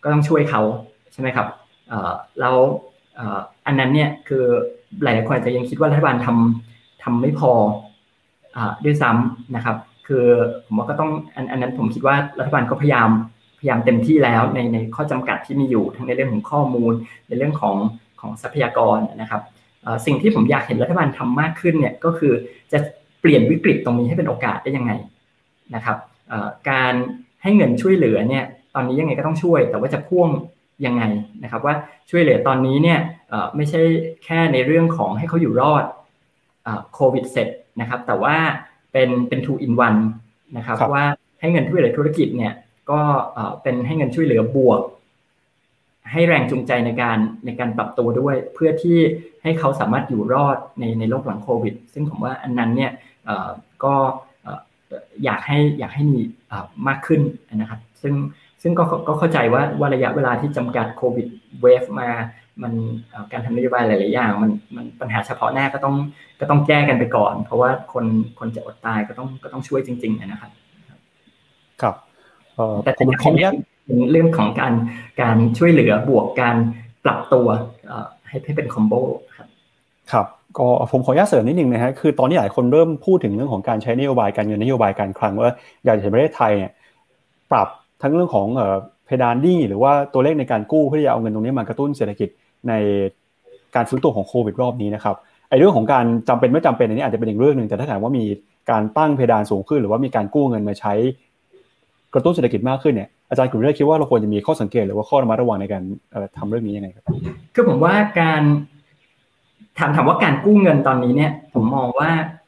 ก็ต้องช่วยเขาใช่ไหมครับแล้วอันนั้นเนี่ยคือหลายๆคนอาจจะยังคิดว่ารัฐบาลทำไม่พอด้วยซ้ำนะครับคือผมว่าก็ต้องอันนั้นผมคิดว่ารัฐบาลก็พยายามเต็มที่แล้วในข้อจำกัดที่มีอยู่ทั้งในเรื่องของข้อมูลในเรื่องของทรัพยากรนะครับสิ่งที่ผมอยากเห็นรัฐบาลทำมากขึ้นเนี่ยก็คือจะเปลี่ยนวิกฤตตรงนี้ให้เป็นโอกาสได้ยังไงนะครับการให้เงินช่วยเหลือเนี่ยตอนนี้ยังไงก็ต้องช่วยแต่ว่าจะพ่วงยังไงนะครับว่าช่วยเหลือตอนนี้เนี่ยไม่ใช่แค่ในเรื่องของให้เขาอยู่รอดโควิดเสร็จนะครับแต่ว่าเป็น two in one นะครับว่าให้เงินช่วยเหลือธุรกิจเนี่ยก็เป็นให้เงินช่วยเหลือบวกให้แรงจูงใจในการปรับตัวด้วยเพื่อที่ให้เขาสามารถอยู่รอดในโลกหลังโควิดซึ่งผมว่าอันนั้นเนี่ยก็อยากให้มีมากขึ้นนะครับซึ่งก็เข้าใจว่าระยะเวลาที่จำกัดโควิดเวฟมามันการทำนโยบายหลายๆอย่างมันปัญหาเฉพาะหน้าก็ต้องแก้กันไปก่อนเพราะว่าคนจะอดตายก็ต้องช่วยจริงๆนะครับครับแต่ผมขออนุญาตเรื่องของการช่วยเหลือบวกการปรับตัวให้เป็นคอมโบครับก็ผมขออนุญาตเสริมนิดนึงนะฮะคือตอนนี้หลายคนเริ่มพูดถึงเรื่องของการใช้นโยบายการเงินนโยบายการคลังว่าอยากจะเห็นประเทศไทยเนี่ยปรับทั้งเรื่องของเพดานหนี้หรือว่าตัวเลขในการกู้เพื่อที่จะเอาเงินตรงนี้มากระตุ้นเศรษฐกิจในการฟื้นตัวของโควิดรอบนี้นะครับไอ้เรื่องของการจำเป็นไม่จำเป็นอันนี้อาจจะเป็นอีกเรื่องนึงแต่ถ้าถามว่ามีการตั้งเพดานสูงขึ้นหรือว่ามีการกู้เงินมาใช้กระตุ้นเศรษฐกิจมากขึ้นเนี่ยอาจารย์กฤษณัฐคิดว่าเราควรจะมีข้อสังเกตหรือว่าข้อระมัดระวังในการทำเรื่องนี้ยังไงครับคือผมว่าการถามว่าการกู้เงินตอนนี้เนี่ยผมมองว่า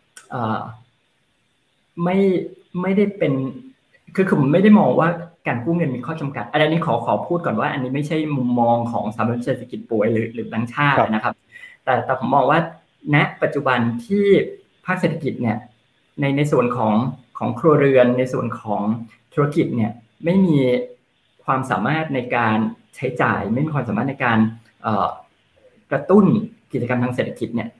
ไม่ได้เป็นคือผมไม่ได้มองว่าการกู้เงินมีข้อจำกัดอันนี้ขอพูดก่อนว่าอันนี้ไม่ใช่มุมมองของสถาบันเศรษฐกิจป่วยหรือแบงก์ชาตินะครับแต่ผมมองว่าณปัจจุบันที่ภาคเศรษฐกิจเนี่ยในส่วนของครัวเรือนในส่วนของธุรกิจเนี่ยไม่มีความสามารถในการใช้จ่ายไม่มีความสามารถในการกระตุ้นกิจกรรมทางเศรษฐกิจเนี่ย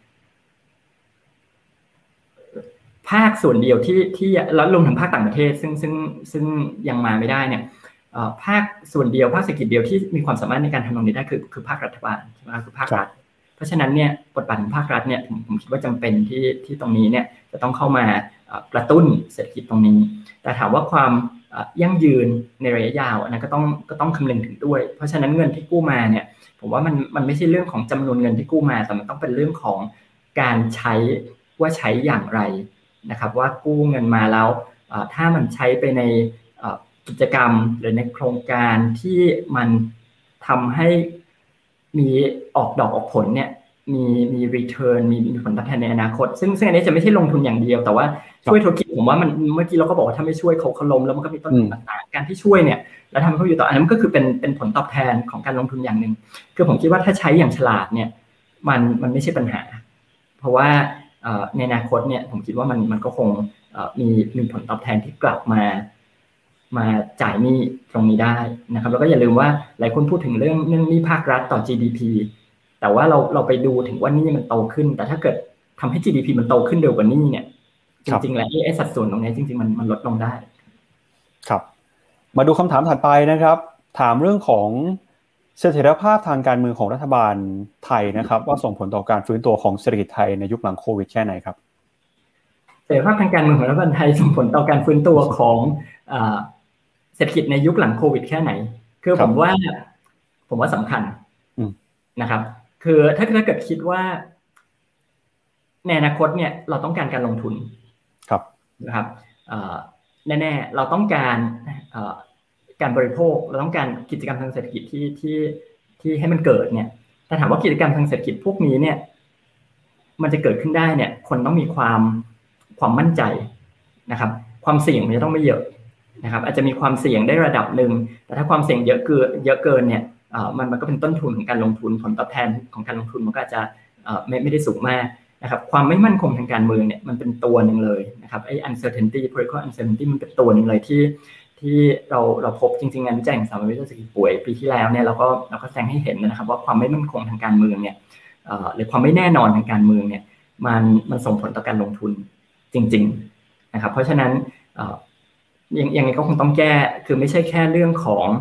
ภาคส่วนเดียวที่แล้วรวมถึงภาคต่างประเทศซึ่งยังมาไม่ได้เนี่ยภาคส่วนเดียวภาคเศรษฐกิจเดียวที่มีความสามารถในการทำตรงนี้ได้คือภาครัฐบาลใช่ไหมคือภาครัฐเพราะฉะนั้นเนี่ยบทบาทของภาครัฐเนี่ยผมคิดว่าจำเป็นที่ตรงนี้เนี่ยจะต้องเข้ามากระตุ้นเศรษฐกิจตรงนี้แต่ถามว่าความยั่งยืนในระยะยาวอันนั้นก็ต้องคำนึงถึงด้วยเพราะฉะนั้นเงินที่กู้มาเนี่ยผมว่ามันไม่ใช่เรื่องของจำนวนเงินที่กู้มาแต่มันต้องเป็นเรื่องของการใช้ว่าใช้อย่างไรนะครับว่ากู้เงินมาแล้วถ้ามันใช้ไปในกิจกรรมหรือในโครงการที่มันทำให้มีออกดอกออกผลเนี่ยมี return มีผลตอบแทนในอนาคตซึ่งอันนี้จะไม่ใช่ลงทุนอย่างเดียวแต่ว่าช่วยธุรกิจผมว่ามันเมื่อกี้เราก็บอกว่าถ้าไม่ช่วยเขาล้มแล้วมันก็มีต้นทุนต่างๆการที่ช่วยเนี่ยแล้วทำให้เขาอยู่ต่ออันนั้นก็คือเป็นผลตอบแทนของการลงทุนอย่างนึงคือผมคิดว่าถ้าใช้อย่างฉลาดเนี่ยมันไม่ใช่ปัญหาเพราะว่าในอนาคตเนี่ยผมคิดว่ามันก็คงมีผลตอบแทนที่กลับมาจ่ายหนี้ตรงนี้ได้นะครับแล้วก็อย่าลืมว่าหลายคนพูดถึงเรื่องหนี้ภาครัฐต่อ GDP แต่ว่าเราไปดูถึงว่าหนี้มันโตขึ้นแต่ถ้าเกิดทำให้ GDP มันโตขึ้นเร็วกว่าหนี้เนี่ยจริงๆแล้วไอ้สัดส่วนตรงนี้จริงๆมันลดลงได้ครับมาดูคำถามถัดไปนะครับถามเรื่องของเสถียรภาพทางการเมืองของรัฐบาลไทยนะครับว่าส่งผลต่อการฟื้นตัวของเศรษฐกิจไทยในยุคหลังโควิดแค่ไหนครับเสถียรภาพทางการเมืองของรัฐบาลไทยส่งผลต่อการฟื้นตัวของเศรษฐกิจในยุคหลังโควิดแค่ไหนคือผมว่าสำคัญนะครับคือถ้าเกิดคิดว่าในอนาคตเนี่ยเราต้องการการลงทุนนะครับแน่ๆเราต้องการบริโภคเราต้องการกิจกรรมทางเศรษฐกิจที่ให้มันเกิดเนี่ยถ้าถามว่ากิจกรรมทางเศรษฐกิจพวกนี้เนี่ยมันจะเกิดขึ้นได้เนี่ยคนต้องมีความมั่นใจนะครับความเสี่ยงมันจะต้องไม่เยอะนะครับอาจจะมีความเสี่ยงได้ระดับหนึ่งแต่ถ้าความเสี่ยงเยอะเกินเนี่ยมันก็เป็นต้นทุนของการลงทุนผลตอบแทนของการลงทุนมันก็อาจจะไม่ได้สูงมากนะครับความไม่มั่นคงทางการเมืองเนี่ยมันเป็นตัวหนึ่งเลยนะครับไอ้ uncertainty political uncertainty มันเป็นตัวหนึ่งเลยที่เราพบจริงๆงานวิจัยของสถาบันวิจัยเศรษฐกิจป่วยปีที่แล้วเนี่ยเราก็แสดงให้เห็นนะครับว่าความไม่มั่นคงทางการเมืองเนี่ยหรือความไม่แน่นอนทางการเมืองเนี่ยมันส่งผลต่อการลงทุนจริงๆนะครับเพราะฉะนั้นยังไงก็คงต้องแก้คือไม่ใช่แค่เรื่องของ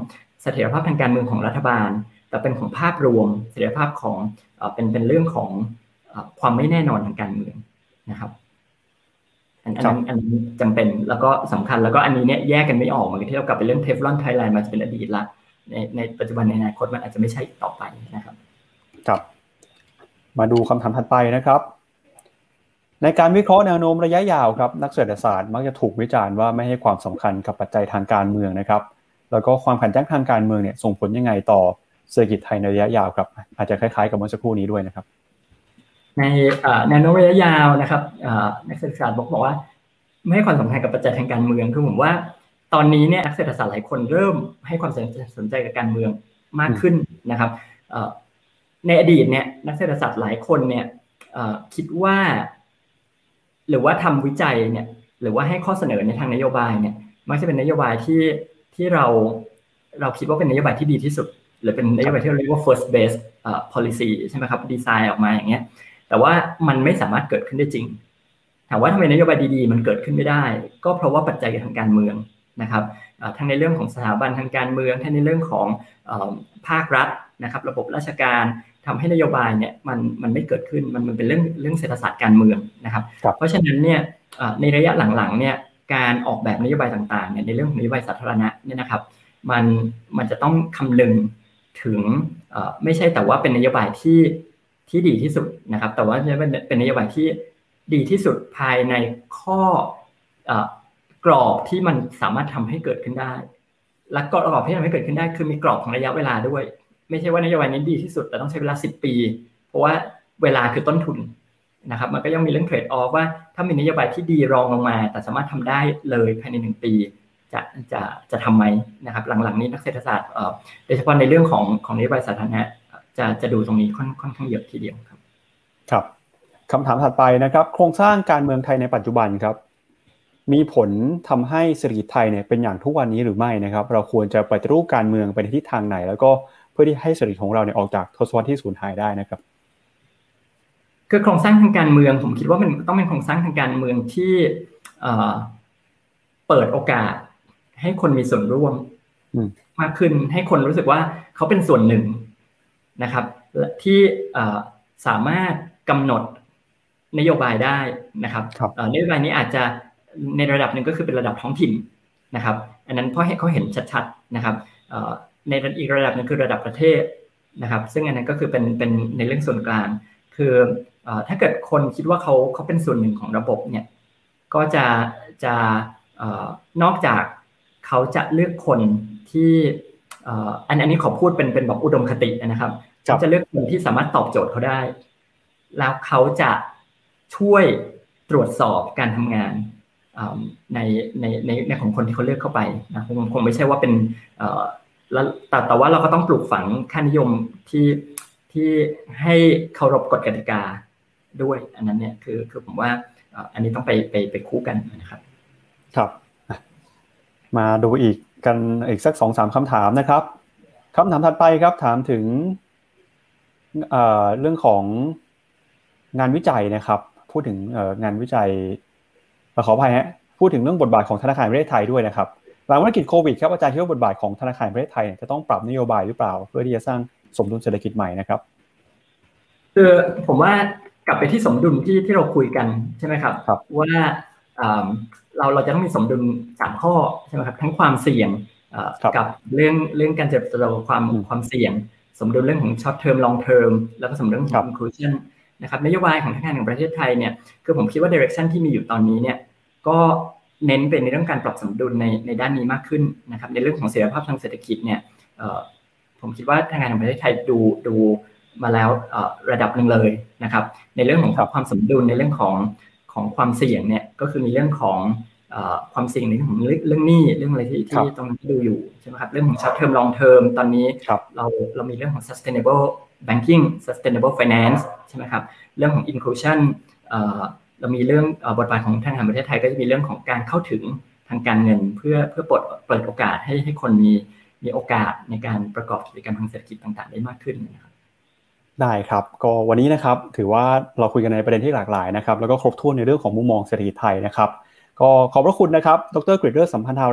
เสถียรภาพทางการเมืองของรัฐบาลแต่เป็นของภาพรวมเสถียรภาพของเป็นเรื่องของความไม่แน่นอนทางการเมืองนะครับอันนั้นจำเป็นแล้วก็สำคัญแล้วก็อันนี้เนี่ยแยกกันไม่ออกเหมือนที่เรากลับไปเรื่องเทฟลอนไทยแลนด์มาจะเป็นอดีตละในปัจจุบันในอนาคตมันอาจจะไม่ใช่ต่อไปนะครับครับมาดูคำถามถัดไปนะครับในการวิเคราะห์แนวโน้มระยะยาวครับนักเศรษฐศาสตร์มักจะถูกวิจารณ์ว่าไม่ให้ความสำคัญกับปัจจัยทางการเมืองนะครับแล้วก็ความขัดแย้งทางการเมืองเนี่ยส่งผลยังไงต่อเศรษฐกิจไทยในระยะยาวครับอาจจะคล้ายๆกับเมื่อสักครู่นี้ด้วยนะครับในแนวโน้มระยะยาวนะครับนักเศรษฐศาสตร์บอกว่าไม่ให้ความสำคัญกับปัจจัยทางการเมืองคือผมว่าตอนนี้เนี่ยนักเศรษฐศาสตร์หลายคนเริ่มให้ความสนใจกับการเมืองมากขึ้นนะครับในอดีตเนี่ยนักเศรษฐศาสตร์หลายคนเนี่ยคิดว่าหรือว่าทำวิจัยเนี่ยหรือว่าให้ข้อเสนอในทางนโยบายเนี่ยมักจะเป็นนโยบายที่เราคิดว่าเป็นนโยบายที่ดีที่สุดหรือเป็นนโยบายที่เราเรียกว่า first best policy ใช่ไหมครับดีไซน์ออกมาอย่างเงี้ยแต่ว่ามันไม่สามารถเกิดขึ้นได้จริงถามว่าทำไมนโยบายดีๆมันเกิดขึ้นไม่ได้ก็เพราะว่าปัจจัยทางการเมืองนะครับทั้งในเรื่องของสถาบันทางการเมืองทั้งในเรื่องของภาครัฐนะครับระบบราชการทำให้นโยบายเนี่ยมันไม่เกิดขึ้นมันเป็นเรื่องเศรษฐศาสตร์การเมืองนะครับเพราะฉะนั้นเนี่ยในระยะหลังๆเนี่ยการออกแบบนโยบายต่างๆเนี่ยในเรื่องของนโยบายสาธารณะเนี่ยนะครับมันจะต้องคำนึงถึงไม่ใช่แต่ว่าเป็นนโยบายที่ดีที่สุดนะครับแต่ว่าเป็นนโยบายที่ดีที่สุดภายในข้อกรอบที่มันสามารถทำให้เกิดขึ้นได้และกรอบที่ทำให้เกิดขึ้นได้คือมีกรอบของระยะเวลาด้วยไม่ใช่ว่านโยบายนี้ดีที่สุดแต่ต้องใช้เวลา10 ปีเพราะว่าเวลาคือต้นทุนนะครับมันก็ยังมีเรื่องเทรดออฟว่าถ้ามีนโยบายที่ดีรองลงมาแต่สามารถทำได้เลยภายใน1 ปีจะทำไหมนะครับหลังๆนี้นักเศรษฐศาสตร์โดยเฉพาะในเรื่องของนโยบายสาธารณะจะดูตรงนี้ค่อนข้างเยอะทีเดียวครับครับคำถามถัดไปนะครับโครงสร้างการเมืองไทยในปัจจุบันครับมีผลทำให้เศรษฐกิจไทยเนี่ยเป็นอย่างทุกวันนี้หรือไม่นะครับเราควรจะปฏิรูปการเมืองไปในทิศทางไหนแล้วก็เพื่อที่ให้เศรษฐกิจของเราเนี่ยออกจากทศวรรษที่สูญหายได้นะครับคือโครงสร้างทางการเมืองผมคิดว่ามันต้องเป็นโครงสร้างทางการเมืองที่เปิดโอกาสให้คนมีส่วนร่วมมากขึ้นให้คนรู้สึกว่าเขาเป็นส่วนหนึ่งนะครับที่สามารถกำหนดนโยบายได้นะครับนโยบายนี้อาจจะในระดับหนึ่งก็คือเป็นระดับท้องถิ่นนะครับอันนั้นเพราะให้เขาเห็นชัดๆนะครับในอีกระดับนึงคือระดับประเทศนะครับซึ่งอันนั้นก็คือเป็นในเรื่องส่วนกลางคือถ้าเกิดคนคิดว่าเขาเป็นส่วนหนึ่งของระบบเนี่ยก็จะนอกจากเขาจะเลือกคนที่อันนี้ขอพูดเป็นแบบอุดมคตินะครับเขาจะเลือกคนที่สามารถตอบโจทย์เขาได้แล้วเขาจะช่วยตรวจสอบการทำงานในของคนที่เขาเลือกเข้าไปนะคงไม่ใช่ว่าเป็นแต่ว่าเราก็ต้องปลูกฝังค่านิยมที่ให้เคารพกฎกติกาด้วยอันนั้นเนี่ยคือผมว่าอันนี้ต้องไปคู่กันนะครับครับมาดูอีกสัก 2-3 คำถามนะครับคำถามถัดไปครับถามถึงเรื่องของงานวิจัยนะครับพูดถึงงานวิจัยขออภัยฮะพูดถึงเรื่องบทบาทของธนาคารแห่งประเทศไทยด้วยนะครับหลังวิกฤตโควิดครับอาจารย์คิดว่าบทบาทของธนาคารแห่งประเทศไทยจะต้องปรับนโยบายหรือเปล่าเพื่อที่จะสร้างสมดุลเศรษฐกิจใหม่นะครับคือผมว่ากลับไปที่สมดุลที่เราคุยกันใช่ไหมครับว่าเราจะต้องมีสมดุล3ข้อใช่ไหมครับทั้งความเสี่ยงกับเรื่องการจัดการความเสี่ยงสมดุลเรื่องของ short term long term แล้วก็สมดุลของ inclusion นะครับนโยบายของธนาคารแห่งประเทศไทยเนี่ยคือผมคิดว่า direction ที่มีอยู่ตอนนี้เนี่ยก็เน้นเป็นในเรื่องการปรับสมดุลในด้านนี้มากขึ้นนะครับในเรื่องของเสถียรภาพทางเศรษฐกิจเนี่ยผมคิดว่าธนาคารแห่งประเทศไทยดูมาแล้วระดับหนึ่งเลยนะครับในเรื่องของความสมดุลในเรื่องของความเสี่ยงเนี่ยก็คือมีเรื่องของความเสี่ยงในเรื่องของเรื่องหนี้เรื่องอะไรที่ตรงนี้ดูอยู่ใช่ไหมครับเรื่องของ short term long term ตอนนี้เรามีเรื่องของ sustainable banking sustainable finance ใช่ไหมครับเรื่องของ inclusion เรามีเรื่องบทบาทของธนาคารประเทศไทยก็จะมีเรื่องของการเข้าถึงทางการเงินเพื่อเปิดโอกาสให้คนมีโอกาสในการประกอบกิจกรรมทางเศรษฐกิจต่างๆได้มากขึ้นนะครับได้ครับก็วันนี้นะครับถือว่าเราคุยกันในประเด็นที่หลากหลายนะครับแล้วก็ครบถ้วนในเรื่องของมุมมองเศรษฐกิจไทยนะครับก็ขอบพระคุณนะครับดร.กฤษ ฤทธิ์ สัมพันธารักษ์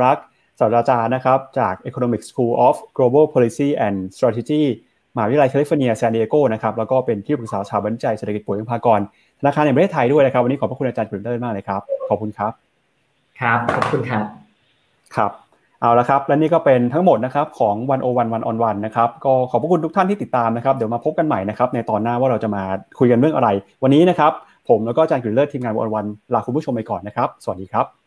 ศาสตราจารย์นะครับจาก Economic School of Global Policy and Strategy มหาวิทยาลัยแคลิฟอร์เนียซานดิเอโกนะครับแล้วก็เป็นที่ปรึกษาสถาบันวิจัยเศรษฐกิจปุ๋ยพากรธนาคารแห่งประเทศไทยด้วยนะครับวันนี้ขอบพระคุณอาจารย์กฤษณเลิศมากเลยครับขอบคุณครับครับขอบคุณครับครับเอาละครับและนี่ก็เป็นทั้งหมดนะครับของ101 One on One นะครับก็ขอบพระคุณทุกท่านที่ติดตามนะครับเดี๋ยวมาพบกันใหม่นะครับในตอนหน้าว่าเราจะมาคุยกันเรื่องอะไรวันนี้นะครับผมแล้วก็อาจารย์กฤษณเลิศทีมงาน101ลาคุณผู้ชมไปก่อนนะครับสวัสดีครับ